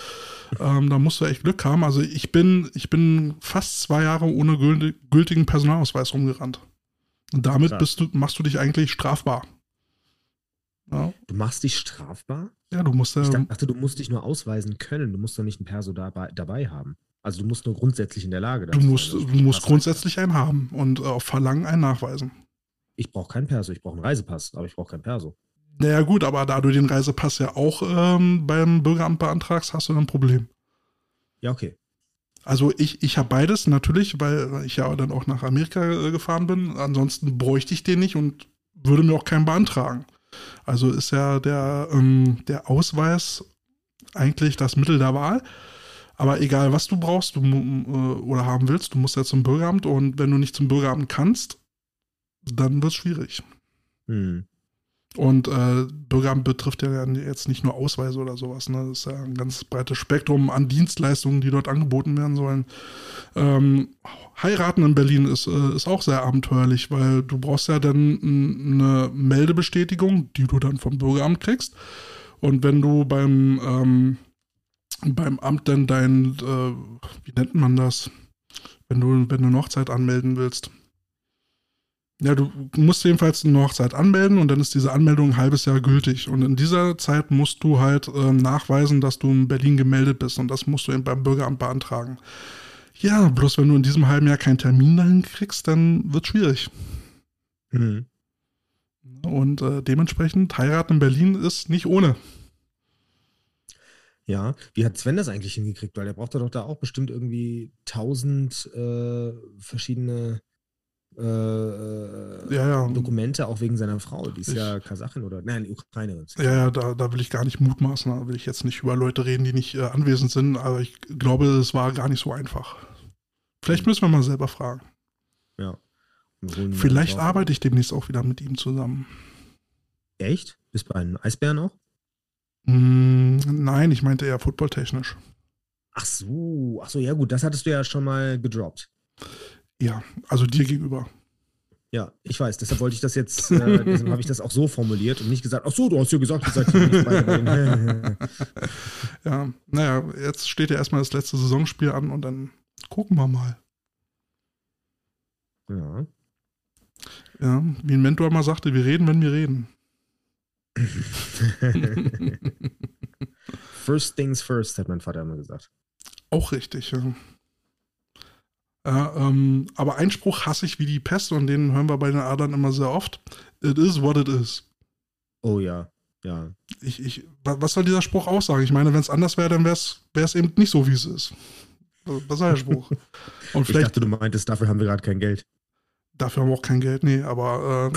[SPEAKER 1] Da musst du echt Glück haben. Also ich bin fast 2 Jahre ohne gültigen Personalausweis rumgerannt. Und damit
[SPEAKER 2] Krass.
[SPEAKER 1] machst du dich eigentlich strafbar. Ja,
[SPEAKER 2] Du machst dich strafbar?
[SPEAKER 1] ja du musst
[SPEAKER 2] Ich
[SPEAKER 1] ja,
[SPEAKER 2] dachte, du musst dich nur ausweisen können. Du musst doch nicht ein Perso dabei haben. Also du musst nur grundsätzlich in der Lage
[SPEAKER 1] du
[SPEAKER 2] dazu sein.
[SPEAKER 1] musst,
[SPEAKER 2] Also
[SPEAKER 1] du
[SPEAKER 2] sprich,
[SPEAKER 1] musst
[SPEAKER 2] Pass reicht ja.
[SPEAKER 1] grundsätzlich einen haben und auf Verlangen einen nachweisen.
[SPEAKER 2] Ich brauche keinen Perso, ich brauche einen Reisepass, aber ich brauche keinen Perso.
[SPEAKER 1] Naja gut, aber da du den Reisepass ja auch beim Bürgeramt beantragst, hast du ein Problem.
[SPEAKER 2] Ja, okay.
[SPEAKER 1] Also ich habe beides natürlich, weil ich ja dann auch nach Amerika gefahren bin. Ansonsten bräuchte ich den nicht und würde mir auch keinen beantragen. Also ist ja der Ausweis eigentlich das Mittel der Wahl. Aber egal, was du brauchst oder haben willst, du musst ja zum Bürgeramt und wenn du nicht zum Bürgeramt kannst, dann wird es schwierig.
[SPEAKER 2] Hm.
[SPEAKER 1] Und Bürgeramt betrifft ja jetzt nicht nur Ausweise oder sowas. Ne? Das ist ja ein ganz breites Spektrum an Dienstleistungen, die dort angeboten werden sollen. Heiraten in Berlin ist auch sehr abenteuerlich, weil du brauchst ja dann eine Meldebestätigung, die du dann vom Bürgeramt kriegst. Und wenn du beim Amt dann wie nennt man das, wenn du eine Hochzeit anmelden willst. Ja, du musst jedenfalls eine Hochzeit anmelden und dann ist diese Anmeldung ein halbes Jahr gültig. Und in dieser Zeit musst du halt nachweisen, dass du in Berlin gemeldet bist und das musst du eben beim Bürgeramt beantragen. Ja, bloß wenn du in diesem halben Jahr keinen Termin dahin kriegst, dann wird es schwierig.
[SPEAKER 2] Hm.
[SPEAKER 1] Und dementsprechend, heiraten in Berlin ist nicht ohne.
[SPEAKER 2] Ja, wie hat Sven das eigentlich hingekriegt? Weil der braucht doch da auch bestimmt irgendwie 1000 verschiedene
[SPEAKER 1] Ja, ja,
[SPEAKER 2] Dokumente, auch wegen seiner Frau. Die ist
[SPEAKER 1] ich,
[SPEAKER 2] ja Kasachin oder, nein, Ukrainerin.
[SPEAKER 1] ja, ja, da will ich gar nicht mutmaßen, da will ich jetzt nicht über Leute reden, die nicht anwesend sind, aber ich glaube, es war gar nicht so einfach. Vielleicht müssen wir mal selber fragen.
[SPEAKER 2] Ja. Wir holen ihn mal
[SPEAKER 1] Vielleicht
[SPEAKER 2] drauf.
[SPEAKER 1] arbeite ich demnächst auch wieder mit ihm zusammen.
[SPEAKER 2] Echt? Bist du bei einem Eisbären auch?
[SPEAKER 1] Nein, ich meinte eher footballtechnisch.
[SPEAKER 2] Ach so, ja gut, das hattest du ja schon mal gedroppt.
[SPEAKER 1] Ja, also dir gegenüber.
[SPEAKER 2] Ja, ich weiß, deshalb wollte ich das jetzt, deshalb habe ich das auch so formuliert und nicht gesagt, ach so, du hast ja gesagt, ihr seid nicht beide bei den.
[SPEAKER 1] Ja, naja, jetzt steht ja erstmal das letzte Saisonspiel an und dann gucken wir mal.
[SPEAKER 2] Ja.
[SPEAKER 1] Ja, wie ein Mentor mal sagte, wir reden, wenn wir reden.
[SPEAKER 2] First things first, hat mein Vater immer gesagt.
[SPEAKER 1] Auch richtig, ja. Aber Einspruch hasse ich wie die Pest und den hören wir bei den Adlern immer sehr oft. It is what it is.
[SPEAKER 2] Oh ja, ja.
[SPEAKER 1] Was soll dieser Spruch aussagen? Ich meine, wenn es anders wäre, dann wäre es eben nicht so, wie es ist. Was soll der Spruch? Und
[SPEAKER 2] Ich dachte, du meintest, dafür haben wir gerade kein Geld.
[SPEAKER 1] Dafür haben wir auch kein Geld, nee, aber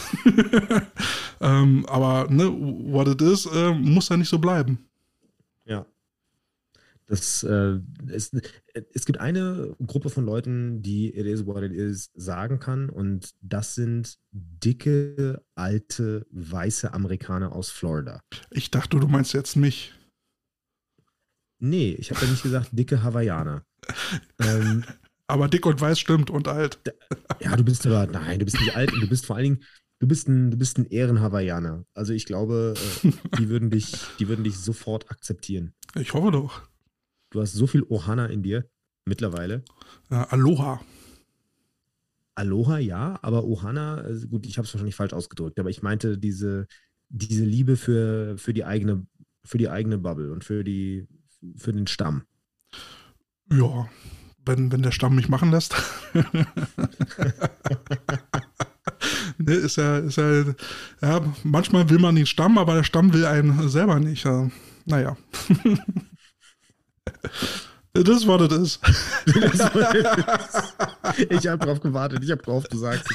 [SPEAKER 1] aber ne, what it is, muss ja nicht so bleiben.
[SPEAKER 2] Ja. Es gibt eine Gruppe von Leuten, die It is what it is sagen kann, und das sind dicke, alte, weiße Amerikaner aus Florida.
[SPEAKER 1] Ich dachte, du meinst jetzt mich.
[SPEAKER 2] Nee, ich habe ja nicht gesagt dicke Hawaiianer.
[SPEAKER 1] Aber dick und weiß stimmt und alt.
[SPEAKER 2] Ja, du bist nicht alt und du bist vor allen Dingen, du bist ein Ehren-Hawaiianer. Also ich glaube, die würden dich sofort akzeptieren.
[SPEAKER 1] Ich hoffe doch.
[SPEAKER 2] Du hast so viel Ohana in dir mittlerweile.
[SPEAKER 1] Aloha.
[SPEAKER 2] Aloha, ja, aber Ohana, gut, ich habe es wahrscheinlich falsch ausgedrückt, aber ich meinte diese Liebe für die eigene Bubble und für den Stamm.
[SPEAKER 1] Ja, wenn der Stamm mich machen lässt. Ne, ist ja, manchmal will man den Stamm, aber der Stamm will einen selber nicht. Naja. It is what it is.
[SPEAKER 2] Ich habe drauf gewartet, ich habe drauf, du sagst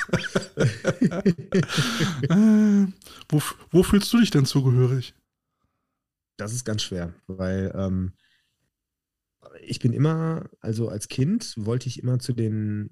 [SPEAKER 1] es. Wo fühlst du dich denn zugehörig?
[SPEAKER 2] Das ist ganz schwer, weil ich bin immer, also als Kind wollte ich immer zu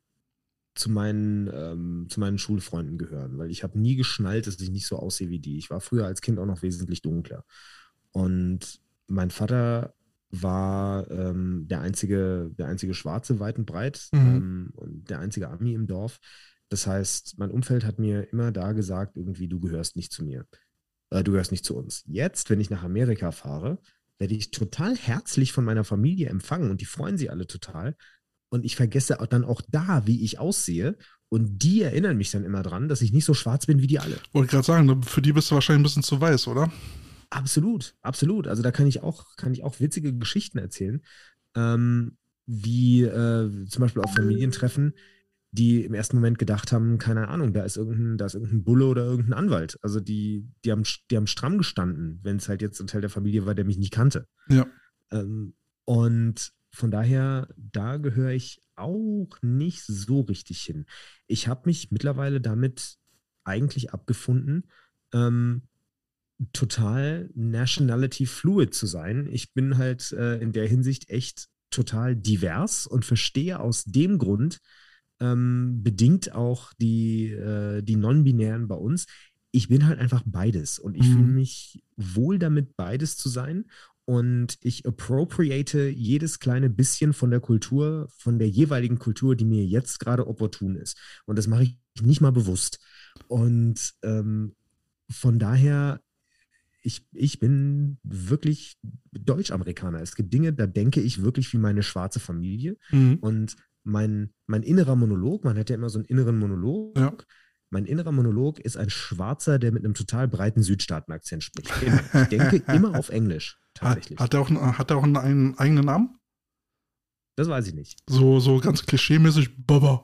[SPEAKER 2] meinen Schulfreunden gehören, weil ich habe nie geschnallt, dass ich nicht so aussehe wie die. Ich war früher als Kind auch noch wesentlich dunkler. Und mein Vater war der einzige Schwarze weit und breit und der einzige Ami im Dorf. Das heißt, mein Umfeld hat mir immer da gesagt, irgendwie, du gehörst nicht zu mir. Du gehörst nicht zu uns. Jetzt, wenn ich nach Amerika fahre, werde ich total herzlich von meiner Familie empfangen und die freuen sich alle total. Und ich vergesse dann auch da, wie ich aussehe. Und die erinnern mich dann immer dran, dass ich nicht so schwarz bin wie die alle.
[SPEAKER 1] Wollte gerade sagen, für die bist du wahrscheinlich ein bisschen zu weiß, oder?
[SPEAKER 2] Absolut, absolut. Also da kann ich auch witzige Geschichten erzählen, wie zum Beispiel auf Familientreffen, die im ersten Moment gedacht haben, keine Ahnung, da ist irgendein Bulle oder irgendein Anwalt. Also die haben stramm gestanden, wenn es halt jetzt ein Teil der Familie war, der mich nicht kannte.
[SPEAKER 1] Ja.
[SPEAKER 2] Und von daher, da gehöre ich auch nicht so richtig hin. Ich habe mich mittlerweile damit eigentlich abgefunden, ähm, total nationality fluid zu sein. Ich bin halt in der Hinsicht echt total divers und verstehe aus dem Grund bedingt auch die Non-Binären bei uns. Ich bin halt einfach beides und ich fühle mich wohl damit, beides zu sein. Und ich appropriate jedes kleine bisschen von der Kultur, von der jeweiligen Kultur, die mir jetzt gerade opportun ist. Und das mache ich nicht mal bewusst. Und von daher, ich bin wirklich Deutsch-Amerikaner. Es gibt Dinge, da denke ich wirklich wie meine schwarze Familie.
[SPEAKER 1] Mhm.
[SPEAKER 2] Und mein innerer Monolog, man hat ja immer so einen inneren Monolog.
[SPEAKER 1] Ja.
[SPEAKER 2] Mein innerer Monolog ist ein Schwarzer, der mit einem total breiten Südstaaten-Akzent spricht. Immer. Ich denke immer auf Englisch, tatsächlich.
[SPEAKER 1] Hat er auch einen eigenen Namen?
[SPEAKER 2] Das weiß ich nicht.
[SPEAKER 1] So ganz klischeemäßig, Baba.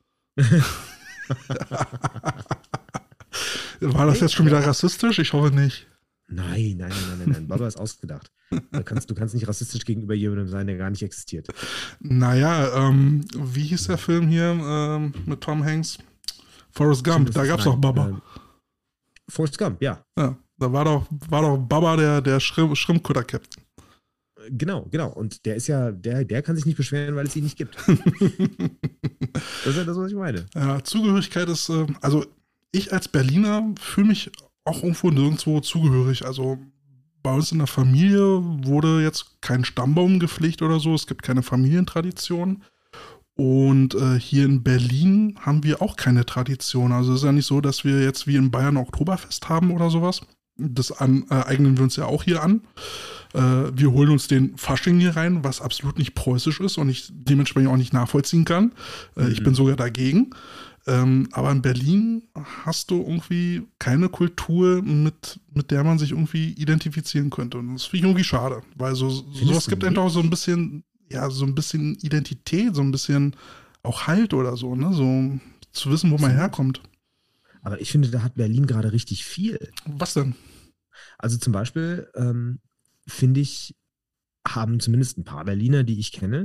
[SPEAKER 1] War das jetzt schon wieder rassistisch? Ich hoffe nicht.
[SPEAKER 2] Nein. Baba ist ausgedacht. Du kannst nicht rassistisch gegenüber jemandem sein, der gar nicht existiert.
[SPEAKER 1] Naja, wie hieß der Film hier mit Tom Hanks? Forrest Gump, da gab es auch Baba.
[SPEAKER 2] Forrest Gump, ja.
[SPEAKER 1] Ja, da war doch Baba der Schrimpkutter-Captain.
[SPEAKER 2] Genau. Und der ist ja, der kann sich nicht beschweren, weil es ihn nicht gibt. Das ist ja das, was ich meine.
[SPEAKER 1] Ja, Zugehörigkeit ist, also ich als Berliner fühle mich auch irgendwo nirgendwo zugehörig. Also bei uns in der Familie wurde jetzt kein Stammbaum gepflegt oder so. Es gibt keine Familientradition. Und hier in Berlin haben wir auch keine Tradition. Also es ist ja nicht so, dass wir jetzt wie in Bayern Oktoberfest haben oder sowas. Das eignen wir uns ja auch hier an. Wir holen uns den Fasching hier rein, was absolut nicht preußisch ist und ich dementsprechend auch nicht nachvollziehen kann. Ich bin sogar dagegen. Aber in Berlin hast du irgendwie keine Kultur, mit der man sich irgendwie identifizieren könnte. Und das finde ich irgendwie schade, weil sowas gibt einfach so ein bisschen, ja, so ein bisschen Identität, so ein bisschen auch Halt oder so, ne? So zu wissen, wo man herkommt.
[SPEAKER 2] Aber ich finde, da hat Berlin gerade richtig viel.
[SPEAKER 1] Was denn?
[SPEAKER 2] Also zum Beispiel, finde ich, haben zumindest ein paar Berliner, die ich kenne,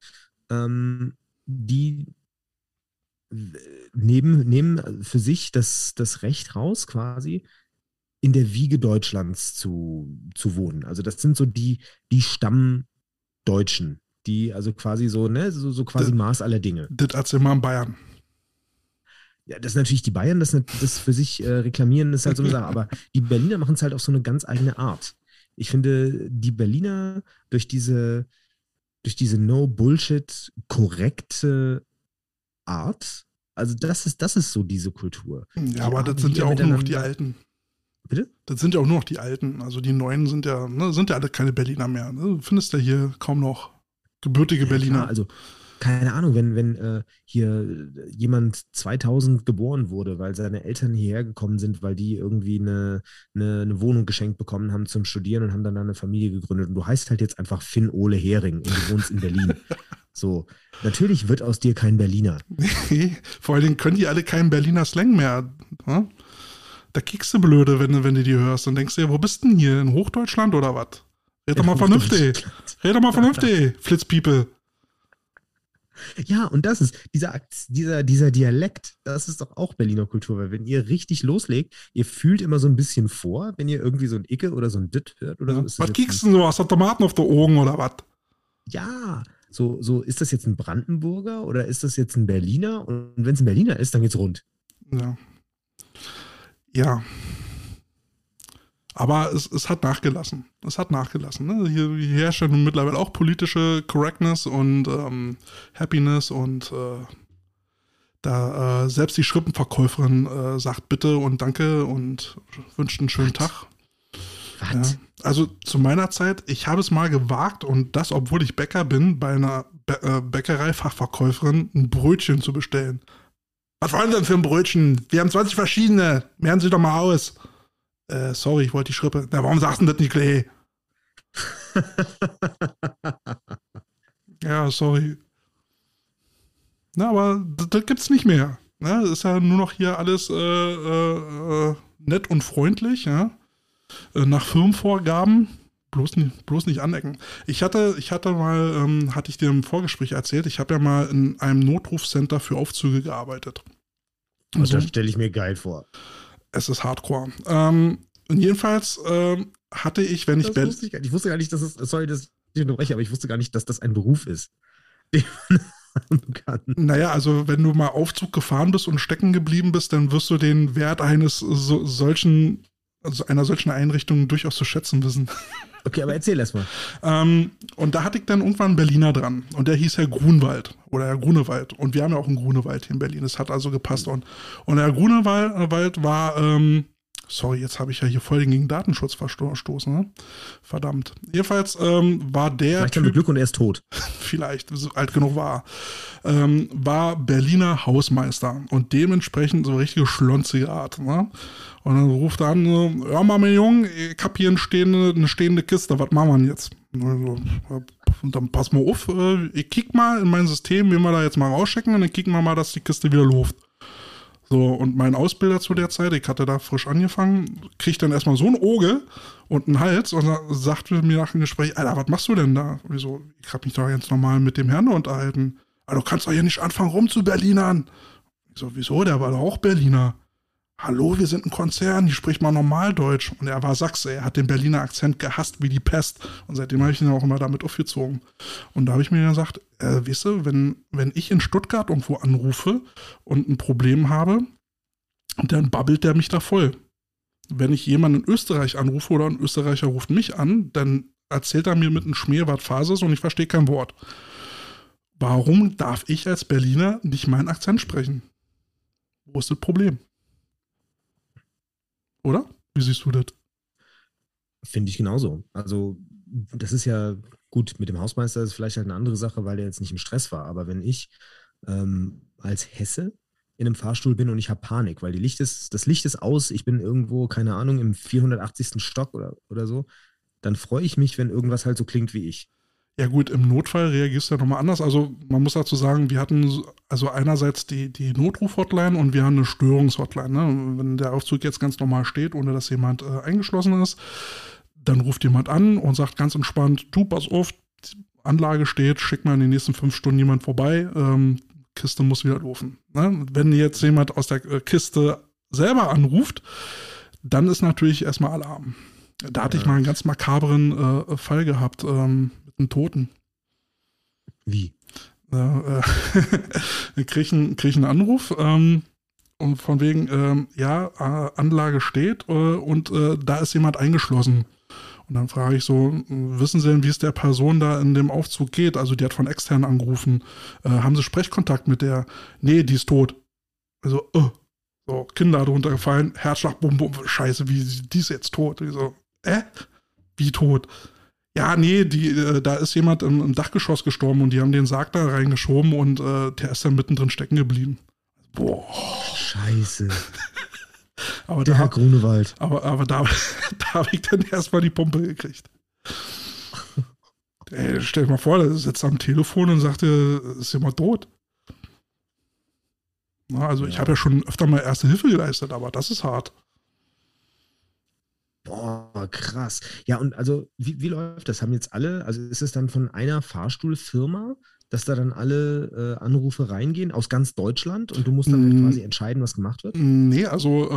[SPEAKER 2] die nehmen für sich das Recht raus, quasi in der Wiege Deutschlands zu wohnen. Also das sind so die Stammdeutschen, die also quasi so, ne, so quasi Maß aller Dinge.
[SPEAKER 1] Das erzähl mal in Bayern.
[SPEAKER 2] Ja, das ist natürlich die Bayern, das für sich reklamieren, ist halt so eine Sache, aber die Berliner machen es halt auf so eine ganz eigene Art. Ich finde, die Berliner durch diese No-Bullshit korrekte Art, also das ist so diese Kultur.
[SPEAKER 1] Ja, aber das sind ja auch nur noch die Alten.
[SPEAKER 2] Bitte?
[SPEAKER 1] Das sind ja auch nur noch die Alten. Also die Neuen sind ja alle keine Berliner mehr. Ne? Du findest ja hier kaum noch gebürtige Berliner.
[SPEAKER 2] Ja, also keine Ahnung, wenn hier jemand 2000 geboren wurde, weil seine Eltern hierher gekommen sind, weil die irgendwie eine Wohnung geschenkt bekommen haben zum Studieren und haben dann eine Familie gegründet. Und du heißt halt jetzt einfach Finn Ole Hering und du wohnst in Berlin. So, natürlich wird aus dir kein Berliner.
[SPEAKER 1] Nee, vor allen Dingen können die alle keinen Berliner Slang mehr. Ne? Da kickst du blöde, wenn du die hörst und denkst dir, wo bist du denn hier? In Hochdeutschland oder was? Red doch mal vernünftig. Red doch mal vernünftig, Flitzpiepe.
[SPEAKER 2] Ja, und das ist dieser Dialekt, das ist doch auch Berliner Kultur, weil wenn ihr richtig loslegt, ihr fühlt immer so ein bisschen vor, wenn ihr irgendwie so ein Icke oder so ein Dit hört oder
[SPEAKER 1] Ja.
[SPEAKER 2] so.
[SPEAKER 1] Was kickst du denn so? Hast du Tomaten auf der Augen oder was?
[SPEAKER 2] Ja, so ist das jetzt ein Brandenburger oder ist das jetzt ein Berliner? Und wenn es ein Berliner ist, dann geht's rund.
[SPEAKER 1] Ja. Ja. Aber es hat nachgelassen. Es hat nachgelassen. Ne? Hier herrscht ja nun mittlerweile auch politische Correctness und Happiness und da selbst die Schrippenverkäuferin sagt bitte und danke und wünscht einen schönen Tag. Ja. Also zu meiner Zeit, ich habe es mal gewagt und das, obwohl ich Bäcker bin, bei einer Bäckerei-Fachverkäuferin ein Brötchen zu bestellen. Was wollen Sie denn für ein Brötchen? Wir haben 20 verschiedene. Mehren Sie doch mal aus. Sorry, ich wollte die Schrippe. Na, warum sagst du das nicht gleich? Ja, sorry. Na, aber das gibt's nicht mehr. Ne? Das ist ja nur noch hier alles nett und freundlich, ja. Nach Firmenvorgaben. Bloß nicht anecken. Ich hatte mal, hatte ich dir im Vorgespräch erzählt, ich habe ja mal in einem Notrufcenter für Aufzüge gearbeitet.
[SPEAKER 2] Also, das stelle ich mir geil vor.
[SPEAKER 1] Es ist Hardcore. Und jedenfalls hatte ich, wenn ich...
[SPEAKER 2] Ich wusste gar nicht, dass es, sorry, dass ich unterbreche, aber ich wusste gar nicht, dass das ein Beruf ist, den man haben kann.
[SPEAKER 1] Naja, also wenn du mal Aufzug gefahren bist und stecken geblieben bist, dann wirst du den Wert einer solchen Einrichtung durchaus zu schätzen wissen.
[SPEAKER 2] Okay, aber erzähl erst mal.
[SPEAKER 1] Und da hatte ich dann irgendwann einen Berliner dran. Und der hieß Herr Grunewald oder Herr Grunewald. Und wir haben ja auch einen Grunewald hier in Berlin. Das hat also gepasst. Und Herr Grunewald war, sorry, jetzt habe ich ja hier voll gegen Datenschutz verstoßen. Ne? Verdammt. Jedenfalls war der
[SPEAKER 2] Vielleicht haben wir Glück und er ist tot.
[SPEAKER 1] Vielleicht, so alt genug war Berliner Hausmeister. Und dementsprechend so richtige schlonzige Art. Ne? Und dann ruft er an, ja mal, mein Junge, ich hab hier eine stehende Kiste, was machen wir denn jetzt? Und dann pass mal auf, ich kick mal in mein System, wie wir da jetzt mal rauschecken und dann kicken wir mal, dass die Kiste wieder läuft. So, und mein Ausbilder zu der Zeit, ich hatte da frisch angefangen, kriegt dann erstmal so ein Auge und einen Hals und sagte mir nach dem Gespräch, Alter, was machst du denn da? Wieso? Ich hab mich doch jetzt nochmal mit dem Herrn unterhalten. Alter, du kannst doch hier nicht anfangen rumzuberlinern. Ich so, wieso? Der war doch auch Berliner. Hallo, wir sind ein Konzern, hier spricht man Normaldeutsch. Und er war Sachse, er hat den Berliner Akzent gehasst wie die Pest. Und seitdem habe ich ihn auch immer damit aufgezogen. Und da habe ich mir gesagt, weißt du, wenn ich in Stuttgart irgendwo anrufe und ein Problem habe, dann babbelt der mich da voll. Wenn ich jemanden in Österreich anrufe oder ein Österreicher ruft mich an, dann erzählt er mir mit einem Schmäh, was Phase ist und ich verstehe kein Wort. Warum darf ich als Berliner nicht meinen Akzent sprechen? Wo ist das Problem? Oder? Wie siehst du das?
[SPEAKER 2] Finde ich genauso. Also, das ist ja gut, mit dem Hausmeister ist vielleicht halt eine andere Sache, weil der jetzt nicht im Stress war. Aber wenn ich als Hesse in einem Fahrstuhl bin und ich habe Panik, weil das Licht ist aus, ich bin irgendwo, keine Ahnung, im 480. Stock oder so, dann freue ich mich, wenn irgendwas halt so klingt wie ich.
[SPEAKER 1] Ja gut, im Notfall reagierst du ja nochmal anders. Also man muss dazu sagen, wir hatten also einerseits die Notruf-Hotline und wir haben eine Störungs-Hotline. Ne? Wenn der Aufzug jetzt ganz normal steht, ohne dass jemand eingeschlossen ist, dann ruft jemand an und sagt ganz entspannt, du, pass auf, die Anlage steht, schick mal in den nächsten 5 Stunden jemand vorbei, Kiste muss wieder laufen. Ne? Wenn jetzt jemand aus der Kiste selber anruft, dann ist natürlich erstmal Alarm. Da hatte ich mal einen ganz makabren Fall gehabt, einen Toten.
[SPEAKER 2] Wie?
[SPEAKER 1] Ich krieg einen Anruf und von wegen, Anlage steht und da ist jemand eingeschlossen. Und dann frage ich so, wissen Sie denn, wie es der Person da in dem Aufzug geht? Also die hat von extern angerufen. Haben Sie Sprechkontakt mit der? Nee, die ist tot. Also, so, Kinder drunter gefallen, Herzschlag, bum, bum, scheiße, die ist jetzt tot. Ich so, wie tot? Ja, nee, da ist jemand im Dachgeschoss gestorben und die haben den Sarg da reingeschoben und der ist dann mittendrin stecken geblieben. Boah.
[SPEAKER 2] Scheiße.
[SPEAKER 1] Aber
[SPEAKER 2] der Herr Grunewald.
[SPEAKER 1] Aber da habe ich dann erstmal die Pumpe gekriegt. Ey, stell dir mal vor, der sitzt am Telefon und sagt, ist jemand tot. Na, also ich habe ja schon öfter mal Erste Hilfe geleistet, aber das ist hart.
[SPEAKER 2] Boah, krass. Ja, und also, wie läuft das? Haben jetzt alle, also ist es dann von einer Fahrstuhlfirma, dass da dann alle Anrufe reingehen aus ganz Deutschland und du musst dann halt quasi entscheiden, was gemacht wird?
[SPEAKER 1] Nee, also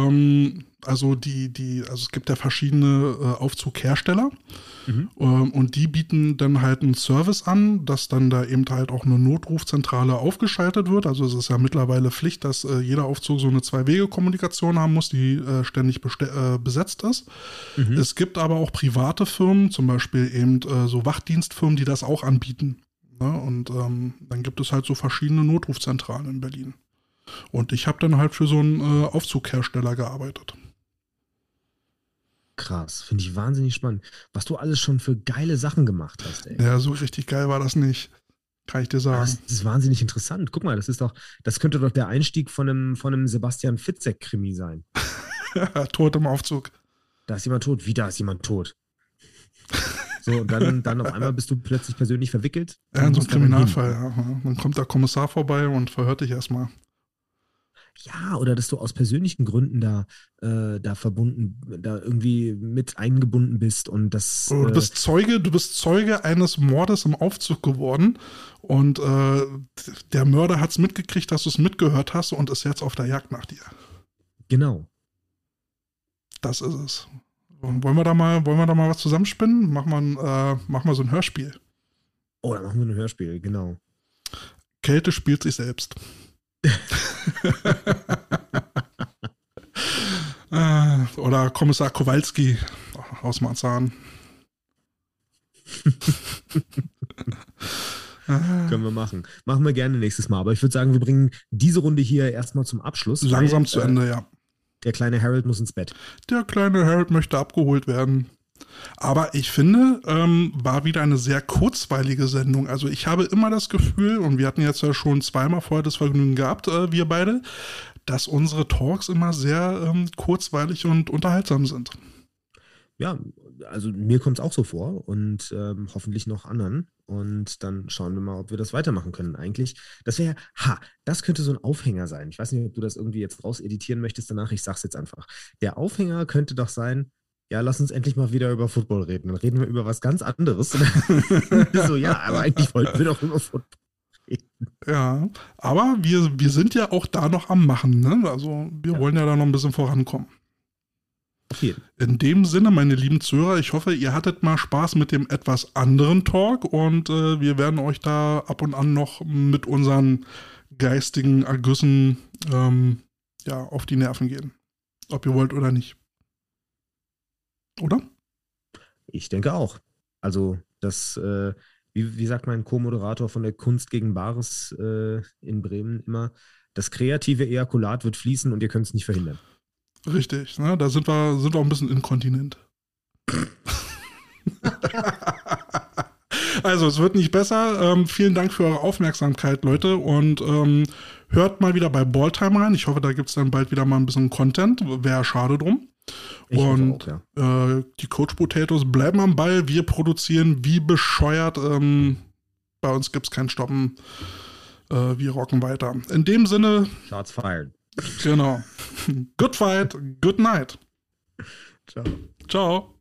[SPEAKER 1] es gibt ja verschiedene Aufzughersteller und die bieten dann halt einen Service an, dass dann da eben halt auch eine Notrufzentrale aufgeschaltet wird. Also es ist ja mittlerweile Pflicht, dass jeder Aufzug so eine 2-Wege-Kommunikation haben muss, die ständig besetzt ist. Es gibt aber auch private Firmen, zum Beispiel eben so Wachdienstfirmen, die das auch anbieten. Ne? Und dann gibt es halt so verschiedene Notrufzentralen in Berlin. Und ich habe dann halt für so einen Aufzughersteller gearbeitet.
[SPEAKER 2] Krass, finde ich wahnsinnig spannend. Was du alles schon für geile Sachen gemacht hast, ey.
[SPEAKER 1] Ja, so richtig geil war das nicht. Kann ich dir sagen.
[SPEAKER 2] Das ist wahnsinnig interessant. Guck mal, das könnte doch der Einstieg von einem Sebastian Fitzek-Krimi sein.
[SPEAKER 1] Tot im Aufzug.
[SPEAKER 2] Da ist jemand tot. Wie, da ist jemand tot? So, und dann auf einmal bist du plötzlich persönlich verwickelt.
[SPEAKER 1] Ja, in so einem
[SPEAKER 2] musst da dann hin.
[SPEAKER 1] Kriminalfall. Ja. Dann kommt der Kommissar vorbei und verhört dich erstmal.
[SPEAKER 2] Ja, oder dass du aus persönlichen Gründen da verbunden, da irgendwie mit eingebunden bist und das.
[SPEAKER 1] Du bist Zeuge eines Mordes im Aufzug geworden und der Mörder hat es mitgekriegt, dass du es mitgehört hast und ist jetzt auf der Jagd nach dir.
[SPEAKER 2] Genau.
[SPEAKER 1] Das ist es. Wollen wir da mal was zusammenspinnen? Mach mal so ein Hörspiel.
[SPEAKER 2] Oh, da machen wir ein Hörspiel, genau.
[SPEAKER 1] Kälte spielt sich selbst. Oder Kommissar Kowalski aus Marzahn.
[SPEAKER 2] Können wir machen. Machen wir gerne nächstes Mal. Aber ich würde sagen, wir bringen diese Runde hier erstmal zum Abschluss.
[SPEAKER 1] Langsam zu Ende, ja.
[SPEAKER 2] Der kleine Harold muss ins Bett.
[SPEAKER 1] Der kleine Harold möchte abgeholt werden. Aber ich finde, war wieder eine sehr kurzweilige Sendung. Also ich habe immer das Gefühl, und wir hatten jetzt ja schon zweimal vorher das Vergnügen gehabt, wir beide, dass unsere Talks immer sehr kurzweilig und unterhaltsam sind.
[SPEAKER 2] Ja, also mir kommt es auch so vor und hoffentlich noch anderen. Und dann schauen wir mal, ob wir das weitermachen können. Eigentlich, das könnte so ein Aufhänger sein. Ich weiß nicht, ob du das irgendwie jetzt rauseditieren möchtest danach. Ich sag's jetzt einfach. Der Aufhänger könnte doch sein, ja, lass uns endlich mal wieder über Football reden. Dann reden wir über was ganz anderes. So, ja, aber eigentlich wollten wir doch über Football reden.
[SPEAKER 1] Ja, aber wir sind ja auch da noch am Machen, ne? Also wir wollen ja da noch ein bisschen vorankommen.
[SPEAKER 2] Okay.
[SPEAKER 1] In dem Sinne, meine lieben Zuhörer, ich hoffe, ihr hattet mal Spaß mit dem etwas anderen Talk und wir werden euch da ab und an noch mit unseren geistigen Ergüssen auf die Nerven gehen. Ob ihr wollt oder nicht. Oder?
[SPEAKER 2] Ich denke auch. Also, wie sagt mein Co-Moderator von der Kunst gegen Bares in Bremen immer, das kreative Ejakulat wird fließen und ihr könnt es nicht verhindern.
[SPEAKER 1] Richtig, ne? Da sind wir auch ein bisschen inkontinent. Also, es wird nicht besser. Vielen Dank für eure Aufmerksamkeit, Leute. Und hört mal wieder bei Balltime rein. Ich hoffe, da gibt es dann bald wieder mal ein bisschen Content. Wäre schade drum. Und
[SPEAKER 2] auch, ja.
[SPEAKER 1] Die Coach Potatoes bleiben am Ball. Wir produzieren wie bescheuert. Bei uns gibt es kein Stoppen. Wir rocken weiter. In dem Sinne.
[SPEAKER 2] Shots fired.
[SPEAKER 1] Genau. Good fight, good night.
[SPEAKER 2] Ciao.
[SPEAKER 1] Ciao.